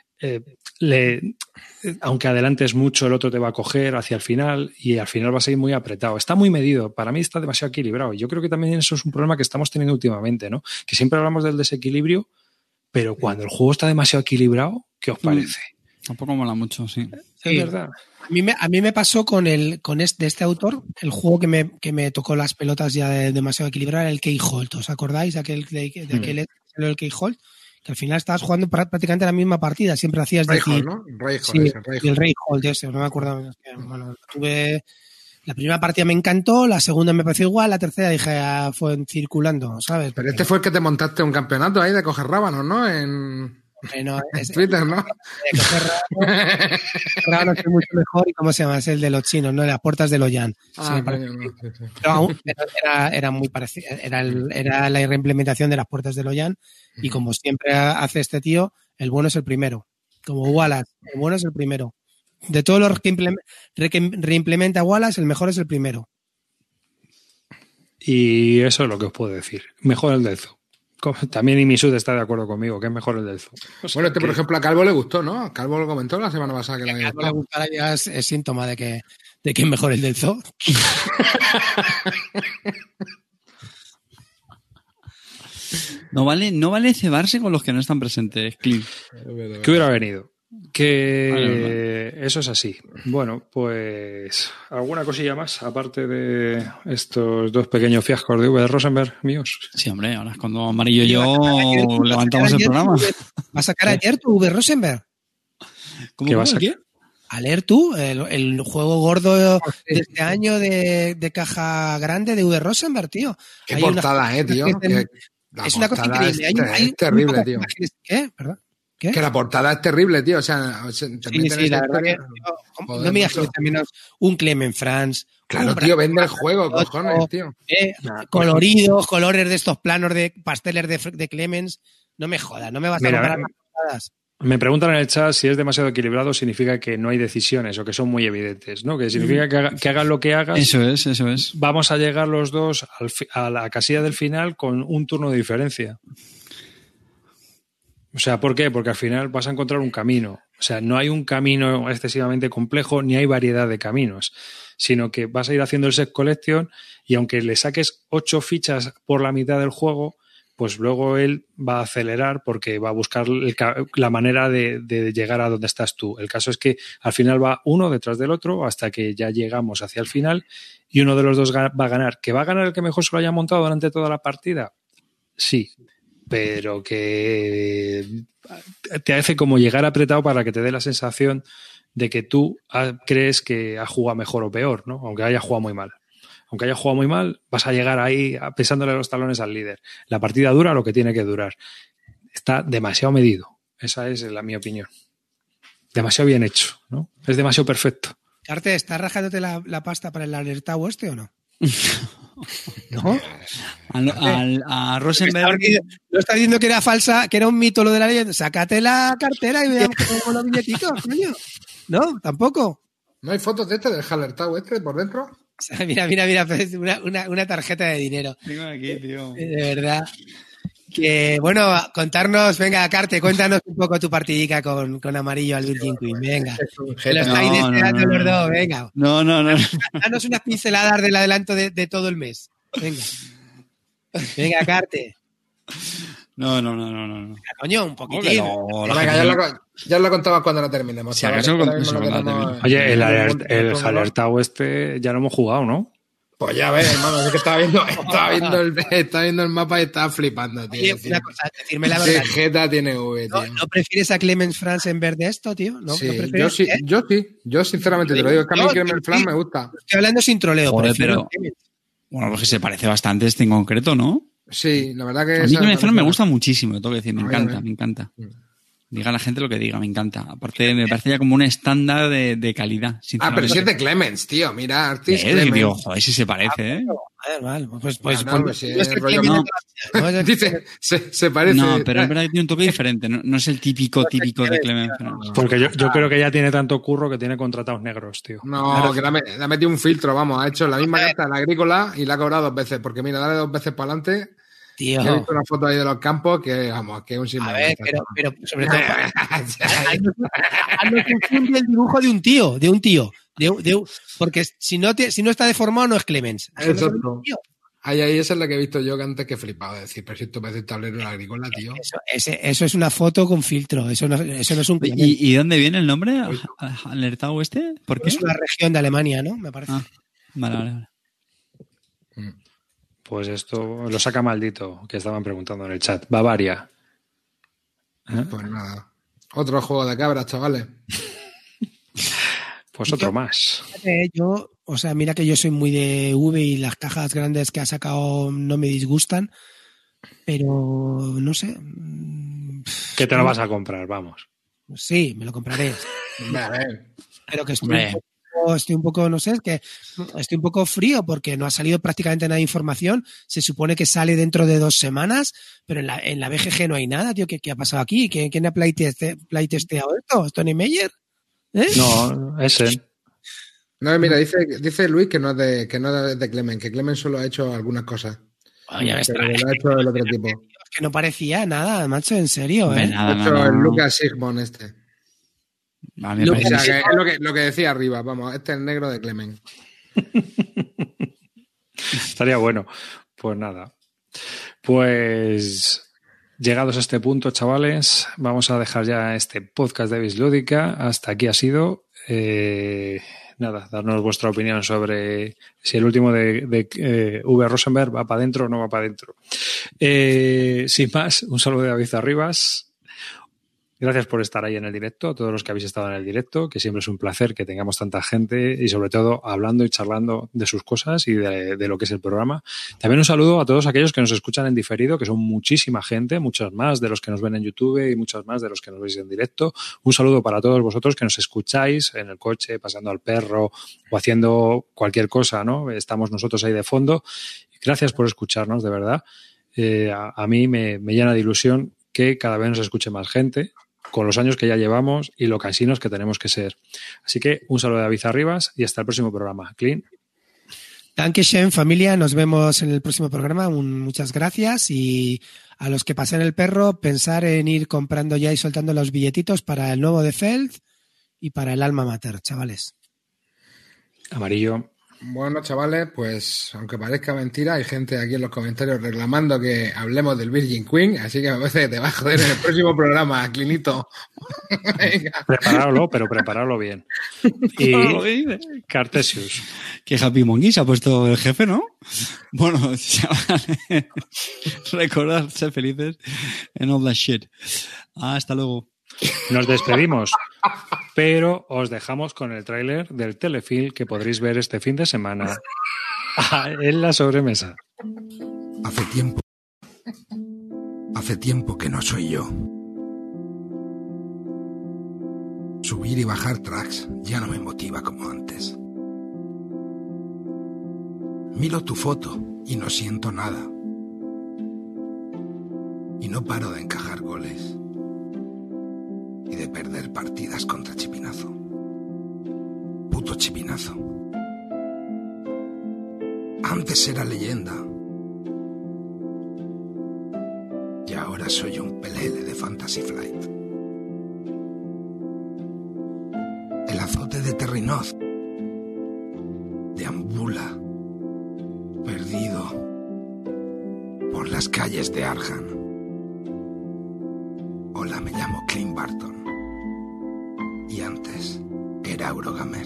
Aunque adelantes mucho, el otro te va a coger hacia el final y al final vas a ir muy apretado. Está muy medido. Para mí está demasiado equilibrado. Y yo creo que también eso es un problema que estamos teniendo últimamente, ¿no? Que siempre hablamos del desequilibrio, pero cuando el juego está demasiado equilibrado, ¿qué os parece? Tampoco mola mucho, sí. Es verdad. A mí me pasó con este autor, el juego que me tocó las pelotas ya demasiado equilibrado, era el Keyholt. ¿Os acordáis de aquel el Keyholt? Que al final estabas jugando prácticamente la misma partida, siempre hacías Rayhold, ¿no? El Rayhold ese, no me acuerdo. Bueno, la primera partida me encantó, la segunda me pareció igual, la tercera dije, fue circulando, ¿sabes? Pero este fue el que te montaste un campeonato ahí de coger rábanos, ¿no? En Twitter, ¿no? Rábanos es mucho mejor, y ¿cómo se llama? Es el de los chinos, ¿no? Las puertas de Loyan. Pero era muy parecido, era la reimplementación de las puertas de Loyan, y como siempre hace este tío, el bueno es el primero. Como Wallace, el bueno es el primero. De todos los que reimplementa Wallace, el mejor es el primero. Y eso es lo que os puedo decir. Mejor el del Zoo. También Imisud está de acuerdo conmigo, que es mejor el del Zoo. Bueno, por ejemplo, a Calvo le gustó, ¿no? A Calvo lo comentó la semana pasada que le había gustado. A Calvo le gustara ya es síntoma de que es mejor el del Zoo. No vale cebarse con los que no están presentes, Clint. ¿Qué hubiera venido? Que eso es así. Bueno, pues alguna cosilla más, aparte de estos dos pequeños fiascos de V de Rosenberg míos. Sí, hombre, ahora es cuando Amarillo y yo levantamos el programa. ¿Va a sacar ayer tu V Rosenberg? ¿Qué va a sacar? A leer tú, el juego gordo de este año de caja grande de V Rosenberg, tío. Qué portada, tío. Es una cosa increíble. Es terrible, tío. ¿Qué? ¿Perdón? ¿Qué? Que la portada es terrible, tío. O sea, sí, la verdad que no me digas también un Clement France. Claro, tío, vende el juego, cojones, tío. Coloridos, colores de estos planos de pasteles de Clemens. No me jodas, no me vas a comparar las portadas. Me preguntan en el chat si es demasiado equilibrado, significa que no hay decisiones o que son muy evidentes, ¿no? Que significa que hagas lo que hagas. Eso es. Vamos a llegar los dos a la casilla del final con un turno de diferencia. O sea, ¿por qué? Porque al final vas a encontrar un camino. O sea, no hay un camino excesivamente complejo ni hay variedad de caminos, sino que vas a ir haciendo el set collection y aunque le saques 8 fichas por la mitad del juego, pues luego él va a acelerar porque va a buscar la manera de llegar a donde estás tú. El caso es que al final va uno detrás del otro hasta que ya llegamos hacia el final y uno de los dos va a ganar. ¿Que va a ganar el que mejor se lo haya montado durante toda la partida? Sí, pero que te hace como llegar apretado para que te dé la sensación de que tú crees que ha jugado mejor o peor, ¿no? Aunque haya jugado muy mal. Aunque haya jugado muy mal, vas a llegar ahí pesándole los talones al líder. La partida dura lo que tiene que durar. Está demasiado medido. Esa es mi opinión. Demasiado bien hecho, ¿no? Es demasiado perfecto. Carte, ¿estás rajándote la pasta para el alertado o no? ¿No? A Rosenberg. No estás diciendo que era falsa, que era un mito lo de la leyenda. Sácate la cartera y veamos cómo los billetitos, coño. No, tampoco. ¿No hay fotos de del alertado por dentro? Mira, pues una tarjeta de dinero. Tengo aquí, tío. De verdad. Que, bueno, contarnos, venga, Carte, cuéntanos un poco tu partidica con Amarillo al Virgin Queen, venga. Que lo estáis deseando los dos, venga. No. Danos unas pinceladas del adelanto de todo el mes. Venga, Carte. No. Coño, un poquitín. Venga, ya lo contaba cuando lo terminemos. Si acaso Oye, el alertado ya lo hemos jugado, ¿no? Pues ya ves, hermano, es que estaba viendo el mapa y estaba flipando, tío. Oye, una cosa, decirme la verdad. ¿Qué jeta tiene V, tío? ¿No prefieres a Clemens France en vez de esto, tío? ¿No? Sí, ¿No yo sinceramente te lo digo, es que a mí Clemens France me gusta. Estoy hablando sin troleo. Joder, pero bueno, porque se parece bastante este en concreto, ¿no? Sí, la verdad que... A mí Clemens France me gusta muchísimo, tengo que decir, me encanta. Diga la gente lo que diga, me encanta. Aparte, me parece ya como un estándar de calidad. Pero si es de Clemens, tío. Mira, Artis Clemens. Digo, joder, si se parece, ¿eh? Vale. Pues dice, se parece. No, pero es verdad que tiene un toque diferente. No es el típico de Clemens. Porque yo creo que ya tiene tanto curro que tiene contratados negros, tío. No, que le ha metido un filtro, vamos. Ha hecho la misma carta en la agrícola y la ha cobrado 2 veces. Porque mira, dale 2 veces para adelante. Tío. He visto una foto ahí de los campos que, vamos, que es un símbolo. A ver, pero sobre todo, no confunde el dibujo de un tío. Porque si no está deformado no es Clemens. Exacto. Ahí, esa es la que he visto yo que antes que he flipado. Es decir, pero si esto parece el tablero de la agrícola, tío. Eso es una foto con filtro. Eso no es un Clemens. ¿Y dónde viene el nombre? ¿Alertado este? ¿Por qué? Es una región de Alemania, ¿no? Me parece. Vale. Pues esto lo saca maldito, que estaban preguntando en el chat. Bavaria. Pues nada. Otro juego de cabras, chavales. Pues otro más. Mira que yo soy muy de V y las cajas grandes que ha sacado no me disgustan, pero no sé. ¿Qué te lo vas a comprar? Vamos. Sí, me lo compraré. A ver. Pero que estoy un poco, no sé, es que estoy un poco frío porque no ha salido prácticamente nada de información. Se supone que sale dentro de 2 semanas, pero en la BGG no hay nada, tío. ¿Qué ha pasado aquí? ¿Quién ha playtesteado esto? ¿Tony Meyer? No, es él. No, mira, dice Luis que no es de Clemens, que Clemens solo ha hecho algunas cosas. Oye, pero lo ha hecho el otro tipo. Es que no parecía nada, macho, en serio, ¿eh? Ha hecho el Lucas Sigmund este. Es lo que decía arriba, vamos, este es el negro de Clemens. Estaría bueno. Pues nada. Pues llegados a este punto, chavales, vamos a dejar ya este podcast de Bislúdica. Hasta aquí ha sido. Nada, darnos vuestra opinión sobre si el último de V. Rosenberg va para adentro o no va para adentro. Sin más, un saludo de David Arribas. Gracias por estar ahí en el directo, a todos los que habéis estado en el directo, que siempre es un placer que tengamos tanta gente y sobre todo hablando y charlando de sus cosas y de lo que es el programa. También un saludo a todos aquellos que nos escuchan en diferido, que son muchísima gente, muchos más de los que nos ven en YouTube y muchos más de los que nos veis en directo. Un saludo para todos vosotros que nos escucháis en el coche, pasando al perro o haciendo cualquier cosa, ¿no? Estamos nosotros ahí de fondo. Gracias por escucharnos, de verdad. A mí me llena de ilusión que cada vez nos escuche más gente, con los años que ya llevamos y lo cansinos que tenemos que ser. Así que un saludo de David Arribas y hasta el próximo programa. Clean. Dankeschön, familia. Nos vemos en el próximo programa. Muchas gracias. Y a los que pasen el perro, pensar en ir comprando ya y soltando los billetitos para el nuevo de Feld y para el Alma Mater, chavales. Amarillo. Bueno, chavales, pues aunque parezca mentira, hay gente aquí en los comentarios reclamando que hablemos del Virgin Queen, así que me parece que te va a joder en el próximo programa, Clinito. Prepararlo, pero prepararlo bien. Y Cartesius. Que Happy Monkey se ha puesto el jefe, ¿no? Bueno, chavales, recordad ser felices en all that shit. Hasta luego. Nos despedimos, pero os dejamos con el tráiler del telefilm que podréis ver este fin de semana en la sobremesa. Hace tiempo que no soy yo. Subir y bajar tracks ya no me motiva como antes. Miro tu foto y no siento nada. Y no paro de encajar goles. Y de perder partidas contra Chipinazo. Puto Chipinazo. Antes era leyenda. Y ahora soy un pelele de Fantasy Flight. El azote de Terrinoz deambula, perdido, por las calles de Arjan. Hola, me llamo Clint Barton. Y antes era Eurogamer.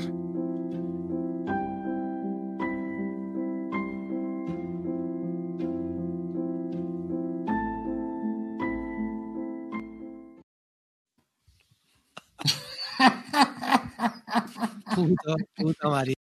Puto Mario.